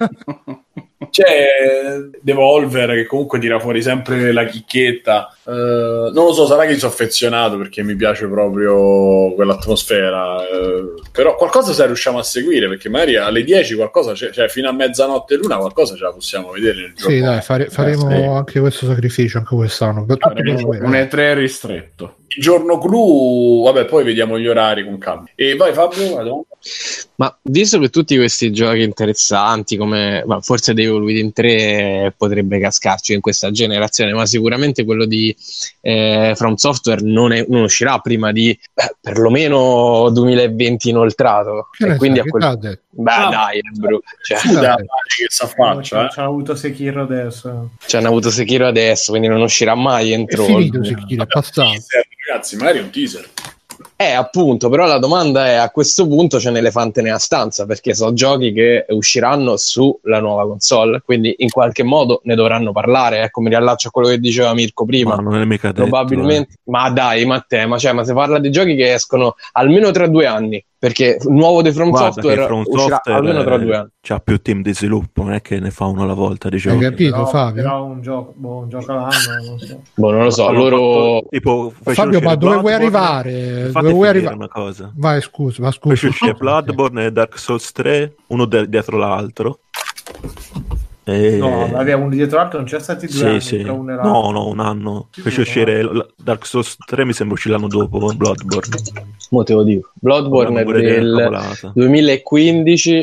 C'è Devolver che comunque tira fuori sempre la chicchetta, non lo so, sarà che ci sono affezionato perché mi piace proprio quell'atmosfera, però qualcosa se riusciamo a seguire, perché magari alle 10 qualcosa cioè fino a mezzanotte l'una qualcosa ce la possiamo vedere nel gioco. Sì, dai, faremo anche questo sacrificio anche quest'anno, un E3 ristretto. Il giorno clou, vabbè, poi vediamo gli orari con calma. E vai Fabio, vado. Ma visto che tutti questi giochi interessanti come forse Devil Within 3 potrebbe cascarci in questa generazione, ma sicuramente quello di From Software non uscirà prima di perlomeno 2020 inoltrato, e quindi dai, bro, che sa faccia, c'ha avuto Sekiro adesso, quindi non uscirà mai entro. È finito Sekiro, è passato. Ragazzi, magari è un teaser. Appunto, però la domanda è, a questo punto c'è un elefante nella stanza, perché sono giochi che usciranno sulla nuova console, quindi in qualche modo ne dovranno parlare. Ecco, mi riallaccio a quello che diceva Mirko prima. Ma non è mica detto, probabilmente. Ma dai, ma si parla di giochi che escono almeno tra 2 anni, perché il nuovo di From Software uscirà almeno tra 2 anni. C'ha più team di sviluppo, non è che ne fa uno alla volta, diciamo. Hai capito, Fabio? Però un gioco all'anno, non so. Non lo so, loro... Tipo, Fabio, ma dove vuoi arrivare? Dove vuoi arrivare? Una cosa. Vai, scusa. C'è Bloodborne e Dark Souls 3, uno dietro l'altro. No, uno dietro l'altro, non c'è stati 2 anni. Sì. No, un anno. Fece uscire Dark Souls 3, mi sembra uscì l'anno dopo Bloodborne. Mo te lo dico. Bloodborne è del 2015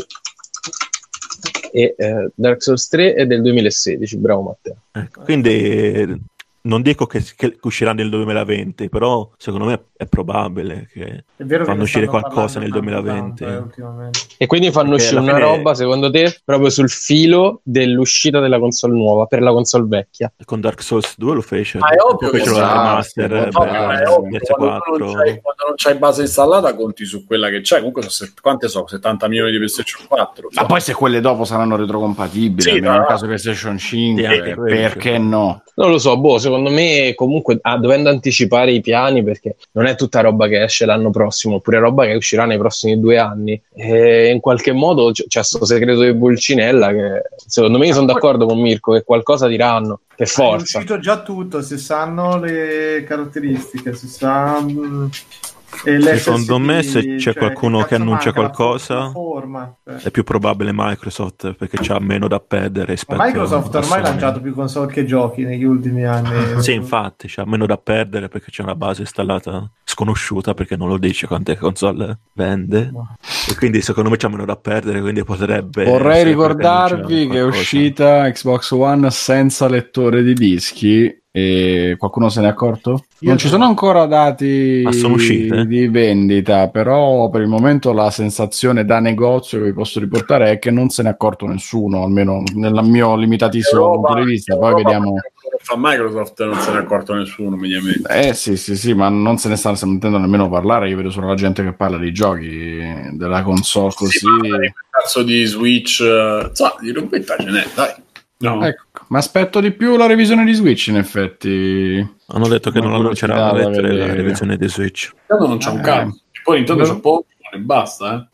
e Dark Souls 3 è del 2016. Bravo Matteo. Ecco, quindi non dico che uscirà nel 2020, però secondo me è probabile che fanno uscire qualcosa nel 2020. E quindi fanno uscire una roba, secondo te, proprio sul filo dell'uscita della console nuova per la console vecchia. Con Dark Souls 2 lo fece. Ma è ovvio che fecero la remaster quando non c'hai base installata conti su quella che c'è. Comunque quante 70 milioni di PlayStation 4. Ma poi se quelle dopo saranno retrocompatibili, nel caso PlayStation 5, perché no? Non lo so, secondo me comunque dovendo anticipare i piani, perché non è tutta roba che esce l'anno prossimo, oppure roba che uscirà nei prossimi 2 anni, e in qualche modo c'è questo segreto di Pulcinella che secondo me, sono d'accordo con Mirko, che qualcosa diranno per forza. È uscito già tutto, se sanno le caratteristiche, se sanno... Secondo me se c'è qualcuno che annuncia qualcosa è più probabile Microsoft, perché c'ha meno da perdere rispetto Microsoft ormai ha lanciato più console che giochi negli ultimi anni. Sì, infatti c'ha meno da perdere perché c'è una base installata sconosciuta, perché non lo dice quante console vende, e quindi secondo me c'ha meno da perdere, quindi potrebbe... Vorrei ricordarvi che è uscita Xbox One senza lettore di dischi. E qualcuno se ne è accorto? Non ci sono ancora dati di vendita, però per il momento la sensazione da negozio che vi posso riportare è che non se ne è accorto nessuno, almeno nel mio limitatissimo punto di vista. Poi vediamo. Fa Microsoft non se ne è accorto nessuno mediamente. Sì, ma non se ne stanno sentendo nemmeno parlare. Io vedo solo la gente che parla di giochi della console così. Il cazzo di Switch, di rompetta ce n'è, dai. No. Ecco, ma aspetto di più la revisione di Switch, in effetti. Hanno detto che non annunceranno la revisione di Switch. Non c'è un cazzo. Poi Nintendo c'è poco e basta,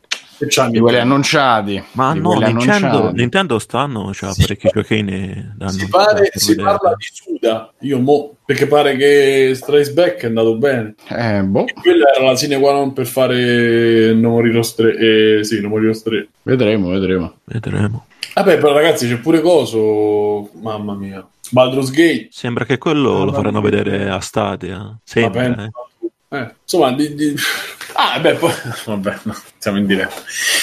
di quelli annunciati. Ma no, Nintendo stanno, c'ha parecchi giochini. Si parla di Suda, perché pare che Strays Back è andato bene. E quella era la sine qua non per fare No More Heroes 3. No More Heroes 3. Vedremo. Vabbè, però ragazzi, c'è pure coso, mamma mia, Baldur's Gate. Sembra che quello lo faranno vedere a Stadia. Sembra, insomma, poi vabbè, no, siamo in diretta.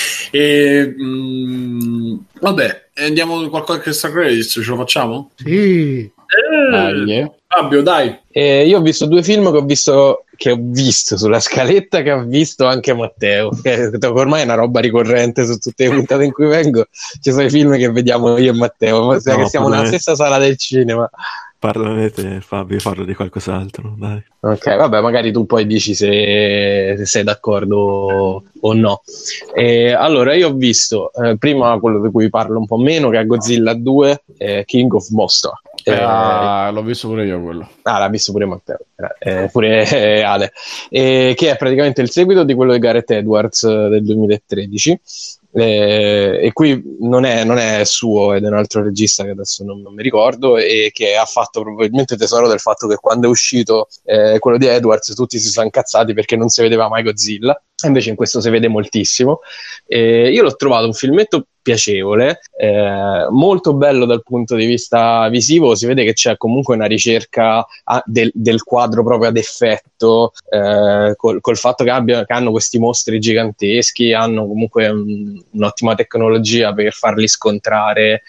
Vabbè, andiamo in qualche extra credits, ce lo facciamo? Sì. Fabio, dai. Io ho visto 2 film che ho visto sulla scaletta, che ha visto anche Matteo, che ormai è una roba ricorrente su tutte le puntate in cui vengo. Ci sono i film che vediamo io e Matteo, che siamo nella stessa sala del cinema. Parlate, Fabio, parlo di qualcos'altro, dai. Ok, vabbè, magari tu poi dici se sei d'accordo o no. Allora, io ho visto prima quello di cui parlo un po' meno, che è Godzilla 2, King of Monsters. L'ho visto pure io quello. L'ha visto pure Matteo, pure Ale, che è praticamente il seguito di quello di Gareth Edwards del 2013. E qui non è suo, ed è un altro regista che adesso non mi ricordo, e che ha fatto probabilmente tesoro del fatto che quando è uscito quello di Edwards tutti si sono incazzati perché non si vedeva mai Godzilla, e invece in questo si vede moltissimo. Io l'ho trovato un filmetto piacevole, molto bello dal punto di vista visivo. Si vede che c'è comunque una ricerca del quadro proprio ad effetto, col fatto che hanno questi mostri giganteschi, hanno comunque un'ottima tecnologia per farli scontrare,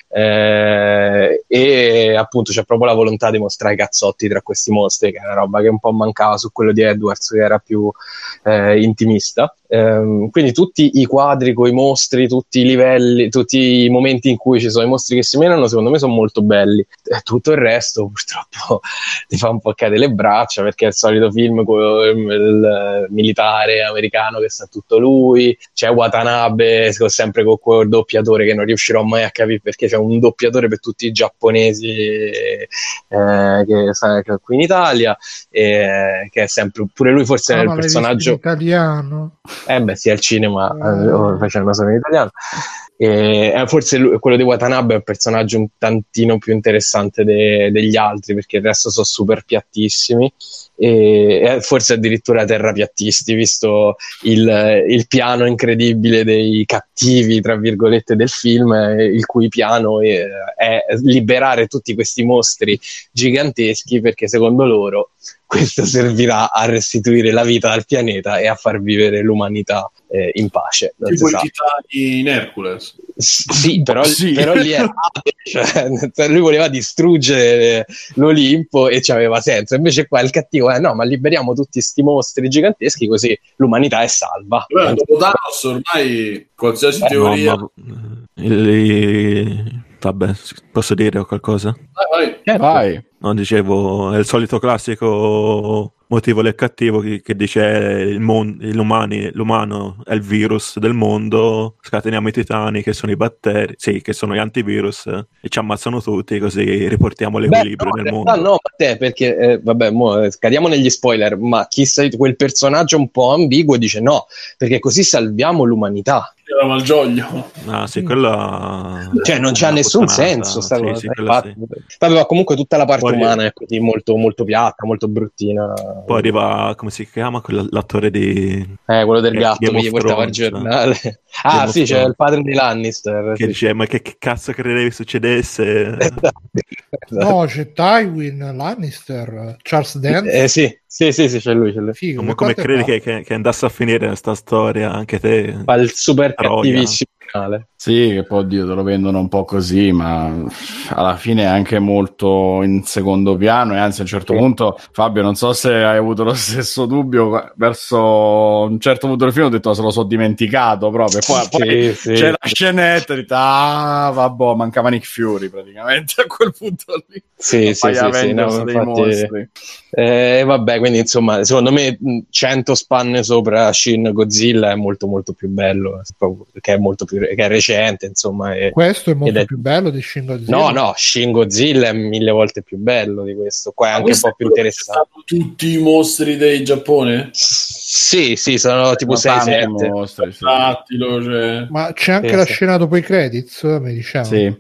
e appunto c'è proprio la volontà di mostrare i cazzotti tra questi mostri, che è una roba che un po' mancava su quello di Edwards, che era più intimista. Quindi tutti i quadri con i mostri, tutti i livelli, tutti i momenti in cui ci sono i mostri che si menano, secondo me sono molto belli. Tutto il resto purtroppo ti fa un po' cadere le braccia, perché è il solito film con il militare americano che sa tutto lui. C'è Watanabe sempre con quel doppiatore che non riuscirò mai a capire, perché c'è un doppiatore per tutti i giapponesi che qui in Italia, che è sempre pure lui, forse è il personaggio italiano. Sì, al cinema facendo solo in italiano. Forse quello di Watanabe è un personaggio un tantino più interessante degli altri, perché il resto sono super piattissimi, e forse addirittura terrapiattisti, visto il piano incredibile dei cattivi, tra virgolette, del film, il cui piano è liberare tutti questi mostri giganteschi, perché secondo loro questo servirà a restituire la vita al pianeta e a far vivere l'umanità in pace. Tipo i titani in Hercules. Sì, però lì cioè, lui voleva distruggere l'Olimpo e c'aveva senso. Invece qua il cattivo no, ma liberiamo tutti sti mostri giganteschi, così l'umanità è salva. Dopo Thanos ormai qualsiasi teoria... Vabbè, posso dire qualcosa? Vai. No, dicevo, è il solito classico motivo del cattivo che dice l'umano è il virus del mondo, scateniamo i titani che sono i batteri, sì, che sono gli antivirus, e ci ammazzano tutti, così riportiamo l'equilibrio nel mondo. No, perché cadiamo negli spoiler, ma chi sei quel personaggio un po' ambiguo dice no, perché così salviamo l'umanità. Era Malgioglio. Sì, quella... Cioè non c'ha nessun senso sta cosa. Sì, sì. Vabbè, ma comunque tutta la parte umana è così molto, molto piatta, molto bruttina. Poi arriva, come si chiama, l'attore di... quello del gatto che gli portava il giornale. Sì, c'è il padre di Lannister. Che dice, ma che cazzo credevi succedesse? No, c'è Tywin Lannister, Charles Dance. Sì, c'è lui. Figo, come credi che andasse a finire questa storia, anche te? Fa il super cattivissimo finale. Sì, che poi oddio, te lo vendono un po' così, ma alla fine è anche molto in secondo piano, e anzi a un certo punto, Fabio, non so se hai avuto lo stesso dubbio, verso un certo punto del film ho detto se lo so dimenticato proprio, e poi c'è la scenetta e ho detto vabbè, mancava Nick Fury praticamente a quel punto lì. Sì, no, dei infatti, mostri. Vabbè, quindi insomma, secondo me 100 spanne sopra Shin Godzilla è molto molto più bello, che è molto più, che è recente, insomma. Questo è molto più bello di Shin Godzilla. No, Shin Godzilla è 1000 volte più bello di questo. Qua è anche un po' più interessante. Tutti i mostri del Giappone? Sì, sono tipo 6-7 mostri, sì. Ma c'è anche la scena dopo i credits, mi diciamo. Sì.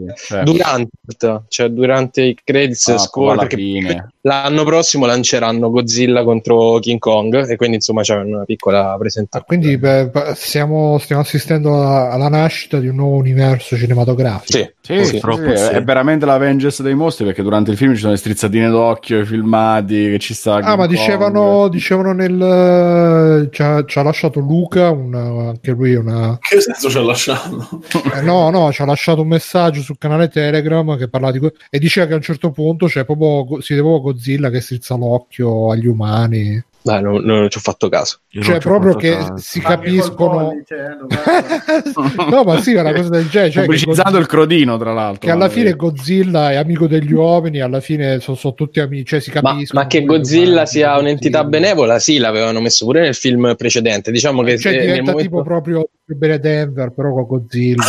Durante i credits perché fine. l'anno prossimo lanceranno Godzilla contro King Kong e quindi insomma c'è una piccola presentazione. Quindi stiamo assistendo alla nascita di un nuovo universo cinematografico. Sì, è veramente l'Avengers dei mostri, perché durante il film ci sono le strizzatine d'occhio, i filmati che ci sta. Ma dicevano nel ci ha lasciato Luca anche lui una. Che senso ci ha lasciato? No, ci ha lasciato un messaggio sul canale Telegram che parlava e diceva che a un certo punto c'è proprio si vede Godzilla che strizza l'occhio agli umani. Non ci ho fatto caso. Cioè proprio che si capiscono no, ma sì, è una cosa del genere, pubblicizzando il crodino, tra l'altro, che alla fine Godzilla è amico degli uomini, alla fine sono tutti amici, cioè si capiscono. Ma che Godzilla sia un'entità benevola, sì, l'avevano messo pure nel film precedente, diciamo che cioè diventa tipo proprio bene Denver però con Godzilla.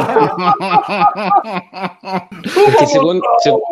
Perché secondo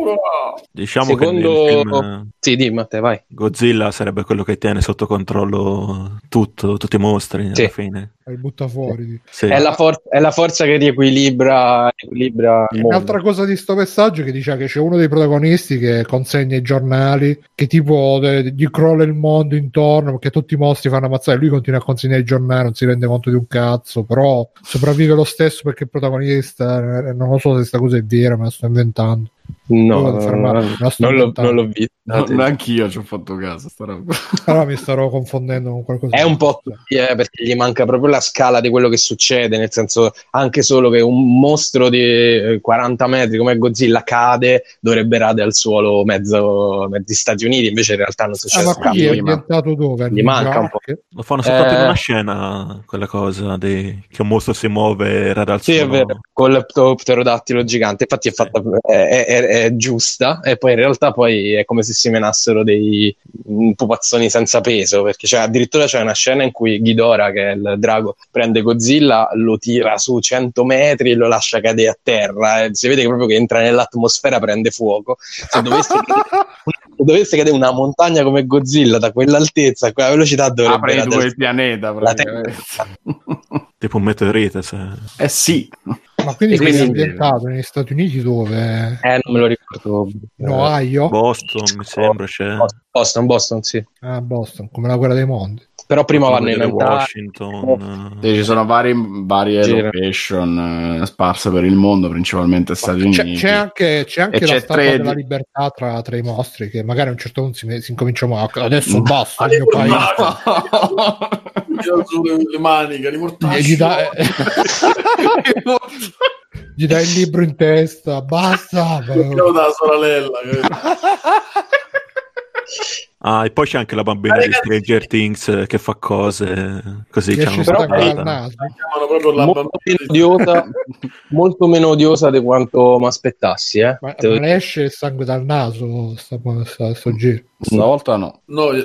film, sì, dimmi a te, vai. Godzilla sarebbe quello che tiene sotto controllo tutti i mostri alla fine. Il butta fuori. Sì. È la forza che riequilibra un'altra cosa di sto messaggio che dice che c'è uno dei protagonisti che consegna i giornali, che tipo gli crolla il mondo intorno perché tutti i mostri fanno ammazzare, lui continua a consegnare i giornali, non si rende conto di un cazzo, però sopravvive lo stesso perché il protagonista, non lo so se sta cosa è vera, me la sto inventando. Non l'ho visto. Neanch'io ci ho fatto caso sta roba. Però mi starò confondendo con qualcosa. È un po' perché gli manca proprio la scala di quello che succede, nel senso, anche solo che un mostro di 40 metri come Godzilla cade, dovrebbe radere al suolo mezzi Stati Uniti, invece in realtà non succede. Ma qui è ambientato dove? Gli manca un po'. Lo fanno soltanto in una scena, quella cosa che un mostro si muove e rada al suolo. Sì, è vero, con il pterodattilo gigante, infatti è fatta è giusta, e poi in realtà poi è come se si menassero dei pupazzoni senza peso, perché addirittura c'è una scena in cui Ghidorah, che è il drago, prende Godzilla, lo tira su 100 metri e lo lascia cadere a terra, e si vede che proprio che entra nell'atmosfera, prende fuoco. Se dovesse cadere una montagna come Godzilla da quell'altezza, a quella velocità, dovrebbe apre il pianeta praticamente. Tipo un meteorite, sì. Ma quindi è ambientato negli Stati Uniti dove? Non me lo ricordo. No, Ohio? Boston, mi sembra c'è. Boston, sì. Boston, come la guerra dei mondi. Però prima vanno in Washington. Ci sono varie location sparse per il mondo, principalmente Stati Uniti. C'è anche la Statua della Libertà tra i mostri, che magari a un certo punto si incominciamo adesso basta il mio paese. Le maniche, gli dai il libro in testa, basta. Da sorella. E poi c'è anche la bambina di Stranger Things che fa cose così, molto meno odiosa di quanto mi aspettassi. Ma le esce il sangue dal naso sto giro. Stavolta no.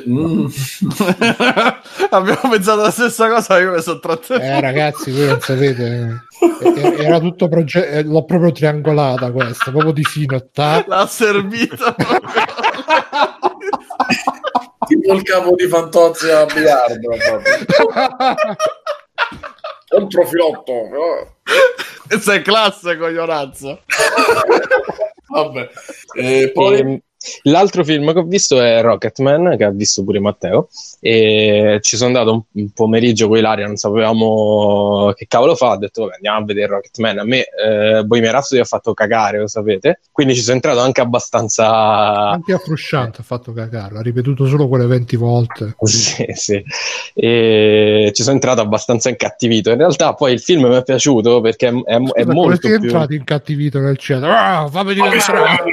Abbiamo pensato la stessa cosa, io mi sono trattenuto. Ragazzi, voi non sapete, era tutto l'ho proprio triangolata questa, proprio di fino l'ha servito. Tipo il capo di Fantozzi a biliardo. Un profilotto. Questa è classe, coglionazzo. Vabbè. Poi l'altro film che ho visto è Rocketman, che ha visto pure Matteo, e ci sono andato un pomeriggio con Ilaria, non sapevamo che cavolo fa, ho detto vabbè, andiamo a vedere Rocketman. A me Bohemian Rhapsody ha fatto cagare, lo sapete, quindi ci sono entrato anche abbastanza, anche a Frusciante ha fatto cagare, l'ha ripetuto solo quelle 20 volte. sì, e ci sono entrato abbastanza incattivito. In realtà poi il film mi è piaciuto perché è molto come sei più entrato incattivito nel cielo. Fammi diventare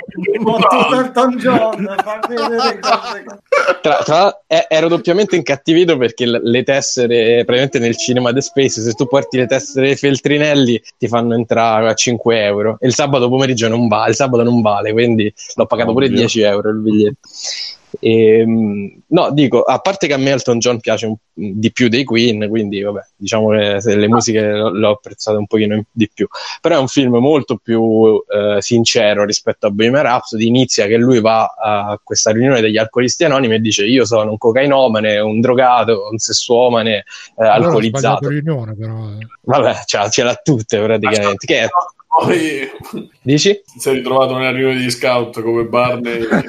ero doppiamente incattivito perché le tessere praticamente nel cinema The Space, se tu porti le tessere dei Feltrinelli ti fanno entrare a 5 euro, e il sabato pomeriggio non vale, quindi l'ho pagato pure 10 euro il biglietto. No, dico, a parte che a me Elton John piace di più dei Queen, quindi vabbè, diciamo che le musiche l'ho apprezzate un pochino di più, però è un film molto più sincero rispetto a Bohemian Rhapsody. Inizia che lui va a questa riunione degli alcolisti anonimi e dice: io sono un cocainomane, un drogato, un sessuomane, alcolizzato. Riunione, però. Vabbè, ce l'ha tutte praticamente. Che è? Poi Dici? si è ritrovato nella riunione di scout come Barney. Come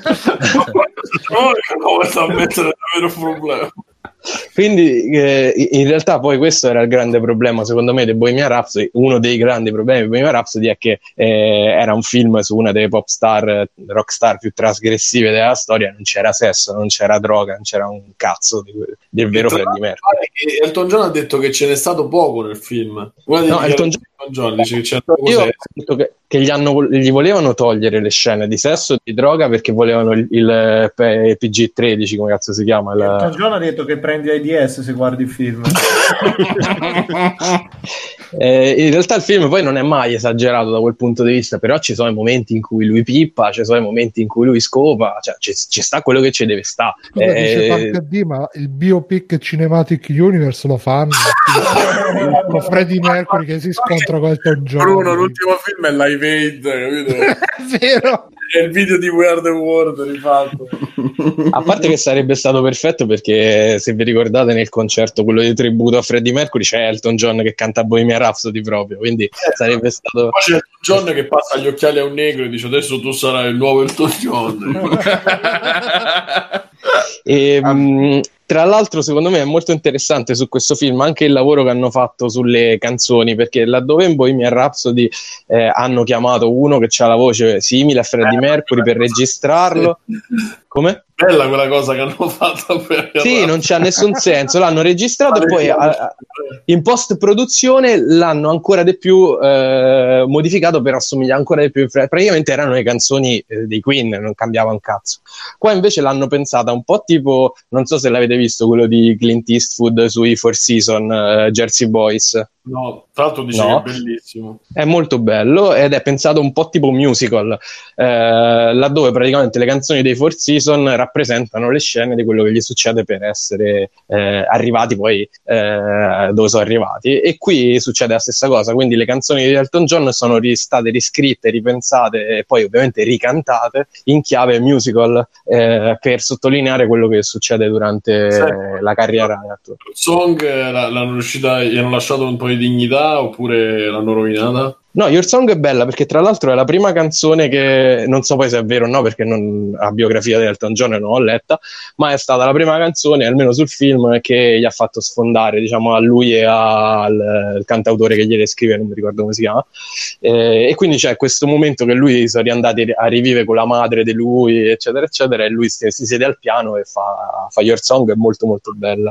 sta a mettere davvero un problema. Quindi in realtà poi questo era il grande problema secondo me di Bohemian Rhapsody. Uno dei grandi problemi di Bohemian Rhapsody è che era un film su una delle pop star, rock star più trasgressive della storia. Non c'era sesso, non c'era droga, non c'era un cazzo del vero Freddie Mercury. Elton John ha detto che ce n'è stato poco nel film. No, Elton John dice che c'è poco io sesso. ho detto che gli volevano togliere le scene di sesso e di droga perché volevano il PG-13, come cazzo si chiama? Elton John ha detto che prendi AIDS se guardi il film. In realtà il film poi non è mai esagerato da quel punto di vista, però ci sono i momenti in cui lui pippa, ci sono i momenti in cui lui scopa, cioè ci sta quello che ci deve stare. Ma il biopic Cinematic Universe lo fanno con Freddie Mercury che si scontra con Elton John. Bruno, l'ultimo film è Live Aid, capito? È vero. È il video di We Are The World rifatto. A parte che sarebbe stato perfetto, perché se vi ricordate nel concerto quello di tributo a Freddie Mercury c'è Elton John che canta Bohemian Rhapsody proprio, quindi sarebbe stato... Poi c'è Elton John che passa gli occhiali a un negro e dice: adesso tu sarai il nuovo Elton John. Tra l'altro secondo me è molto interessante su questo film anche il lavoro che hanno fatto sulle canzoni, perché laddove in Bohemian Rhapsody hanno chiamato uno che ha la voce simile a Freddie Mercury per registrarlo. Come? Bella quella cosa che hanno fatto sì, non c'ha nessun senso, l'hanno registrato e poi in post produzione l'hanno ancora di più modificato per assomigliare ancora di più. Praticamente erano le canzoni dei Queen, non cambiava un cazzo. Qua invece l'hanno pensata un po' tipo, non so se l'avete visto, quello di Clint Eastwood sui Four Seasons, Jersey Boys. No, tra l'altro dice che è bellissimo. È molto bello ed è pensato un po' tipo musical, laddove praticamente le canzoni dei Four Seasons rappresentano le scene di quello che gli succede per essere arrivati poi dove sono arrivati, e qui succede la stessa cosa, quindi le canzoni di Elton John sono state riscritte, ripensate e poi ovviamente ricantate in chiave musical per sottolineare quello che succede durante la carriera. Il song l'hanno riuscita, gli hanno lasciato un po' di dignità oppure l'hanno rovinata? No, Your Song è bella perché tra l'altro è la prima canzone che, non so poi se è vero o no perché la biografia di Elton John non l'ho letta, ma è stata la prima canzone, almeno sul film, che gli ha fatto sfondare, diciamo, a lui e al cantautore che gliele scrive, non mi ricordo come si chiama, e quindi c'è questo momento che lui sono riandati a rivivere con la madre di lui, eccetera eccetera, e lui si siede al piano e fa Your Song, è molto molto bella.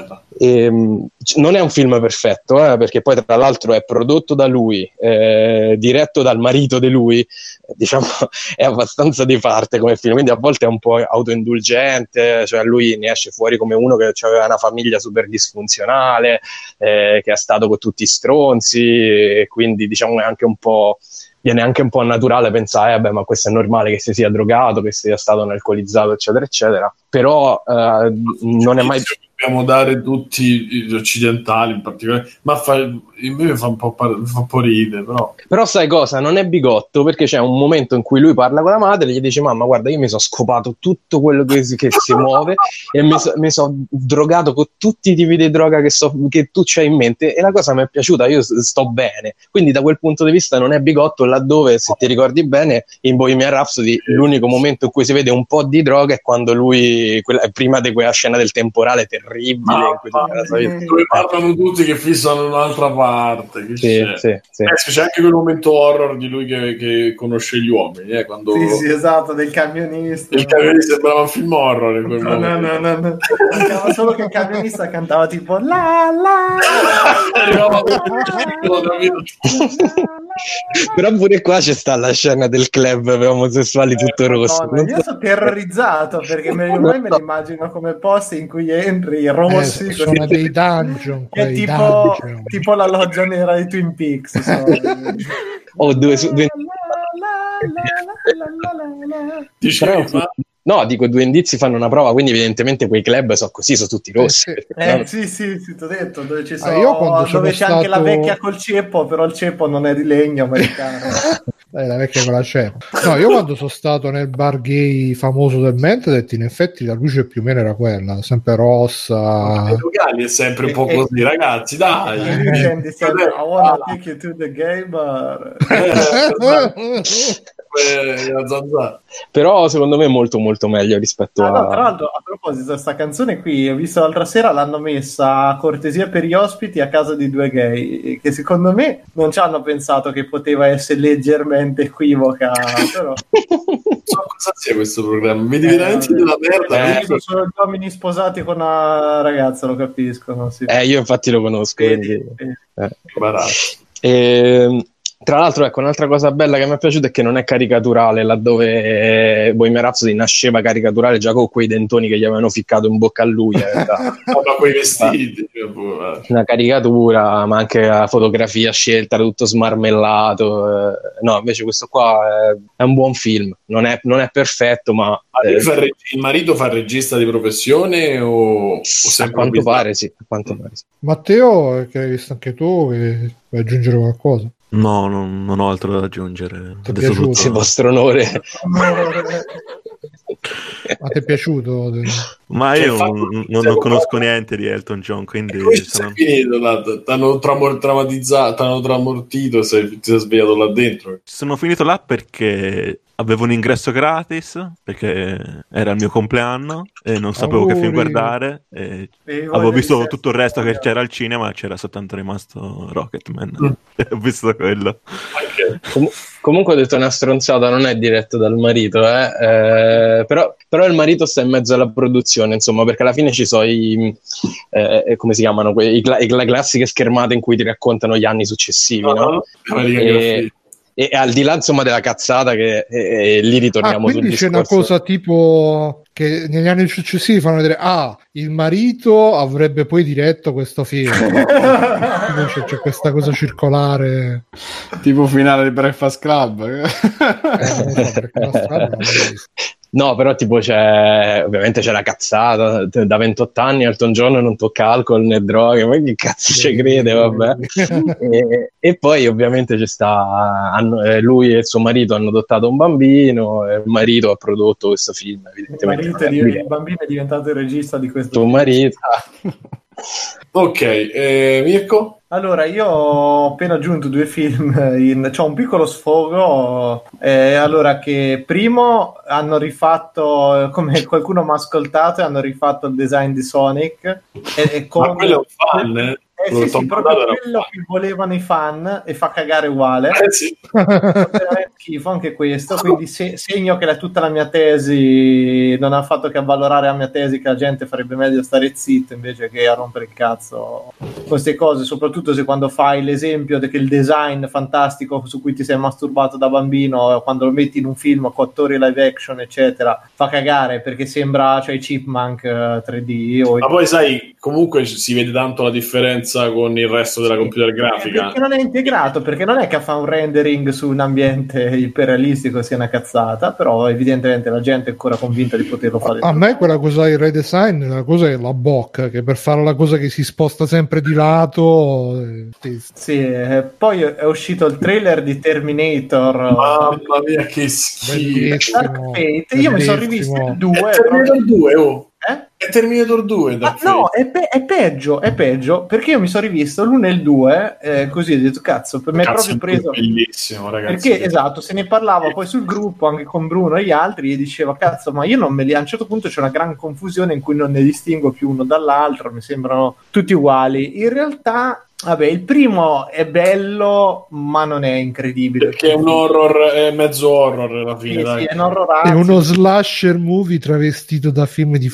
Non è un film perfetto, perché poi tra l'altro è prodotto da lui, diretto dal marito di lui, diciamo è abbastanza di parte come film, quindi a volte è un po' autoindulgente, cioè lui ne esce fuori come uno che aveva una famiglia super disfunzionale, che è stato con tutti i stronzi, e quindi diciamo è anche un po', viene anche un po' naturale pensare ma questo è normale che si sia drogato, che sia stato un alcolizzato, eccetera eccetera, però non è mai... Dobbiamo dare tutti gli occidentali in particolare, ma mi fa un po' ridere, però sai cosa, non è bigotto, perché c'è un momento in cui lui parla con la madre e gli dice: mamma guarda, io mi sono scopato tutto quello che si muove e mi sono drogato con tutti i tipi di droga che tu c'hai in mente, e la cosa mi è piaciuta, io sto bene, quindi da quel punto di vista non è bigotto, laddove, se ti ricordi bene, in Bohemian Rhapsody l'unico momento in cui si vede un po' di droga è quando lui, prima di quella scena del temporale terribile in cui dove parlano tutti che fissano un'altra parte, sì. C'è anche quel momento horror di lui che conosce gli uomini, quando... sì, esatto, del camionista. Il camionista sembrava un film horror in quel momento. No. Mancava solo che il camionista cantava tipo la la però pure qua c'è sta la scena del club per omosessuali tutto rosso. Io sono terrorizzato perché me lo immagino come posti in cui entri rossi, sono dei dungeon, è tipo la loggia nera di Twin Peaks. Dicevi, No, dico, 2 indizi fanno una prova, quindi evidentemente quei club sono così, sono tutti rossi. Sì, ti ho detto, dove ci sono, io quando dove c'è anche la stato... vecchia col ceppo, però il ceppo non è di legno americano. La vecchia con la ceppo. No, io quando sono stato nel bar gay famoso del Mente, ho detto, in effetti la luce più o meno era quella, sempre rossa. I locali è sempre un po' così, ragazzi, dai. E lui senti sempre, I wanna take you to the gay bar. Però secondo me è molto molto meglio rispetto a... No, tra l'altro, a proposito di questa canzone qui, ho visto l'altra sera l'hanno messa a cortesia per gli ospiti a casa di 2 gay, che secondo me non ci hanno pensato che poteva essere leggermente equivoca, però... So cosa sia questo programma, vedi veramente della merda. Sono gli uomini sposati con una ragazza, lo capiscono. Sì. Io infatti lo conosco. Imbarazzo. Tra l'altro, ecco, un'altra cosa bella che mi è piaciuta è che non è caricaturale, laddove Bohemian Rhapsody nasceva caricaturale già con quei dentoni che gli avevano ficcato in bocca a lui. Ma quei vestiti. Una caricatura, ma anche la fotografia scelta, tutto smarmellato. No, invece questo qua è un buon film, non è perfetto, ma... Il marito fa il regista di professione o a quanto pare sì. Matteo, che hai visto anche tu, vuoi aggiungere qualcosa? No, non ho altro da aggiungere. Ti è piaciuto? È vostro onore. Ma ti è piaciuto? Ma io non conosco niente di Elton John, quindi sei finito, t'hanno traumatizzato, t'hanno tramortito e ti sei svegliato là dentro. Sono finito là perché avevo un ingresso gratis, perché era il mio compleanno e non sapevo che film guardare, e avevo visto tutto il resto che c'era al cinema, c'era soltanto rimasto Rocketman. Ho visto quello. Comunque ho detto una stronzata, non è diretto dal marito, però il marito sta in mezzo alla produzione, insomma, perché alla fine ci sono come si chiamano, le classiche schermate in cui ti raccontano gli anni successivi, no? E al di là, insomma, della cazzata che lì ritorniamo sul discorso. Quindi c'è una cosa tipo che negli anni successivi fanno vedere il marito avrebbe poi diretto questo film. C'è questa cosa circolare tipo finale di Breakfast Club. No, però tipo ovviamente c'è la cazzata, da 28 anni Elton John non tocca alcol né droghe, ma che cazzo ci crede, vabbè. E poi ovviamente c'è lui e il suo marito hanno adottato un bambino e il marito ha prodotto questo film, evidentemente. Il bambino è diventato il regista di questo tuo marito. Ok, Mirko? Allora, io ho appena aggiunto 2 film, c'ho un piccolo sfogo, allora che primo hanno rifatto, come qualcuno mi ha ascoltato, hanno rifatto il design di Sonic. Ma quello è un fan, sì, proprio quello che volevano i fan e fa cagare uguale. Sì. Schifo anche questo, quindi segno che tutta la mia tesi non ha fatto che avvalorare la mia tesi che la gente farebbe meglio stare zitto invece che a rompere il cazzo queste cose, soprattutto se quando fai l'esempio che il design fantastico su cui ti sei masturbato da bambino, quando lo metti in un film con attori live action eccetera, fa cagare perché sembra i Chipmunk 3D ma poi sai, comunque si vede tanto la differenza con il resto della computer grafica perché non è integrato, perché non è che fa un rendering su un ambiente iperrealistico sia una cazzata, però evidentemente la gente è ancora convinta di poterlo fare. A me quella cosa il redesign, la cosa è la bocca, che per fare la cosa che si sposta sempre di lato sì, poi è uscito il trailer di Terminator. Mamma mia che schifo. Dark Fate. Io mi sono rivisto il 2 Terminator 2 È Terminator 2 no, è peggio perché io mi sono rivisto l'1 e il 2 così ho detto cazzo, per me è proprio preso bellissimo ragazzi, perché esatto, se ne parlava poi sul gruppo anche con Bruno e gli altri e diceva cazzo ma io non me li, a un certo punto c'è una gran confusione in cui non ne distingo più uno dall'altro, mi sembrano tutti uguali. In realtà vabbè, il primo è bello ma non è incredibile perché è un horror, è mezzo horror alla fine, sì, dai. È un horror è uno slasher movie travestito da film di fantascienza.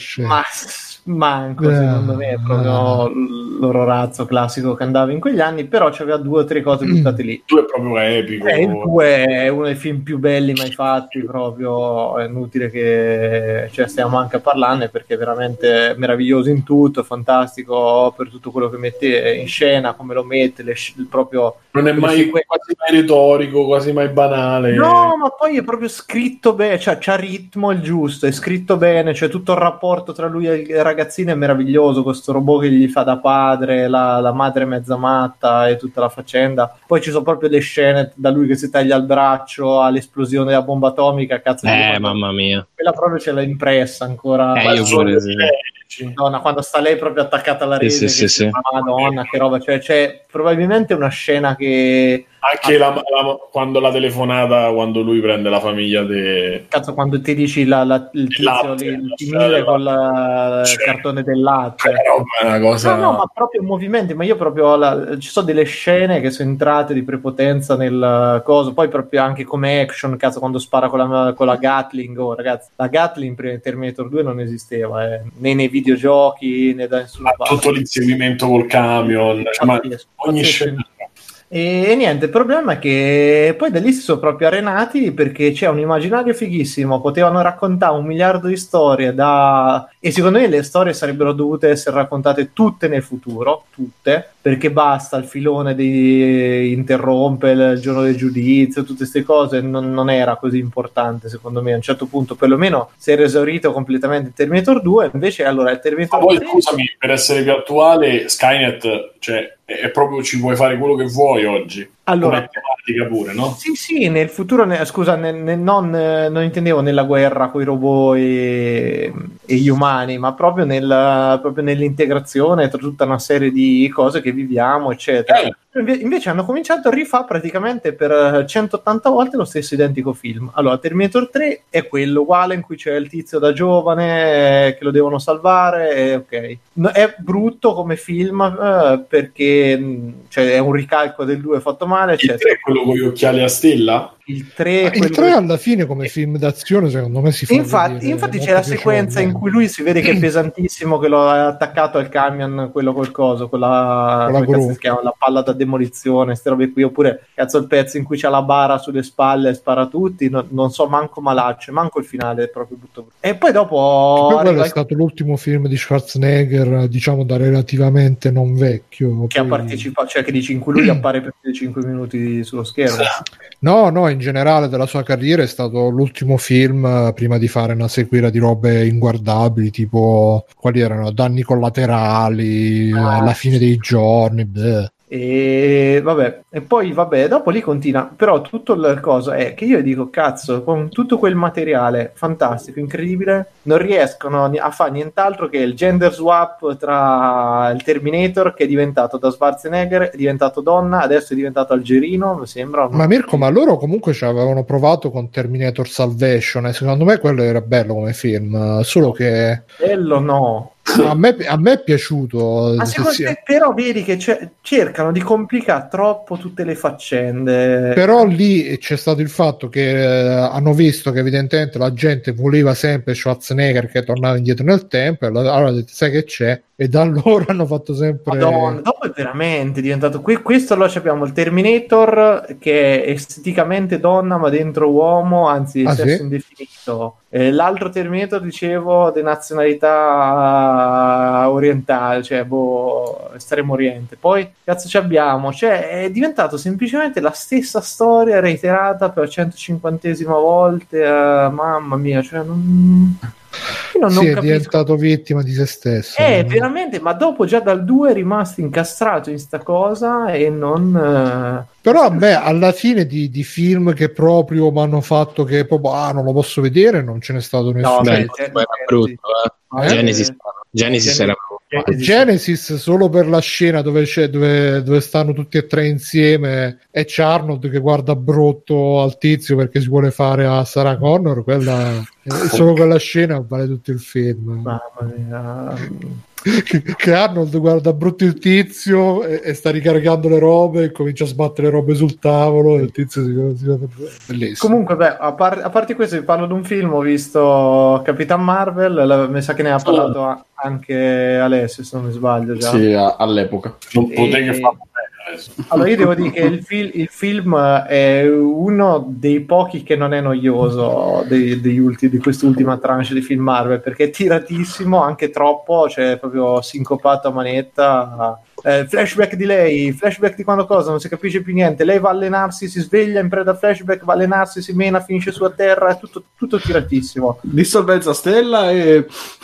scena. Manco, secondo me è proprio il loro razzo classico che andava in quegli anni, però c'aveva 2 o 3 cose buttate lì. Il 2 è proprio epico. Il 2 è uno dei film più belli mai fatti, proprio è inutile che stiamo anche a parlarne, perché è veramente meraviglioso in tutto, fantastico per tutto quello che mette in scena, come lo mette, proprio non è mai quasi mai retorico, quasi mai banale. No, ma poi è proprio scritto bene, cioè c'ha ritmo il giusto, è scritto bene, cioè tutto il rapporto tra lui e il ragazzino è meraviglioso, questo robot che gli fa da padre, la madre mezza matta e tutta la faccenda. Poi ci sono proprio le scene da lui che si taglia il braccio all'esplosione della bomba atomica, cazzo. Mamma mia. Quella proprio ce l'ha impressa ancora. Io pure, Madonna, quando sta lei proprio attaccata alla rete, sì. Madonna, che roba, cioè probabilmente una scena che anche quando la telefonata, quando lui prende la famiglia cazzo, quando ti dici il tizio il timile con il cartone del latte, è una cosa... no, ma proprio movimenti, ma io proprio ci sono delle scene che sono entrate di prepotenza nel coso, poi proprio anche come action, cazzo, quando spara con la Gatling, ragazzi, la Gatling prima di Terminator 2 non esisteva, né nei videogiochi né da nessuna parte. Tutto l'inseguimento col camion, ma ogni scena. E niente, il problema è che poi da lì si sono proprio arenati, perché c'è un immaginario fighissimo, potevano raccontare 1 miliardo di storie e secondo me le storie sarebbero dovute essere raccontate tutte nel futuro, tutte, perché basta il filone di interrompe il giorno del giudizio, tutte queste cose non era così importante secondo me. A un certo punto perlomeno si era esaurito completamente il Terminator 2, invece allora il Terminator 3... poi scusami, per essere più attuale, Skynet, cioè è proprio, ci puoi fare quello che vuoi oggi. Allora, come tematica pure, no? Sì, nel futuro, scusa, non intendevo nella guerra con i robot e gli umani, ma proprio nell'integrazione tra tutta una serie di cose che viviamo, eccetera. Invece hanno cominciato a rifare praticamente per 180 volte lo stesso identico film. Allora, Terminator 3 è quello uguale, in cui c'è il tizio da giovane che lo devono salvare, ok. È brutto come film perché cioè, è un ricalco del 2 fatto male, eccetera. Il 3 è quello con gli occhiali a stella? Il 3 alla fine come film d'azione secondo me si fa infatti c'è la sequenza in cui lui si vede che è pesantissimo, che lo ha attaccato al camion, quello col coso, con la palla da demolizione, ste robe qui, oppure cazzo il pezzo in cui c'ha la bara sulle spalle e spara tutti, non so manco malaccio, manco il finale è proprio brutto. E poi dopo quello è stato l'ultimo film di Schwarzenegger, diciamo da relativamente non vecchio, che ha partecipato, cioè che dici in cui lui appare per 5 minuti sullo schermo. No, in generale della sua carriera è stato l'ultimo film prima di fare una sequela di robe inguardabili, tipo quali erano Danni collaterali, alla fine dei giorni, E vabbè, e poi vabbè, dopo lì continua, però tutto il coso è che io dico cazzo, con tutto quel materiale fantastico, incredibile, non riescono a fare nient'altro che il gender swap tra il Terminator, che è diventato da Schwarzenegger, è diventato donna, adesso è diventato algerino, mi sembra. Ma Mirko, ma loro comunque ci avevano provato con Terminator Salvation e secondo me quello era bello come film, solo che bello no. A me è piaciuto, però vedi che cercano di complicare troppo tutte le faccende. Però lì c'è stato il fatto che hanno visto che evidentemente la gente voleva sempre Schwarzenegger che tornava indietro nel tempo, e allora hanno detto sai che c'è, e da allora hanno fatto sempre Madonna, dopo è veramente diventato questo. Allora abbiamo il Terminator che è esteticamente donna ma dentro uomo, anzi sesso indefinito. L'altro Terminator, dicevo, di nazionalità orientale, cioè estremo oriente. Poi cazzo ci abbiamo, cioè è diventato semplicemente la stessa storia reiterata per 150esima volta, mamma mia, cioè non è diventato vittima di se stesso. Veramente, ma dopo già dal 2 è rimasto incastrato in sta cosa e non... Però a me alla fine di film che proprio mi hanno fatto che proprio non lo posso vedere, non ce n'è stato nessuno. No, era brutto, Genesis solo per la scena dove stanno tutti e tre insieme e c'è Arnold che guarda brutto al tizio perché si vuole fare a Sarah Connor, solo quella scena vale tutto il film. Mamma mia. che Arnold guarda brutto il tizio e sta ricaricando le robe e comincia a sbattere le robe sul tavolo e il tizio bellissimo. Comunque a parte questo, vi parlo di un film, ho visto Capitan Marvel, mi sa che ne ha parlato anche Alessio, se non mi sbaglio già. Sì, all'epoca non potevi che farlo bene. Allora io devo dire che il film è uno dei pochi che non è noioso di quest'ultima tranche di film Marvel, perché è tiratissimo, anche troppo, cioè proprio sincopato a manetta. Flashback di lei, flashback di quando cosa, non si capisce più niente, lei va a allenarsi, si sveglia in preda a flashback, va a allenarsi, si mena, finisce su a terra, è tutto tiratissimo. Dissolvenza stella e...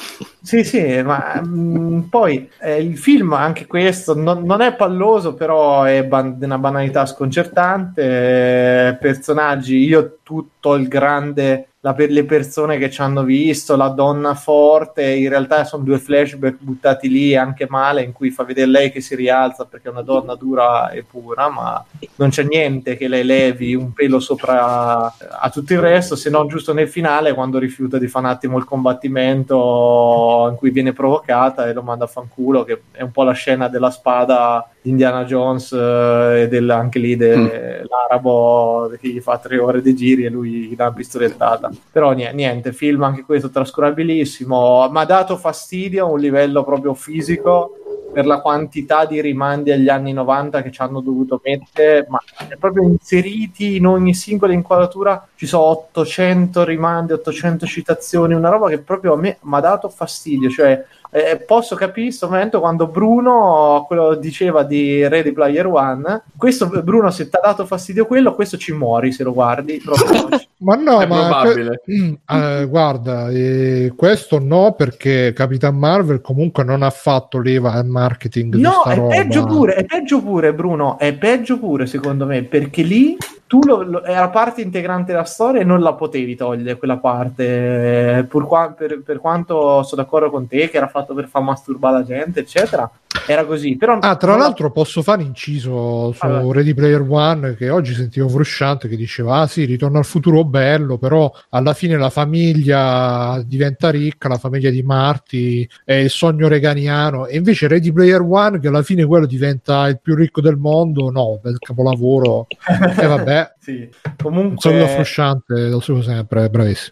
Sì, ma poi il film, anche questo, non è palloso, però è una banalità sconcertante, personaggi, io tutto il grande... per le persone che ci hanno visto, la donna forte, in realtà sono due flashback buttati lì anche male, in cui fa vedere lei che si rialza perché è una donna dura e pura, ma non c'è niente che lei levi un pelo sopra a tutto il resto, se non giusto nel finale quando rifiuta di fare un attimo il combattimento in cui viene provocata e lo manda a fanculo, che è un po' la scena della spada di Indiana Jones e anche lì l'arabo che gli fa 3 ore di giri e lui gli dà una pistolettata. Però niente, film anche questo trascurabilissimo, mi ha dato fastidio a un livello proprio fisico per la quantità di rimandi agli anni 90 che ci hanno dovuto mettere, ma proprio inseriti in ogni singola inquadratura ci sono 800 rimandi, 800 citazioni, una roba che proprio a me mi ha dato fastidio, cioè posso capire in questo momento quando Bruno quello diceva di Ready Player One, questo Bruno, se ti ha dato fastidio quello, questo ci muori se lo guardi proprio. Ma no, è probabile. Guarda, questo no, perché Capitan Marvel comunque non ha fatto leva al marketing di sta roba. È peggio pure Bruno, è peggio pure secondo me, perché lì tu era parte integrante della storia e non la potevi togliere quella parte, per quanto sono d'accordo con te che era fatto per far masturbare la gente eccetera, era così. Però tra l'altro posso fare inciso su Ready Player One, che oggi sentivo Frusciante che diceva sì, Ritorno al futuro bello, però alla fine la famiglia diventa ricca, la famiglia di Marty è il sogno reganiano, e invece Ready Player One, che alla fine quello diventa il più ricco del mondo, no, bel capolavoro. E vabbè, sì. Comunque un saluto a Frusciante, lo seguo sempre, bravissimo.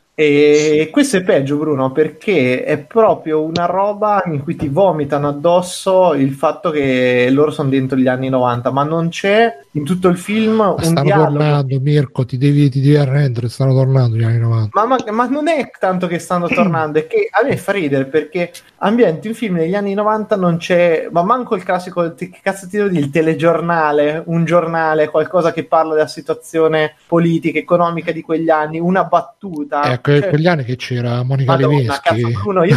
E questo è peggio, Bruno, perché è proprio una roba in cui ti vomitano addosso il fatto che loro sono dentro gli anni 90, ma non c'è in tutto il film un dialogo. Tornando, Mirko, ti devi arrendere, stanno tornando gli anni 90. Ma non è tanto che stanno tornando, è che a me fa ridere, perché ambienti un film negli anni 90 non c'è, ma manco il classico, che cazzo ti devo dire, il telegiornale, un giornale, qualcosa che parla della situazione politica, economica di quegli anni, una battuta. Quegli anni che c'era Monica Leveschi. Bruno, io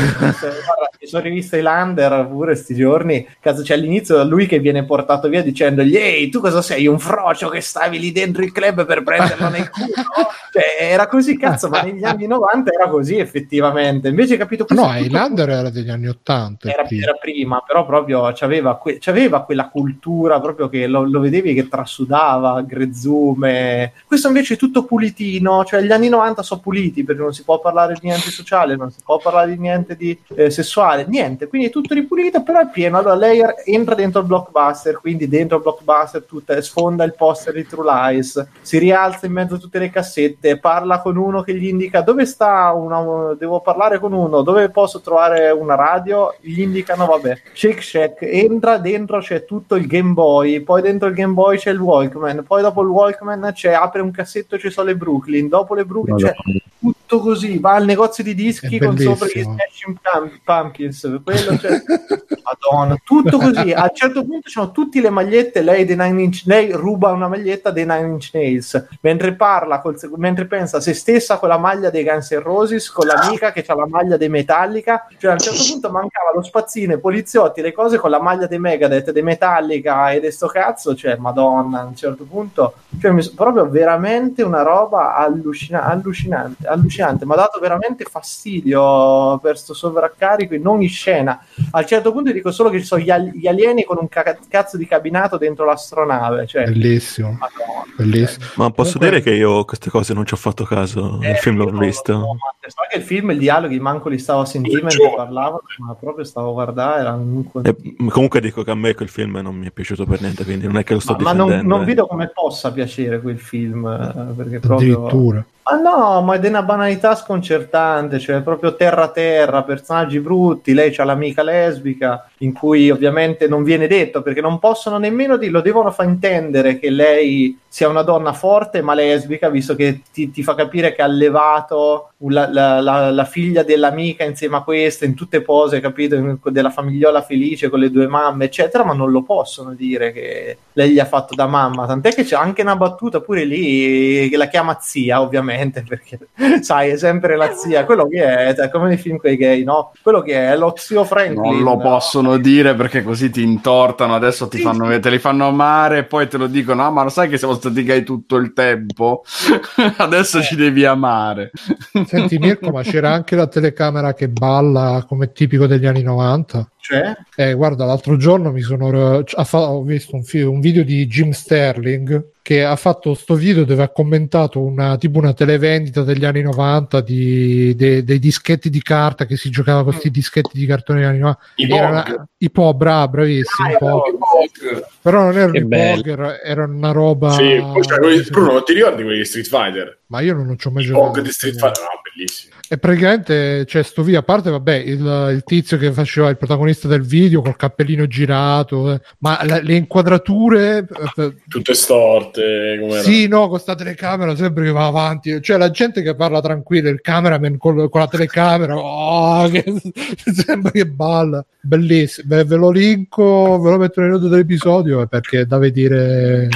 mi sono rivista Highlander pure sti giorni, cazzo, c'è all'inizio lui che viene portato via dicendogli ehi, tu cosa sei, un frocio che stavi lì dentro il club per prenderlo nel culo? Cioè, era così, cazzo, ma negli anni 90 era così effettivamente, invece capito, no, Highlander era degli anni 80 era prima, però proprio c'aveva quella cultura proprio che lo vedevi che trasudava, grezzume. Questo invece è tutto pulitino, cioè gli anni 90 sono puliti, perché non si può parlare di niente sociale, non si può parlare di niente di sessuale, niente, quindi è tutto ripulito, però è pieno. Allora lei entra dentro il blockbuster, quindi dentro il blockbuster sfonda il poster di True Lies, si rialza in mezzo a tutte le cassette, parla con uno che gli indica dove sta devo parlare con uno, dove posso trovare una radio, gli indicano vabbè, Shake Shack, entra dentro, c'è tutto il Game Boy, poi dentro il Game Boy c'è il Walkman, poi dopo il Walkman apre un cassetto, ci sono le Brooklyn, dopo le Brooklyn c'è tutto così, va al negozio di dischi con sopra gli Smashing Pumpkins, quello c'è. Madonna, tutto così. A un certo punto c'hanno tutte le magliette, lei ruba una maglietta dei Nine Inch Nails mentre parla, mentre pensa a se stessa con la maglia dei Guns N' Roses, con l'amica che ha la maglia dei Metallica, cioè a un certo punto mancava lo spazzino, i poliziotti, le cose con la maglia dei Megadeth, dei Metallica e di sto cazzo, cioè Madonna, a un certo punto, cioè, proprio veramente una roba allucinante, mi ha dato veramente fastidio per sto sovraccarico in ogni scena. A un certo punto dico solo che ci sono gli alieni con un cazzo di cabinato dentro l'astronave, cioè bellissimo, bellissimo. Ma posso dire che io queste cose non ci ho fatto caso, il film l'ho visto. So che il film, i dialoghi manco li stavo a sentire mentre parlavano, ma proprio stavo a guardare, comunque dico che a me quel film non mi è piaciuto per niente, quindi non è che lo sto difendendo. Ma non vedo come possa piacere quel film, perché proprio... Addirittura. Ma no, ma è di una banalità sconcertante, cioè proprio terra, personaggi brutti, lei c'ha l'amica lesbica, in cui ovviamente non viene detto, perché non possono nemmeno lo devono far intendere che lei sia una donna forte ma lesbica, visto che ti fa capire che ha allevato la figlia dell'amica insieme a questa, in tutte pose, capito, della famigliola felice con le due mamme, eccetera, ma non lo possono dire che lei gli ha fatto da mamma, tant'è che c'è anche una battuta pure lì che la chiama zia, ovviamente, perché sai, è sempre la zia, quello che è come nei film quei gay, no? Quello che è lo zio Franklin. Non lo possono dire perché così ti intortano, adesso te li fanno amare e poi te lo dicono, ah, ma lo sai che siamo stati gay tutto il tempo? Adesso ci devi amare. Senti Mirko, ma c'era anche la telecamera che balla come tipico degli anni 90? Cioè? Guarda, l'altro giorno ho visto un video di Jim Sterling che ha fatto sto video dove ha commentato una televendita degli anni 90 dei dischetti di carta che si giocava con questi dischetti di cartone degli anni 90. I POG, bravissimi. Però non erano i POG, erano una roba... Sì, Bruno, ti ricordi quelli di Street Fighter? Ma io non ci ho mai giocato. POG di Street Fighter, bellissimo. E praticamente c'è sto video, a parte vabbè il tizio che faceva il protagonista del video col cappellino girato, ma le inquadrature tutte storte, com'era? Sì, no, con sta telecamera sempre che va avanti, cioè la gente che parla tranquilla, il cameraman con la telecamera, che sembra che balla, bellissimo. Ve lo linko, ve lo metto nelle note dell'episodio perché è da vedere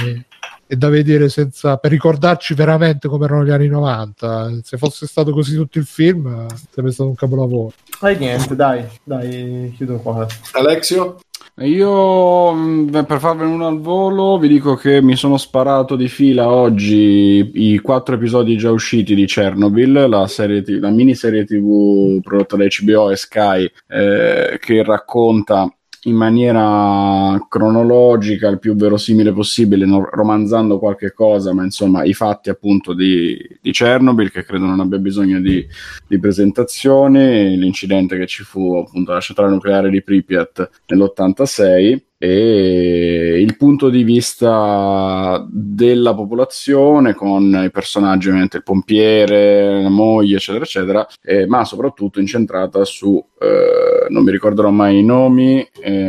per ricordarci veramente come erano gli anni 90. Se fosse stato così tutto il film sarebbe stato un capolavoro. Niente, dai, chiudo qua. Alexio? Io, per farvene uno al volo, vi dico che mi sono sparato di fila oggi i 4 episodi già usciti di Chernobyl, la miniserie TV prodotta da HBO e Sky, che racconta in maniera cronologica, il più verosimile possibile, romanzando qualche cosa, ma insomma i fatti appunto di Chernobyl, che credo non abbia bisogno di presentazioni, l'incidente che ci fu appunto alla centrale nucleare di Pripyat nell'86, e il punto di vista della popolazione con i personaggi, ovviamente il pompiere, la moglie, eccetera eccetera, ma soprattutto incentrata su non mi ricorderò mai i nomi,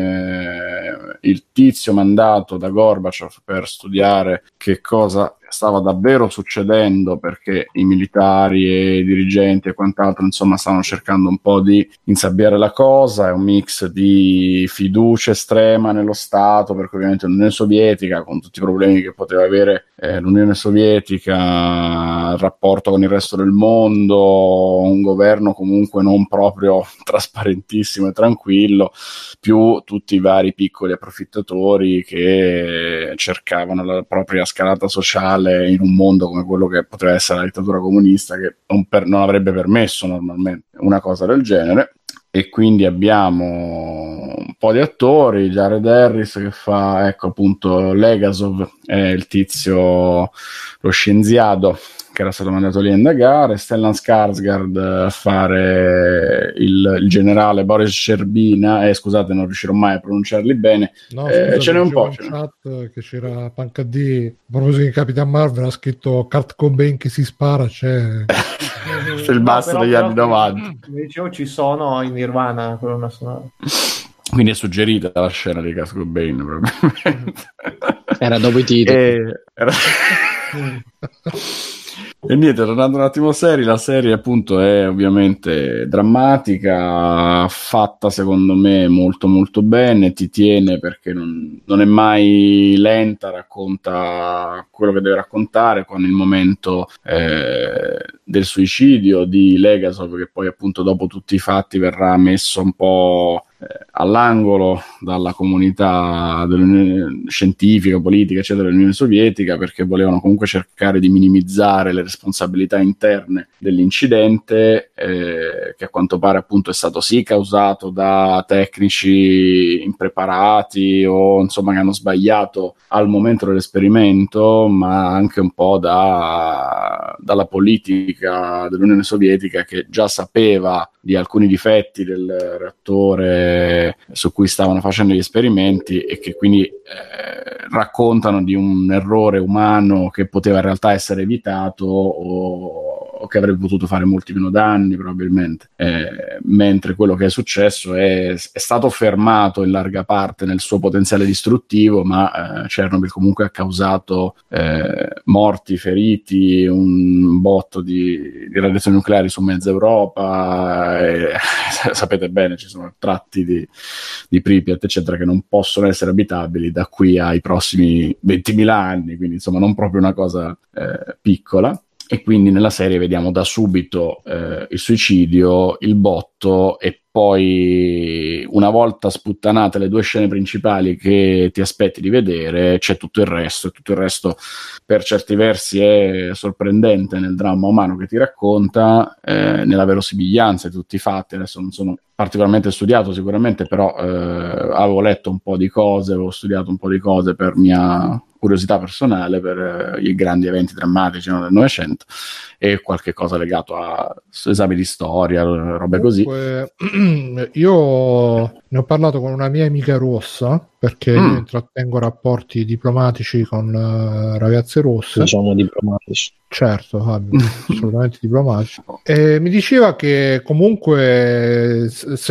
il tizio mandato da Gorbaciov per studiare che cosa stava davvero succedendo, perché i militari e i dirigenti e quant'altro insomma stavano cercando un po' di insabbiare la cosa. È un mix di fiducia estrema nello Stato, perché ovviamente l'Unione Sovietica, con tutti i problemi che poteva avere l'Unione Sovietica, il rapporto con il resto del mondo, un governo comunque non proprio trasparentissimo e tranquillo, più tutti i vari piccoli approfittatori che cercavano la propria scalata sociale in un mondo come quello che poteva essere la dittatura comunista, che non avrebbe permesso normalmente una cosa del genere. E quindi abbiamo un po' di attori, Jared Harris che fa, ecco appunto, Legasov, è il tizio, lo scienziato che era stato mandato lì a indagare, Stellan Skarsgård a fare il generale Boris Sherbina, scusate, non riuscirò mai a pronunciarli bene. No, scusate, ce n'è un po'. Chat che c'era PancaD, a proposito di Capitan Marvel, ha scritto Kurt Cobain che si spara, c'è il basso degli anni 90. Dicevo, ci sono in Nirvana colonna sonora. Quindi è suggerita la scena di Kurt Cobain, probabilmente. Era dopo i titoli. E niente, tornando un attimo la serie appunto è ovviamente drammatica, fatta secondo me molto molto bene, ti tiene perché non è mai lenta, racconta quello che deve raccontare, con il momento del suicidio di Legasov, che poi appunto dopo tutti i fatti verrà messo un po' all'angolo dalla comunità scientifica, politica, eccetera, dell'Unione Sovietica, perché volevano comunque cercare di minimizzare le responsabilità interne dell'incidente, che a quanto pare appunto è stato sì causato da tecnici impreparati o insomma che hanno sbagliato al momento dell'esperimento, ma anche un po' dalla politica dell'Unione Sovietica, che già sapeva di alcuni difetti del reattore su cui stavano facendo gli esperimenti e che quindi raccontano di un errore umano che poteva in realtà essere evitato o che avrebbe potuto fare molti meno danni probabilmente, mentre quello che è successo è stato fermato in larga parte nel suo potenziale distruttivo, ma Chernobyl comunque ha causato morti, feriti, un botto di radiazioni nucleari su mezza Europa, sapete bene ci sono tratti di Pripyat eccetera che non possono essere abitabili da qui ai prossimi 20.000 anni, quindi insomma non proprio una cosa piccola. E quindi nella serie vediamo da subito il suicidio, il botto, e poi una volta sputtanate le 2 scene principali che ti aspetti di vedere c'è tutto il resto, e tutto il resto per certi versi è sorprendente nel dramma umano che ti racconta, nella verosimiglianza di tutti i fatti. Adesso non sono particolarmente studiato sicuramente, però avevo letto un po' di cose, avevo studiato un po' di cose per mia curiosità personale per i grandi eventi drammatici del Novecento e qualche cosa legato a esami di storia, robe così. Io ne ho parlato con una mia amica rossa, perché io intrattengo rapporti diplomatici con ragazze rosse. Diciamo diplomatici. Certo, assolutamente diplomatici. E mi diceva che comunque,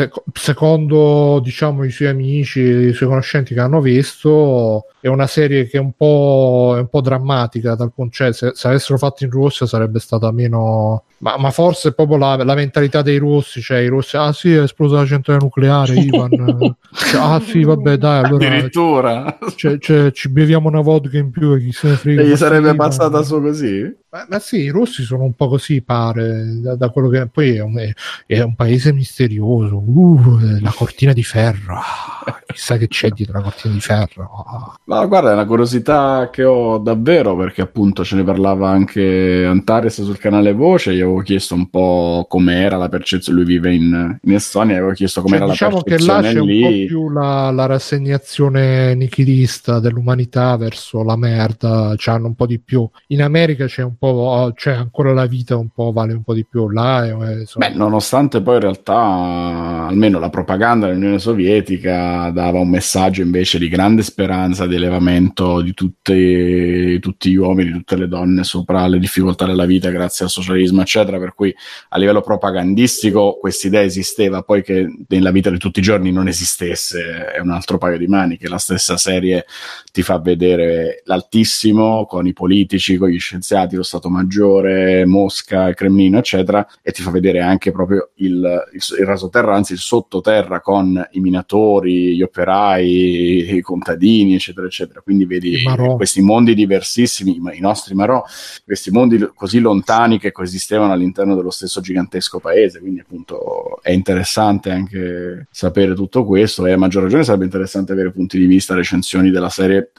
secondo diciamo i suoi amici, i suoi conoscenti che hanno visto, è una serie che è un po' drammatica dal punto, cioè se avessero fatto in Russia sarebbe stata meno, ma forse è proprio la mentalità dei russi, cioè i russi, ah sì, è esplosa la centrale nucleare, Ivan, ah sì, vabbè dai, allora addirittura ci beviamo una vodka in più e chi se ne frega, e gli sarebbe passata su così. Ma sì, i russi sono un po' così, pare, da quello che poi è un paese misterioso, la cortina di ferro, chissà che c'è dietro la cortina di ferro. Ma guarda, è una curiosità che ho davvero, perché appunto ce ne parlava anche Antares sul canale Voce. Io avevo chiesto un po' com'era la percezione, lui vive in Estonia, avevo chiesto com'era diciamo la percezione. Diciamo che là c'è lì. Un po' più la rassegnazione nichilista dell'umanità verso la merda, c'hanno un po' di più. In America c'è un po', c'è ancora la vita un po', vale un po' di più là. Beh, nonostante poi in realtà almeno la propaganda dell'Unione Sovietica dava un messaggio invece di grande speranza, di elevamento di tutti gli uomini, di tutte le donne sopra le difficoltà della vita grazie al socialismo eccetera, per cui a livello propagandistico questa idea esisteva. Poi che nella vita di tutti i giorni non esistesse è un altro paio di maniche. La stessa serie ti fa vedere l'Altissimo con i politici, con gli scienziati, lo Stato Maggiore, Mosca, il Cremlino eccetera, e ti fa vedere anche proprio il rasoterra, anzi il sottoterra, con i minatori, gli operai, i contadini eccetera eccetera. Quindi vedi questi mondi diversissimi, i nostri marò, questi mondi così lontani che coesistevano all'interno dello stesso gigantesco paese. Quindi appunto è interessante anche sapere tutto questo, e a maggior ragione sarebbe interessante avere punti di vista, recensioni della serie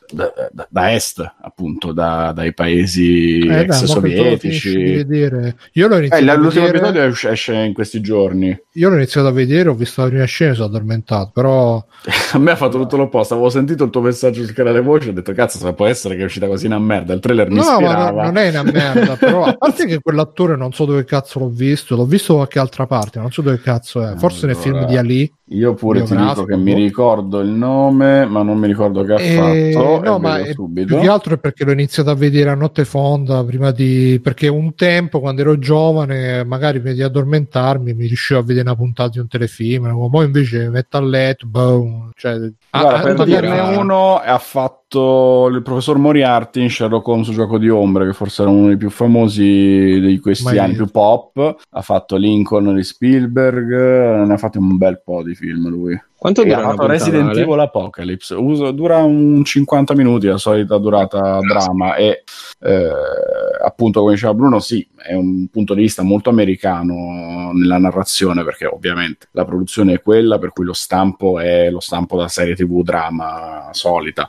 da est, appunto dai paesi ex sovietici. Vedere. Io l'ho iniziato l'ultimo episodio esce in questi giorni. Io l'ho iniziato a vedere, ho visto la prima scena e sono addormentato, però a me ha fatto tutto l'opposto. Avevo sentito il tuo messaggio sul canale Voce, ho detto cazzo, se può essere che è uscita così una merda. Il trailer mi ispirava. Ma non è una merda, però a parte che quell'attore non so dove cazzo l'ho visto da qualche altra parte, non so dove cazzo è, forse nel film di Ali. Io pure ti dico che mi ricordo il nome, ma non mi ricordo che ha fatto. No, ma più che altro è perché l'ho iniziato a vedere a notte fonda perché un tempo quando ero giovane magari prima di addormentarmi mi riuscivo a vedere una puntata di un telefilm, poi invece mi metto a letto, boom, cioè, per dirne uno, ha fatto il professor Moriarty in Sherlock Holmes Gioco di Ombre, che forse era uno dei più famosi di questi anni, più pop. Ha fatto Lincoln di Spielberg, ne ha fatto un bel po' di film lui. Quanto dura? Ha fatto Resident Evil Apocalypse, dura un 50 minuti, la solita durata drama, e appunto come diceva Bruno, sì, è un punto di vista molto americano nella narrazione, perché ovviamente la produzione è quella, per cui lo stampo è lo stampo da serie TV drama solita.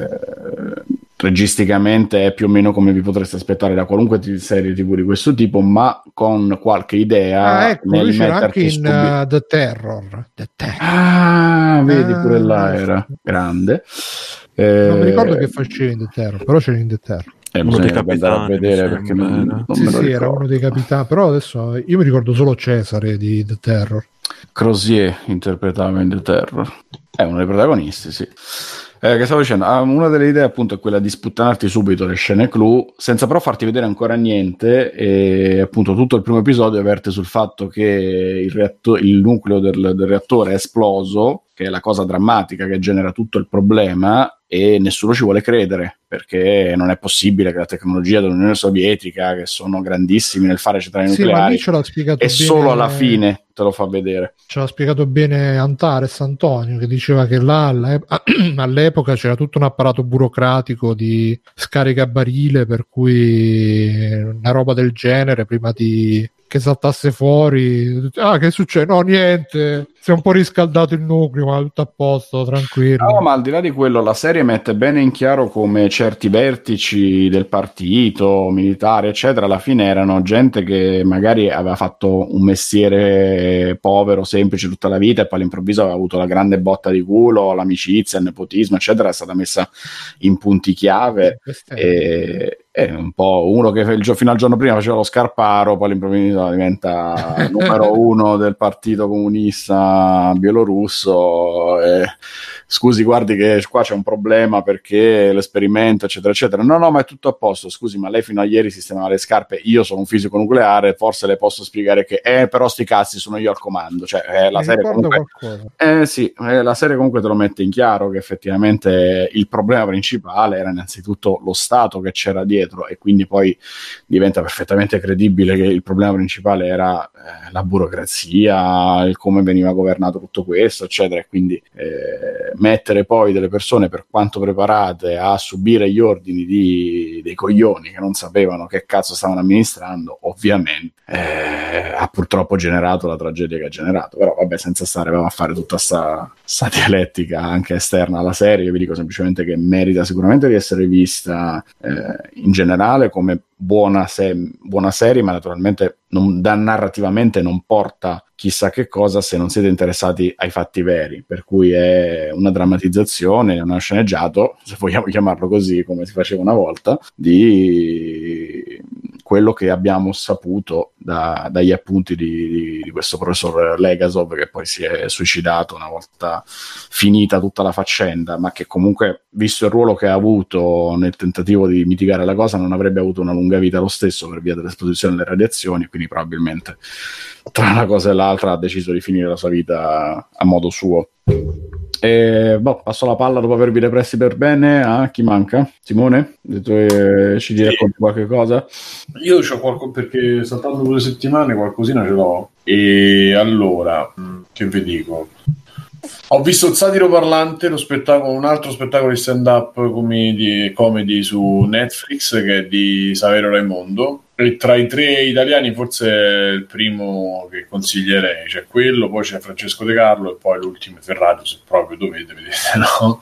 Registicamente è più o meno come vi potreste aspettare da qualunque serie TV di questo tipo, ma con qualche idea. Ecco, lui c'era anche in The Terror. Vedi, pure là era grande. Non mi ricordo che faceva in The Terror, però c'era in The Terror. Uno dei capitani, a vedere perché non sì, era uno dei capitani, però adesso io mi ricordo solo Cesare di The Terror. Crozier interpretava in The Terror, è uno dei protagonisti, sì. Che stavo dicendo, una delle idee appunto è quella di sputtanarti subito le scene clou senza però farti vedere ancora niente, e appunto tutto il primo episodio verte sul fatto che il nucleo del reattore è esploso, che è la cosa drammatica che genera tutto il problema, e nessuno ci vuole credere, perché non è possibile che la tecnologia dell'Unione Sovietica, che sono grandissimi nel fare centrali nucleari, e solo alla fine te lo fa vedere. Ce l'ha spiegato bene Antares Antonio, che diceva che là all'epoca c'era tutto un apparato burocratico di scaricabarile, per cui una roba del genere prima di che saltasse fuori, che succede? No, niente, si è un po' riscaldato il nucleo, ma tutto a posto, tranquillo. No, ma al di là di quello, la serie mette bene in chiaro come certi vertici del partito, militare, eccetera, alla fine erano gente che magari aveva fatto un mestiere povero, semplice tutta la vita, e poi all'improvviso aveva avuto la grande botta di culo, l'amicizia, il nepotismo, eccetera, è stata messa in punti chiave. È un po' uno che fino al giorno prima faceva lo scarparo, poi all'improvviso diventa numero uno del partito comunista bielorusso. Scusi, guardi che qua c'è un problema perché l'esperimento, eccetera, eccetera. No, ma è tutto a posto. Scusi, ma lei fino a ieri sistemava le scarpe. Io sono un fisico nucleare, forse le posso spiegare che però sti cazzi sono io al comando. Cioè, la serie comunque la serie comunque te lo mette in chiaro che effettivamente il problema principale era innanzitutto lo Stato che c'era dietro, e quindi poi diventa perfettamente credibile che il problema principale era la burocrazia, il come veniva governato tutto questo, eccetera. E quindi mettere poi delle persone, per quanto preparate, a subire gli ordini dei coglioni che non sapevano che cazzo stavano amministrando, ovviamente ha purtroppo generato la tragedia che ha generato. Però vabbè, senza stare a fare tutta sta dialettica anche esterna alla serie, io vi dico semplicemente che merita sicuramente di essere vista in generale come buona serie, ma naturalmente narrativamente non porta chissà che cosa se non siete interessati ai fatti veri, per cui è una drammatizzazione, una sceneggiato, se vogliamo chiamarlo così, come si faceva una volta, di quello che abbiamo saputo dagli appunti di questo professor Legasov, che poi si è suicidato una volta finita tutta la faccenda, ma che comunque, visto il ruolo che ha avuto nel tentativo di mitigare la cosa, non avrebbe avuto una lunga vita lo stesso per via dell'esposizione alle radiazioni, quindi probabilmente tra una cosa e l'altra ha deciso di finire la sua vita a modo suo. Passo la palla dopo avervi depressi per bene a chi manca. Simone, ci racconti qualche cosa? Io c'ho qualcosa, perché saltando 2 settimane qualcosina ce l'ho. E allora, che vi dico? Ho visto Il Satiro Parlante, un altro spettacolo di stand-up comedy su Netflix, che è di Saverio Raimondo. E tra i 3 italiani forse è il primo che consiglierei. C'è quello, poi c'è Francesco De Carlo e poi l'ultimo Ferrario, se proprio dovete vedere, no?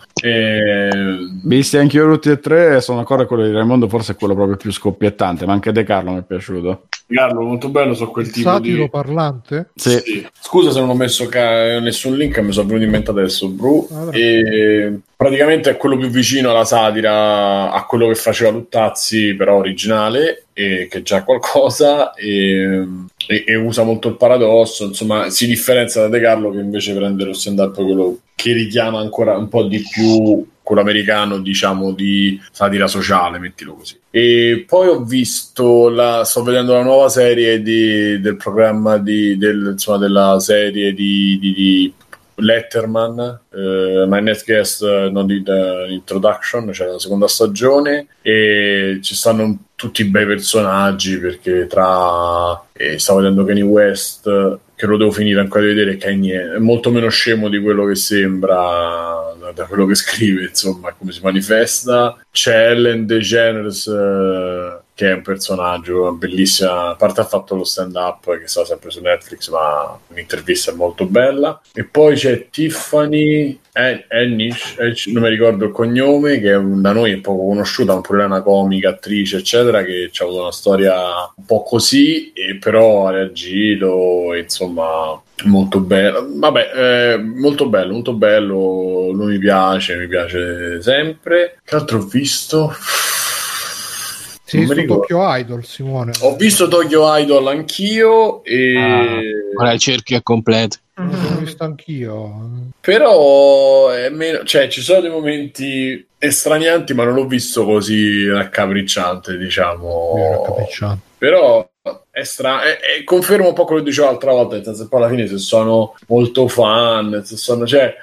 Visti anche io tutti e 3, sono d'accordo, quello di Raimondo forse è quello proprio più scoppiettante, ma anche De Carlo mi è piaciuto. Carlo, molto bello, so quel tipo Satiro Parlante? Sì. Scusa se non ho messo nessun link, mi sono venuto in mente adesso, bro. E praticamente è quello più vicino alla satira, a quello che faceva Luttazzi, però originale, e che già è qualcosa, e usa molto il paradosso, insomma si differenzia da De Carlo, che invece prende lo stand-up quello che richiama ancora un po' di più quello americano, diciamo, di satira sociale, mettilo così. E poi ho visto sto vedendo la nuova serie del programma della serie di Letterman, My Next Guest Not Introduction, cioè la seconda stagione, e ci stanno tutti bei personaggi, perché stavo vedendo Kanye West, che lo devo finire ancora di vedere. Kanye è molto meno scemo di quello che sembra da quello che scrive, insomma, come si manifesta. C'è Ellen DeGeneres, che è un personaggio bellissima, a parte ha fatto lo stand-up che sta sempre su Netflix, ma l'intervista è molto bella. E poi c'è Tiffany Ennish, non mi ricordo il cognome, che da noi è poco conosciuta, ma pure è una comica, attrice eccetera, che ha avuto una storia un po' così, e però ha reagito, insomma molto bello, vabbè, molto bello, lui mi piace sempre. Che altro ho visto? Sì, su Tokyo Idol, Simone. Ho visto Tokyo Idol anch'io e ora il cerchio è completo. L'ho visto anch'io. Però è meno, cioè ci sono dei momenti estranianti, ma non l'ho visto così raccapricciante, diciamo. Raccapricciante. Però è strano, e confermo un po' quello che dicevo l'altra volta, nel senso, poi alla fine se sono molto fan, se sono, cioè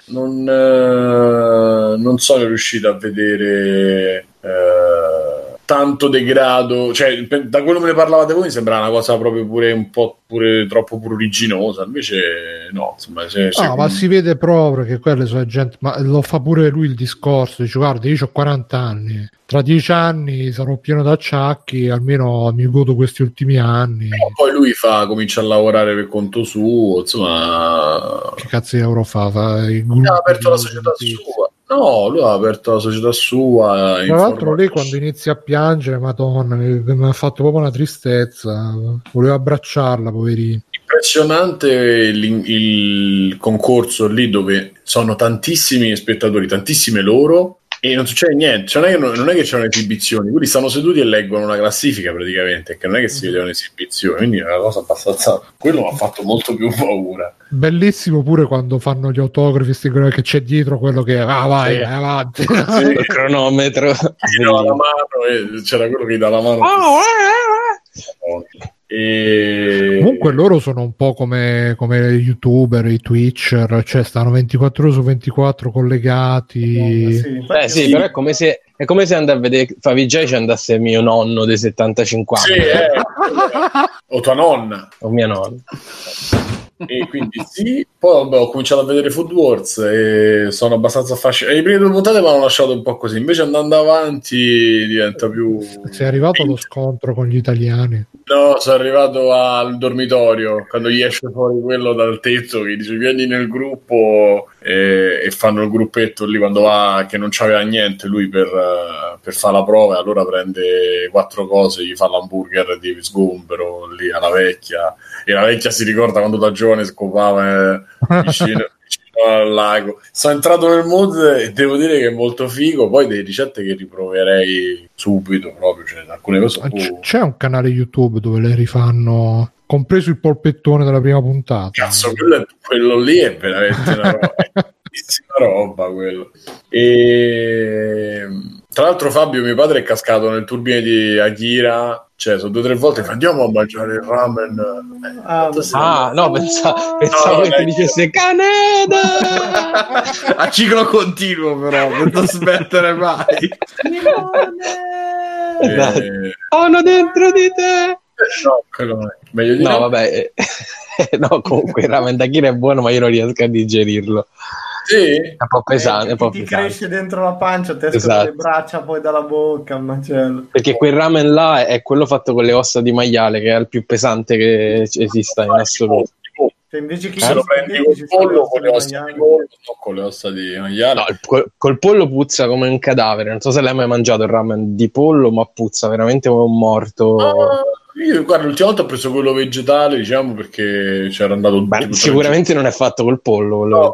non sono riuscito a vedere tanto degrado, cioè da quello che me ne parlavate voi mi sembra una cosa proprio pure un po' pure troppo pruriginosa, invece no, insomma, ma si vede proprio che quelle sono gente, ma lo fa pure lui il discorso, dice guarda, io ho 40 anni, tra 10 anni sarò pieno d'acciacchi, almeno mi godo questi ultimi anni. Poi lui comincia a lavorare per conto suo, insomma, che cazzo di euro fa ha aperto la società sua. No, lui ha aperto la società sua. Tra l'altro lei quando inizia a piangere, madonna, mi ha fatto proprio una tristezza, volevo abbracciarla, poverino. Impressionante il concorso lì, dove sono tantissimi spettatori, tantissime loro, e non succede niente, cioè non è che c'erano esibizioni, quelli stanno seduti e leggono una classifica praticamente, che non è che si vedevano esibizioni, quindi è una cosa abbastanza, quello mi ha fatto molto più paura. Bellissimo pure quando fanno gli autografi, che c'è dietro quello che vai avanti, il cronometro, gli dava la mano e c'era quello che gli dà la mano. E... comunque loro sono un po' come gli youtuber, i twitcher, cioè stanno 24 ore su 24 collegati. Sì, però è come se andare a vedere Favij ci andasse mio nonno dei 75 anni. Sì, o tua nonna o mia nonna. E quindi sì, poi ho cominciato a vedere Food Wars e sono abbastanza affascinato. Le prime 2 puntate mi hanno lasciato un po' così, invece andando avanti diventa più... Sei arrivato allo scontro con gli italiani? No, sono arrivato al dormitorio, quando gli esce fuori quello dal tetto che dice vieni nel gruppo, e fanno il gruppetto lì quando va, che non c'aveva niente lui per fare la prova, e allora prende 4 cose, gli fa l'hamburger di sgombero lì alla vecchia, e la vecchia si ricorda quando da giovane scopava vicino al lago. Sono entrato nel mood e devo dire che è molto figo. Poi delle ricette che riproverei subito proprio, cioè, alcune cose c'è un canale YouTube dove le rifanno, compreso il polpettone della prima puntata. Cazzo, quello lì è veramente una roba, roba quello. E tra l'altro Fabio, mio padre, è cascato nel turbine di Akira, cioè sono 2 o 3 volte che andiamo a mangiare il ramen. No, pensavo che ti dicesse Canada a ciclo continuo, però non smettere mai. Sono dentro di te. No, quello è meglio di no, vabbè. No, comunque il ramen d'Akira è buono, ma io non riesco a digerirlo. Sì? È un po' pesante, ti cresce dentro la pancia, ti escono le braccia poi dalla bocca, un macello. Perché quel ramen là è quello fatto con le ossa di maiale, che è il più pesante che esista in assoluto. Cioè, invece che se lo prendi col pollo con le ossa di pollo, no, con le ossa di maiale. No, col pollo puzza come un cadavere. Non so se l'hai mai mangiato il ramen di pollo, ma puzza veramente come un morto. Io guarda, l'ultima volta ho preso quello vegetale, diciamo, perché c'era andato. Sicuramente non è fatto col pollo, quello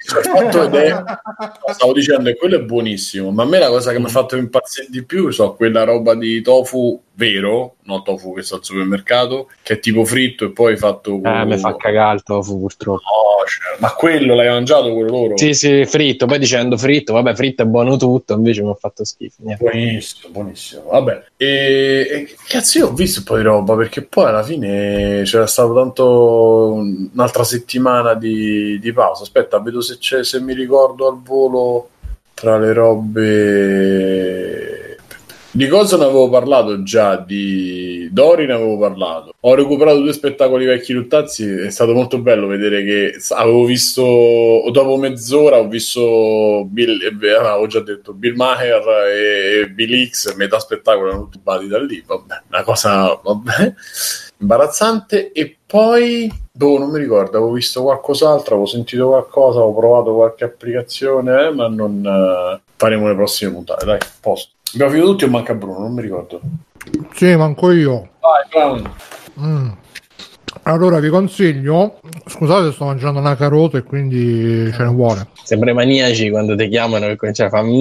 stavo dicendo che quello è buonissimo, ma a me la cosa che mi ha fatto impazzire di più quella roba di tofu vero, no tofu che sta al supermercato, che è tipo fritto e poi fatto mi fa cagare il tofu, purtroppo. No, cioè, ma quello l'hai mangiato, quello loro? Sì, fritto, poi dicendo fritto, vabbè, fritto è buono tutto, invece mi ha fatto schifo. Buonissimo, vabbè. E cazzo, io ho visto un po' di roba, perché poi alla fine c'era stato tanto un'altra settimana di pausa. Aspetta, vedo se mi ricordo al volo tra le robe. Di cosa ne avevo parlato già? Di Dori ne avevo parlato. Ho recuperato 2 spettacoli vecchi Luttazzi. È stato molto bello vedere che avevo visto, dopo mezz'ora ho visto avevo già detto Bill Maher e Bill X, metà spettacolo erano tutti bati da lì. Vabbè, una cosa imbarazzante. E poi non mi ricordo, avevo visto qualcos'altro, avevo sentito qualcosa, avevo provato qualche applicazione, ma non faremo le prossime puntate, dai, posto. Abbiamo finito tutti o manca Bruno, non mi ricordo. Sì, manco io. Vai, Clown. Allora vi consiglio, scusate, sto mangiando una carota e quindi ce ne vuole. Sembra i maniaci quando ti chiamano e cominciano a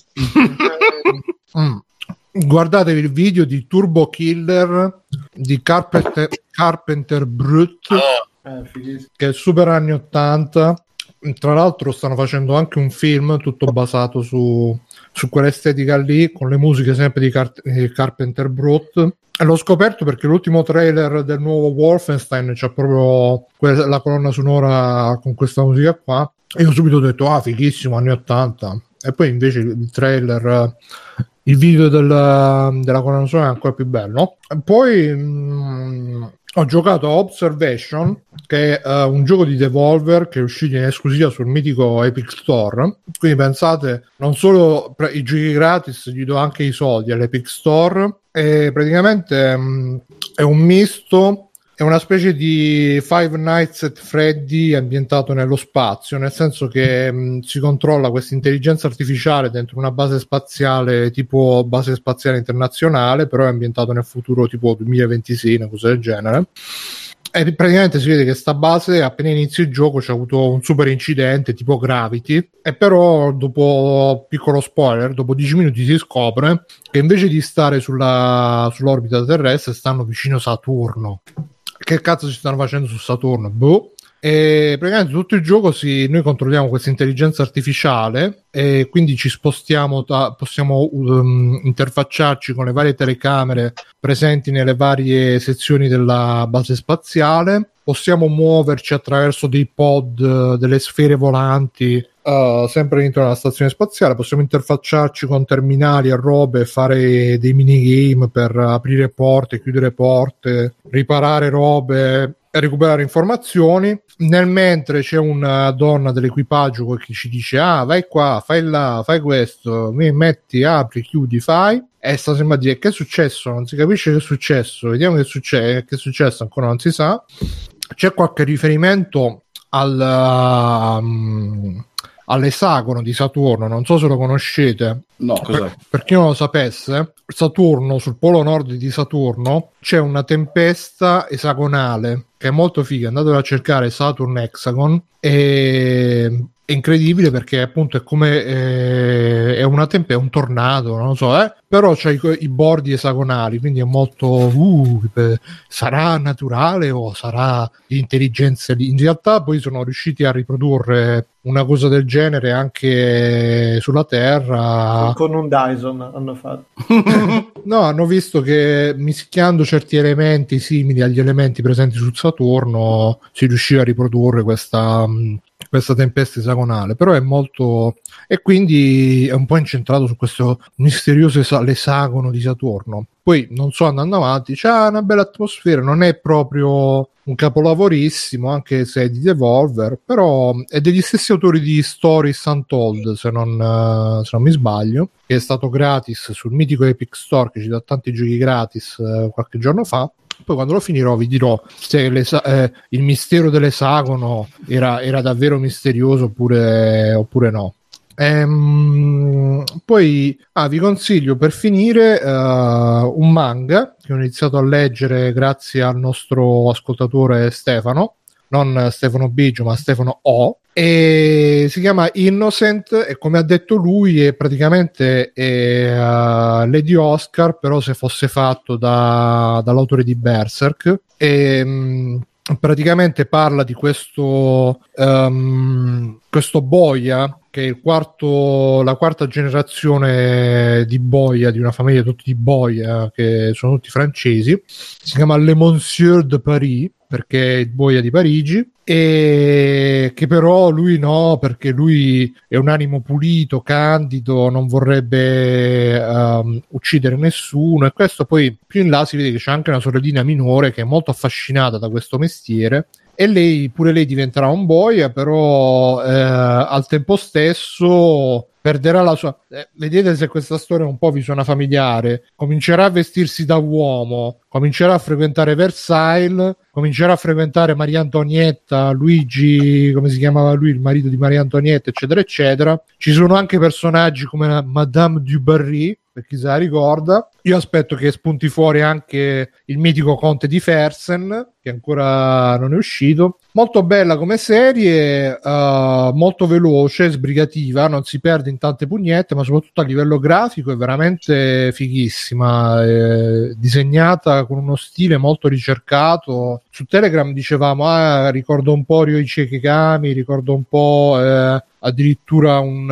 fare Guardatevi il video di Turbo Killer di Carpenter Brut, che è super anni 80. Tra l'altro stanno facendo anche un film tutto basato su quell'estetica lì, con le musiche sempre di Carpenter Brut. E l'ho scoperto perché l'ultimo trailer del nuovo Wolfenstein c'è proprio la colonna sonora con questa musica qua, e io subito ho detto fighissimo, anni 80. E poi invece il trailer, il video della colonna sonora è ancora più bello. E poi ho giocato a Observation, che è un gioco di Devolver che è uscito in esclusiva sul mitico Epic Store. Quindi pensate, non solo i giochi gratis, gli do anche i soldi all'Epic Store. E praticamente è un misto, è una specie di Five Nights at Freddy ambientato nello spazio, nel senso che si controlla questa intelligenza artificiale dentro una base spaziale, tipo base spaziale internazionale, però è ambientato nel futuro tipo 2026, una cosa del genere. E praticamente si vede che sta base, appena inizia il gioco, c'è avuto un super incidente tipo Gravity, e però dopo, piccolo spoiler, dopo 10 minuti si scopre che invece di stare sull'orbita terrestre stanno vicino Saturno. Che cazzo ci stanno facendo su Saturno? E praticamente tutto il gioco noi controlliamo questa intelligenza artificiale e quindi ci spostiamo, possiamo interfacciarci con le varie telecamere presenti nelle varie sezioni della base spaziale, possiamo muoverci attraverso dei pod, delle sfere volanti, sempre all'interno della stazione spaziale, possiamo interfacciarci con terminali e robe, fare dei minigame per aprire porte, chiudere porte, riparare robe e recuperare informazioni. Nel mentre c'è una donna dell'equipaggio che ci dice vai qua, fai là, fai questo, metti, apri, chiudi, fai, e sta sempre a dire che è successo, non si capisce che è successo, vediamo che è successo, ancora non si sa. C'è qualche riferimento all'esagono di Saturno, non so se lo conoscete. No, cos'è? Per chi non lo sapesse, Saturno, sul polo nord di Saturno c'è una tempesta esagonale che è molto figa, andatelo a cercare, Saturn Hexagon, e è incredibile perché appunto è come è un tornado, non lo so, però c'ha i bordi esagonali, quindi è molto sarà naturale o sarà di intelligenza lì. In realtà poi sono riusciti a riprodurre una cosa del genere anche sulla Terra con un Dyson hanno fatto. No, hanno visto che mischiando certi elementi simili agli elementi presenti su Saturno si riusciva a riprodurre questa tempesta esagonale, però è molto, e quindi è un po' incentrato su questo misterioso l'esagono di Saturno. Poi non so, andando avanti c'ha una bella atmosfera, non è proprio un capolavorissimo, anche se è di Devolver, però è degli stessi autori di Stories Untold, se non mi sbaglio, che è stato gratis sul mitico Epic Store, che ci dà tanti giochi gratis qualche giorno fa. Poi quando lo finirò vi dirò se il mistero dell'esagono era davvero misterioso oppure no. Poi vi consiglio per finire un manga che ho iniziato a leggere grazie al nostro ascoltatore Stefano, non Stefano Biggio ma Stefano O, e si chiama Innocent, e come ha detto lui è praticamente Lady Oscar, però se fosse fatto dall'autore di Berserk, e praticamente parla di questo boia che è la quarta generazione di boia, di una famiglia tutti di boia che sono tutti francesi. Si chiama Le Monsieur de Paris perché è il boia di Parigi, e che però lui no, perché lui è un animo pulito, candido, non vorrebbe uccidere nessuno, e questo poi più in là si vede che c'è anche una sorellina minore che è molto affascinata da questo mestiere, e lei pure lei diventerà un boia, però al tempo stesso perderà la sua... vedete se questa storia un po' vi suona familiare. Comincerà a vestirsi da uomo, comincerà a frequentare Versailles, comincerà a frequentare Maria Antonietta, Luigi, come si chiamava lui, il marito di Maria Antonietta, eccetera eccetera. Ci sono anche personaggi come Madame du Barry, per chi se la ricorda. Io aspetto che spunti fuori anche il mitico Conte di Fersen, che ancora non è uscito. Molto bella come serie, molto veloce, sbrigativa, non si perde in tante pugnette, ma soprattutto a livello grafico è veramente fighissima, disegnata con uno stile molto ricercato. Su Telegram dicevamo, ricordo un po' Ryoichi Kigami, ricordo un po' addirittura un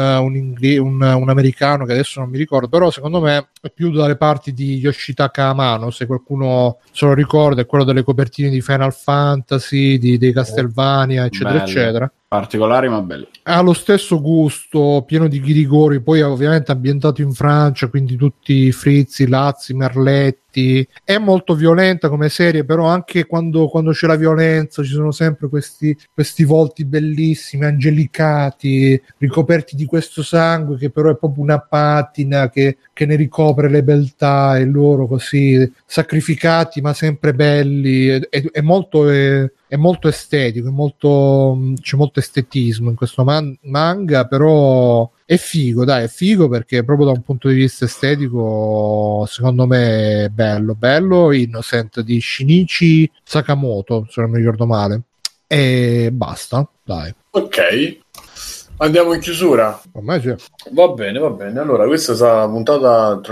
americano che adesso non mi ricordo, però secondo me è più dalle parti di Yoshitaka Amano, se qualcuno se lo ricorda, è quello delle copertine di Final Fantasy, dei Castlevania, eccetera bello. Eccetera. Particolari ma belli. Ha lo stesso gusto, pieno di ghirigori, poi ovviamente ambientato in Francia, quindi tutti frizzi, lazzi, merletti. È molto violenta come serie, però anche quando c'è la violenza ci sono sempre questi volti bellissimi, angelicati, ricoperti di questo sangue che però è proprio una patina che ne ricopre le beltà, e loro così sacrificati ma sempre belli. È molto estetico, c'è molto estetismo in questo manga, però è figo, dai, è figo perché proprio da un punto di vista estetico secondo me è bello Innocent di Shinichi Sakamoto, se non mi ricordo male, e basta, dai. Ok, andiamo in chiusura. Ormai sì. Va bene, allora questa sarà puntata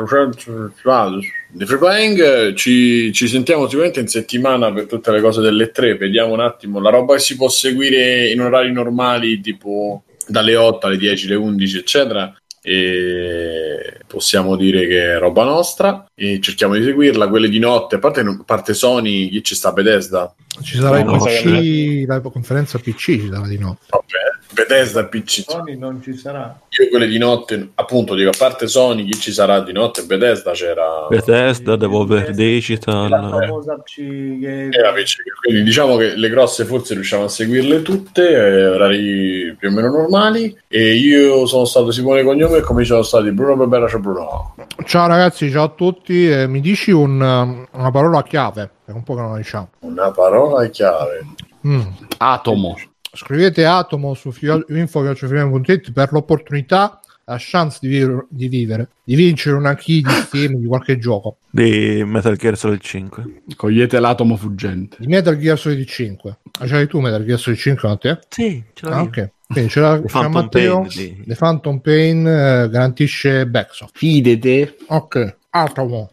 di Free Playing. Ci sentiamo sicuramente in settimana per tutte le cose delle 3. Vediamo un attimo la roba che si può seguire in orari normali, tipo dalle 8 alle 10, alle 11 eccetera, e possiamo dire che è roba nostra e cerchiamo di seguirla. Quelle di notte, a parte Sony, chi ci sta? Bethesda? Ci sarà la conferenza PC, ci sarà di notte. Vabbè, Bethesda PC. Sony non ci sarà. Io quelle di notte, appunto, dico, a parte Sony, chi ci sarà di notte? Bethesda c'era. Bethesda, Devolver Digital. La famosa PC che... la PC. Quindi diciamo che le grosse forse riusciamo a seguirle tutte, orari più o meno normali. E io sono stato Simone Cognome e come sono stati Bruno Barbera. Ciao Bruno. Ciao ragazzi, ciao a tutti. Mi dici una parola chiave? È un po' che non la diciamo. Una parola chiave. Atomo. Scrivete Atomo su info@freemium.it per l'opportunità, la chance di vivere, di vincere una key di Steam di qualche gioco. Di Metal Gear Solid 5. Cogliete l'atomo fuggente. Di Metal Gear Solid 5. C'hai tu Metal Gear Solid 5 a te? Sì, ce l'ho io. Ok. Quindi c'è Matteo. The Phantom Pain garantisce Backsoft. Fidete. Ok. Atomo.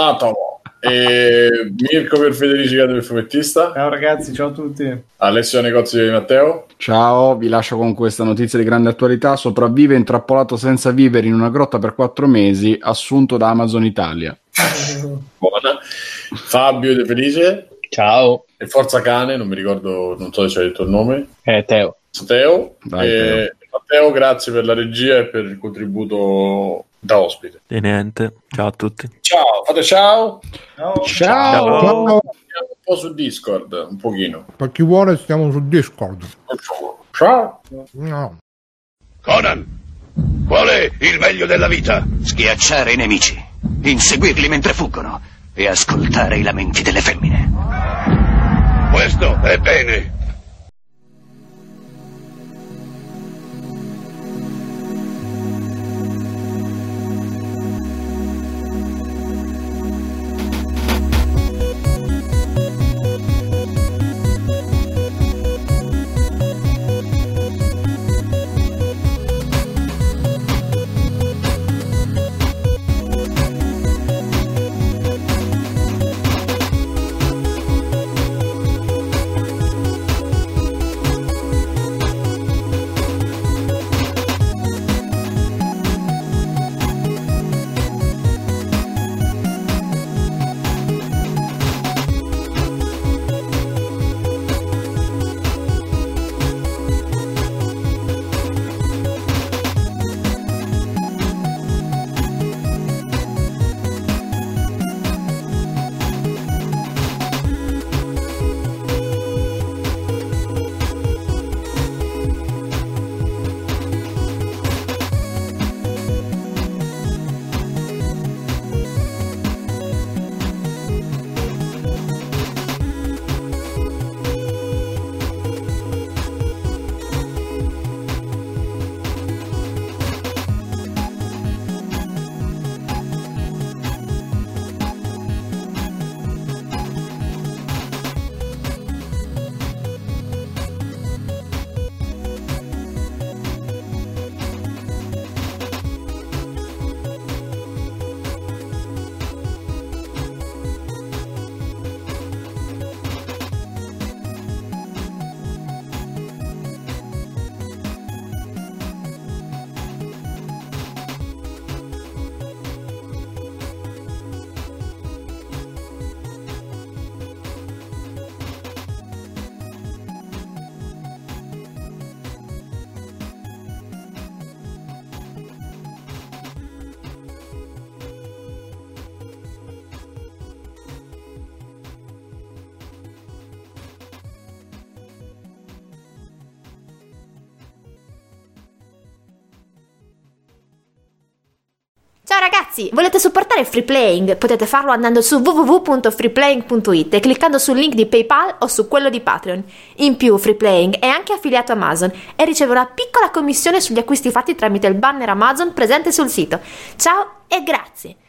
E Mirko per Federici del fumettista. Ciao ragazzi, ciao a tutti. Alessio Negozio di Matteo. Ciao, vi lascio con questa notizia di grande attualità. Sopravvive intrappolato senza vivere in una grotta per 4 mesi, assunto da Amazon Italia. Buona. Fabio De Felice. Ciao. E Forza Cane, non mi ricordo, non so se ci hai detto il nome. Teo. Dai, Teo. Matteo, grazie per la regia e per il contributo da ospite. E niente, ciao a tutti. Ciao, fate ciao. Ciao. Un po' su Discord, un pochino. Per chi vuole stiamo su Discord. Ciao. No. Conan, qual è il meglio della vita? Schiacciare i nemici, inseguirli mentre fuggono e ascoltare i lamenti delle femmine. Questo è bene. Ciao ragazzi, volete supportare Free Playing? Potete farlo andando su www.freeplaying.it e cliccando sul link di PayPal o su quello di Patreon. In più, Free Playing è anche affiliato a Amazon e riceve una piccola commissione sugli acquisti fatti tramite il banner Amazon presente sul sito. Ciao e grazie!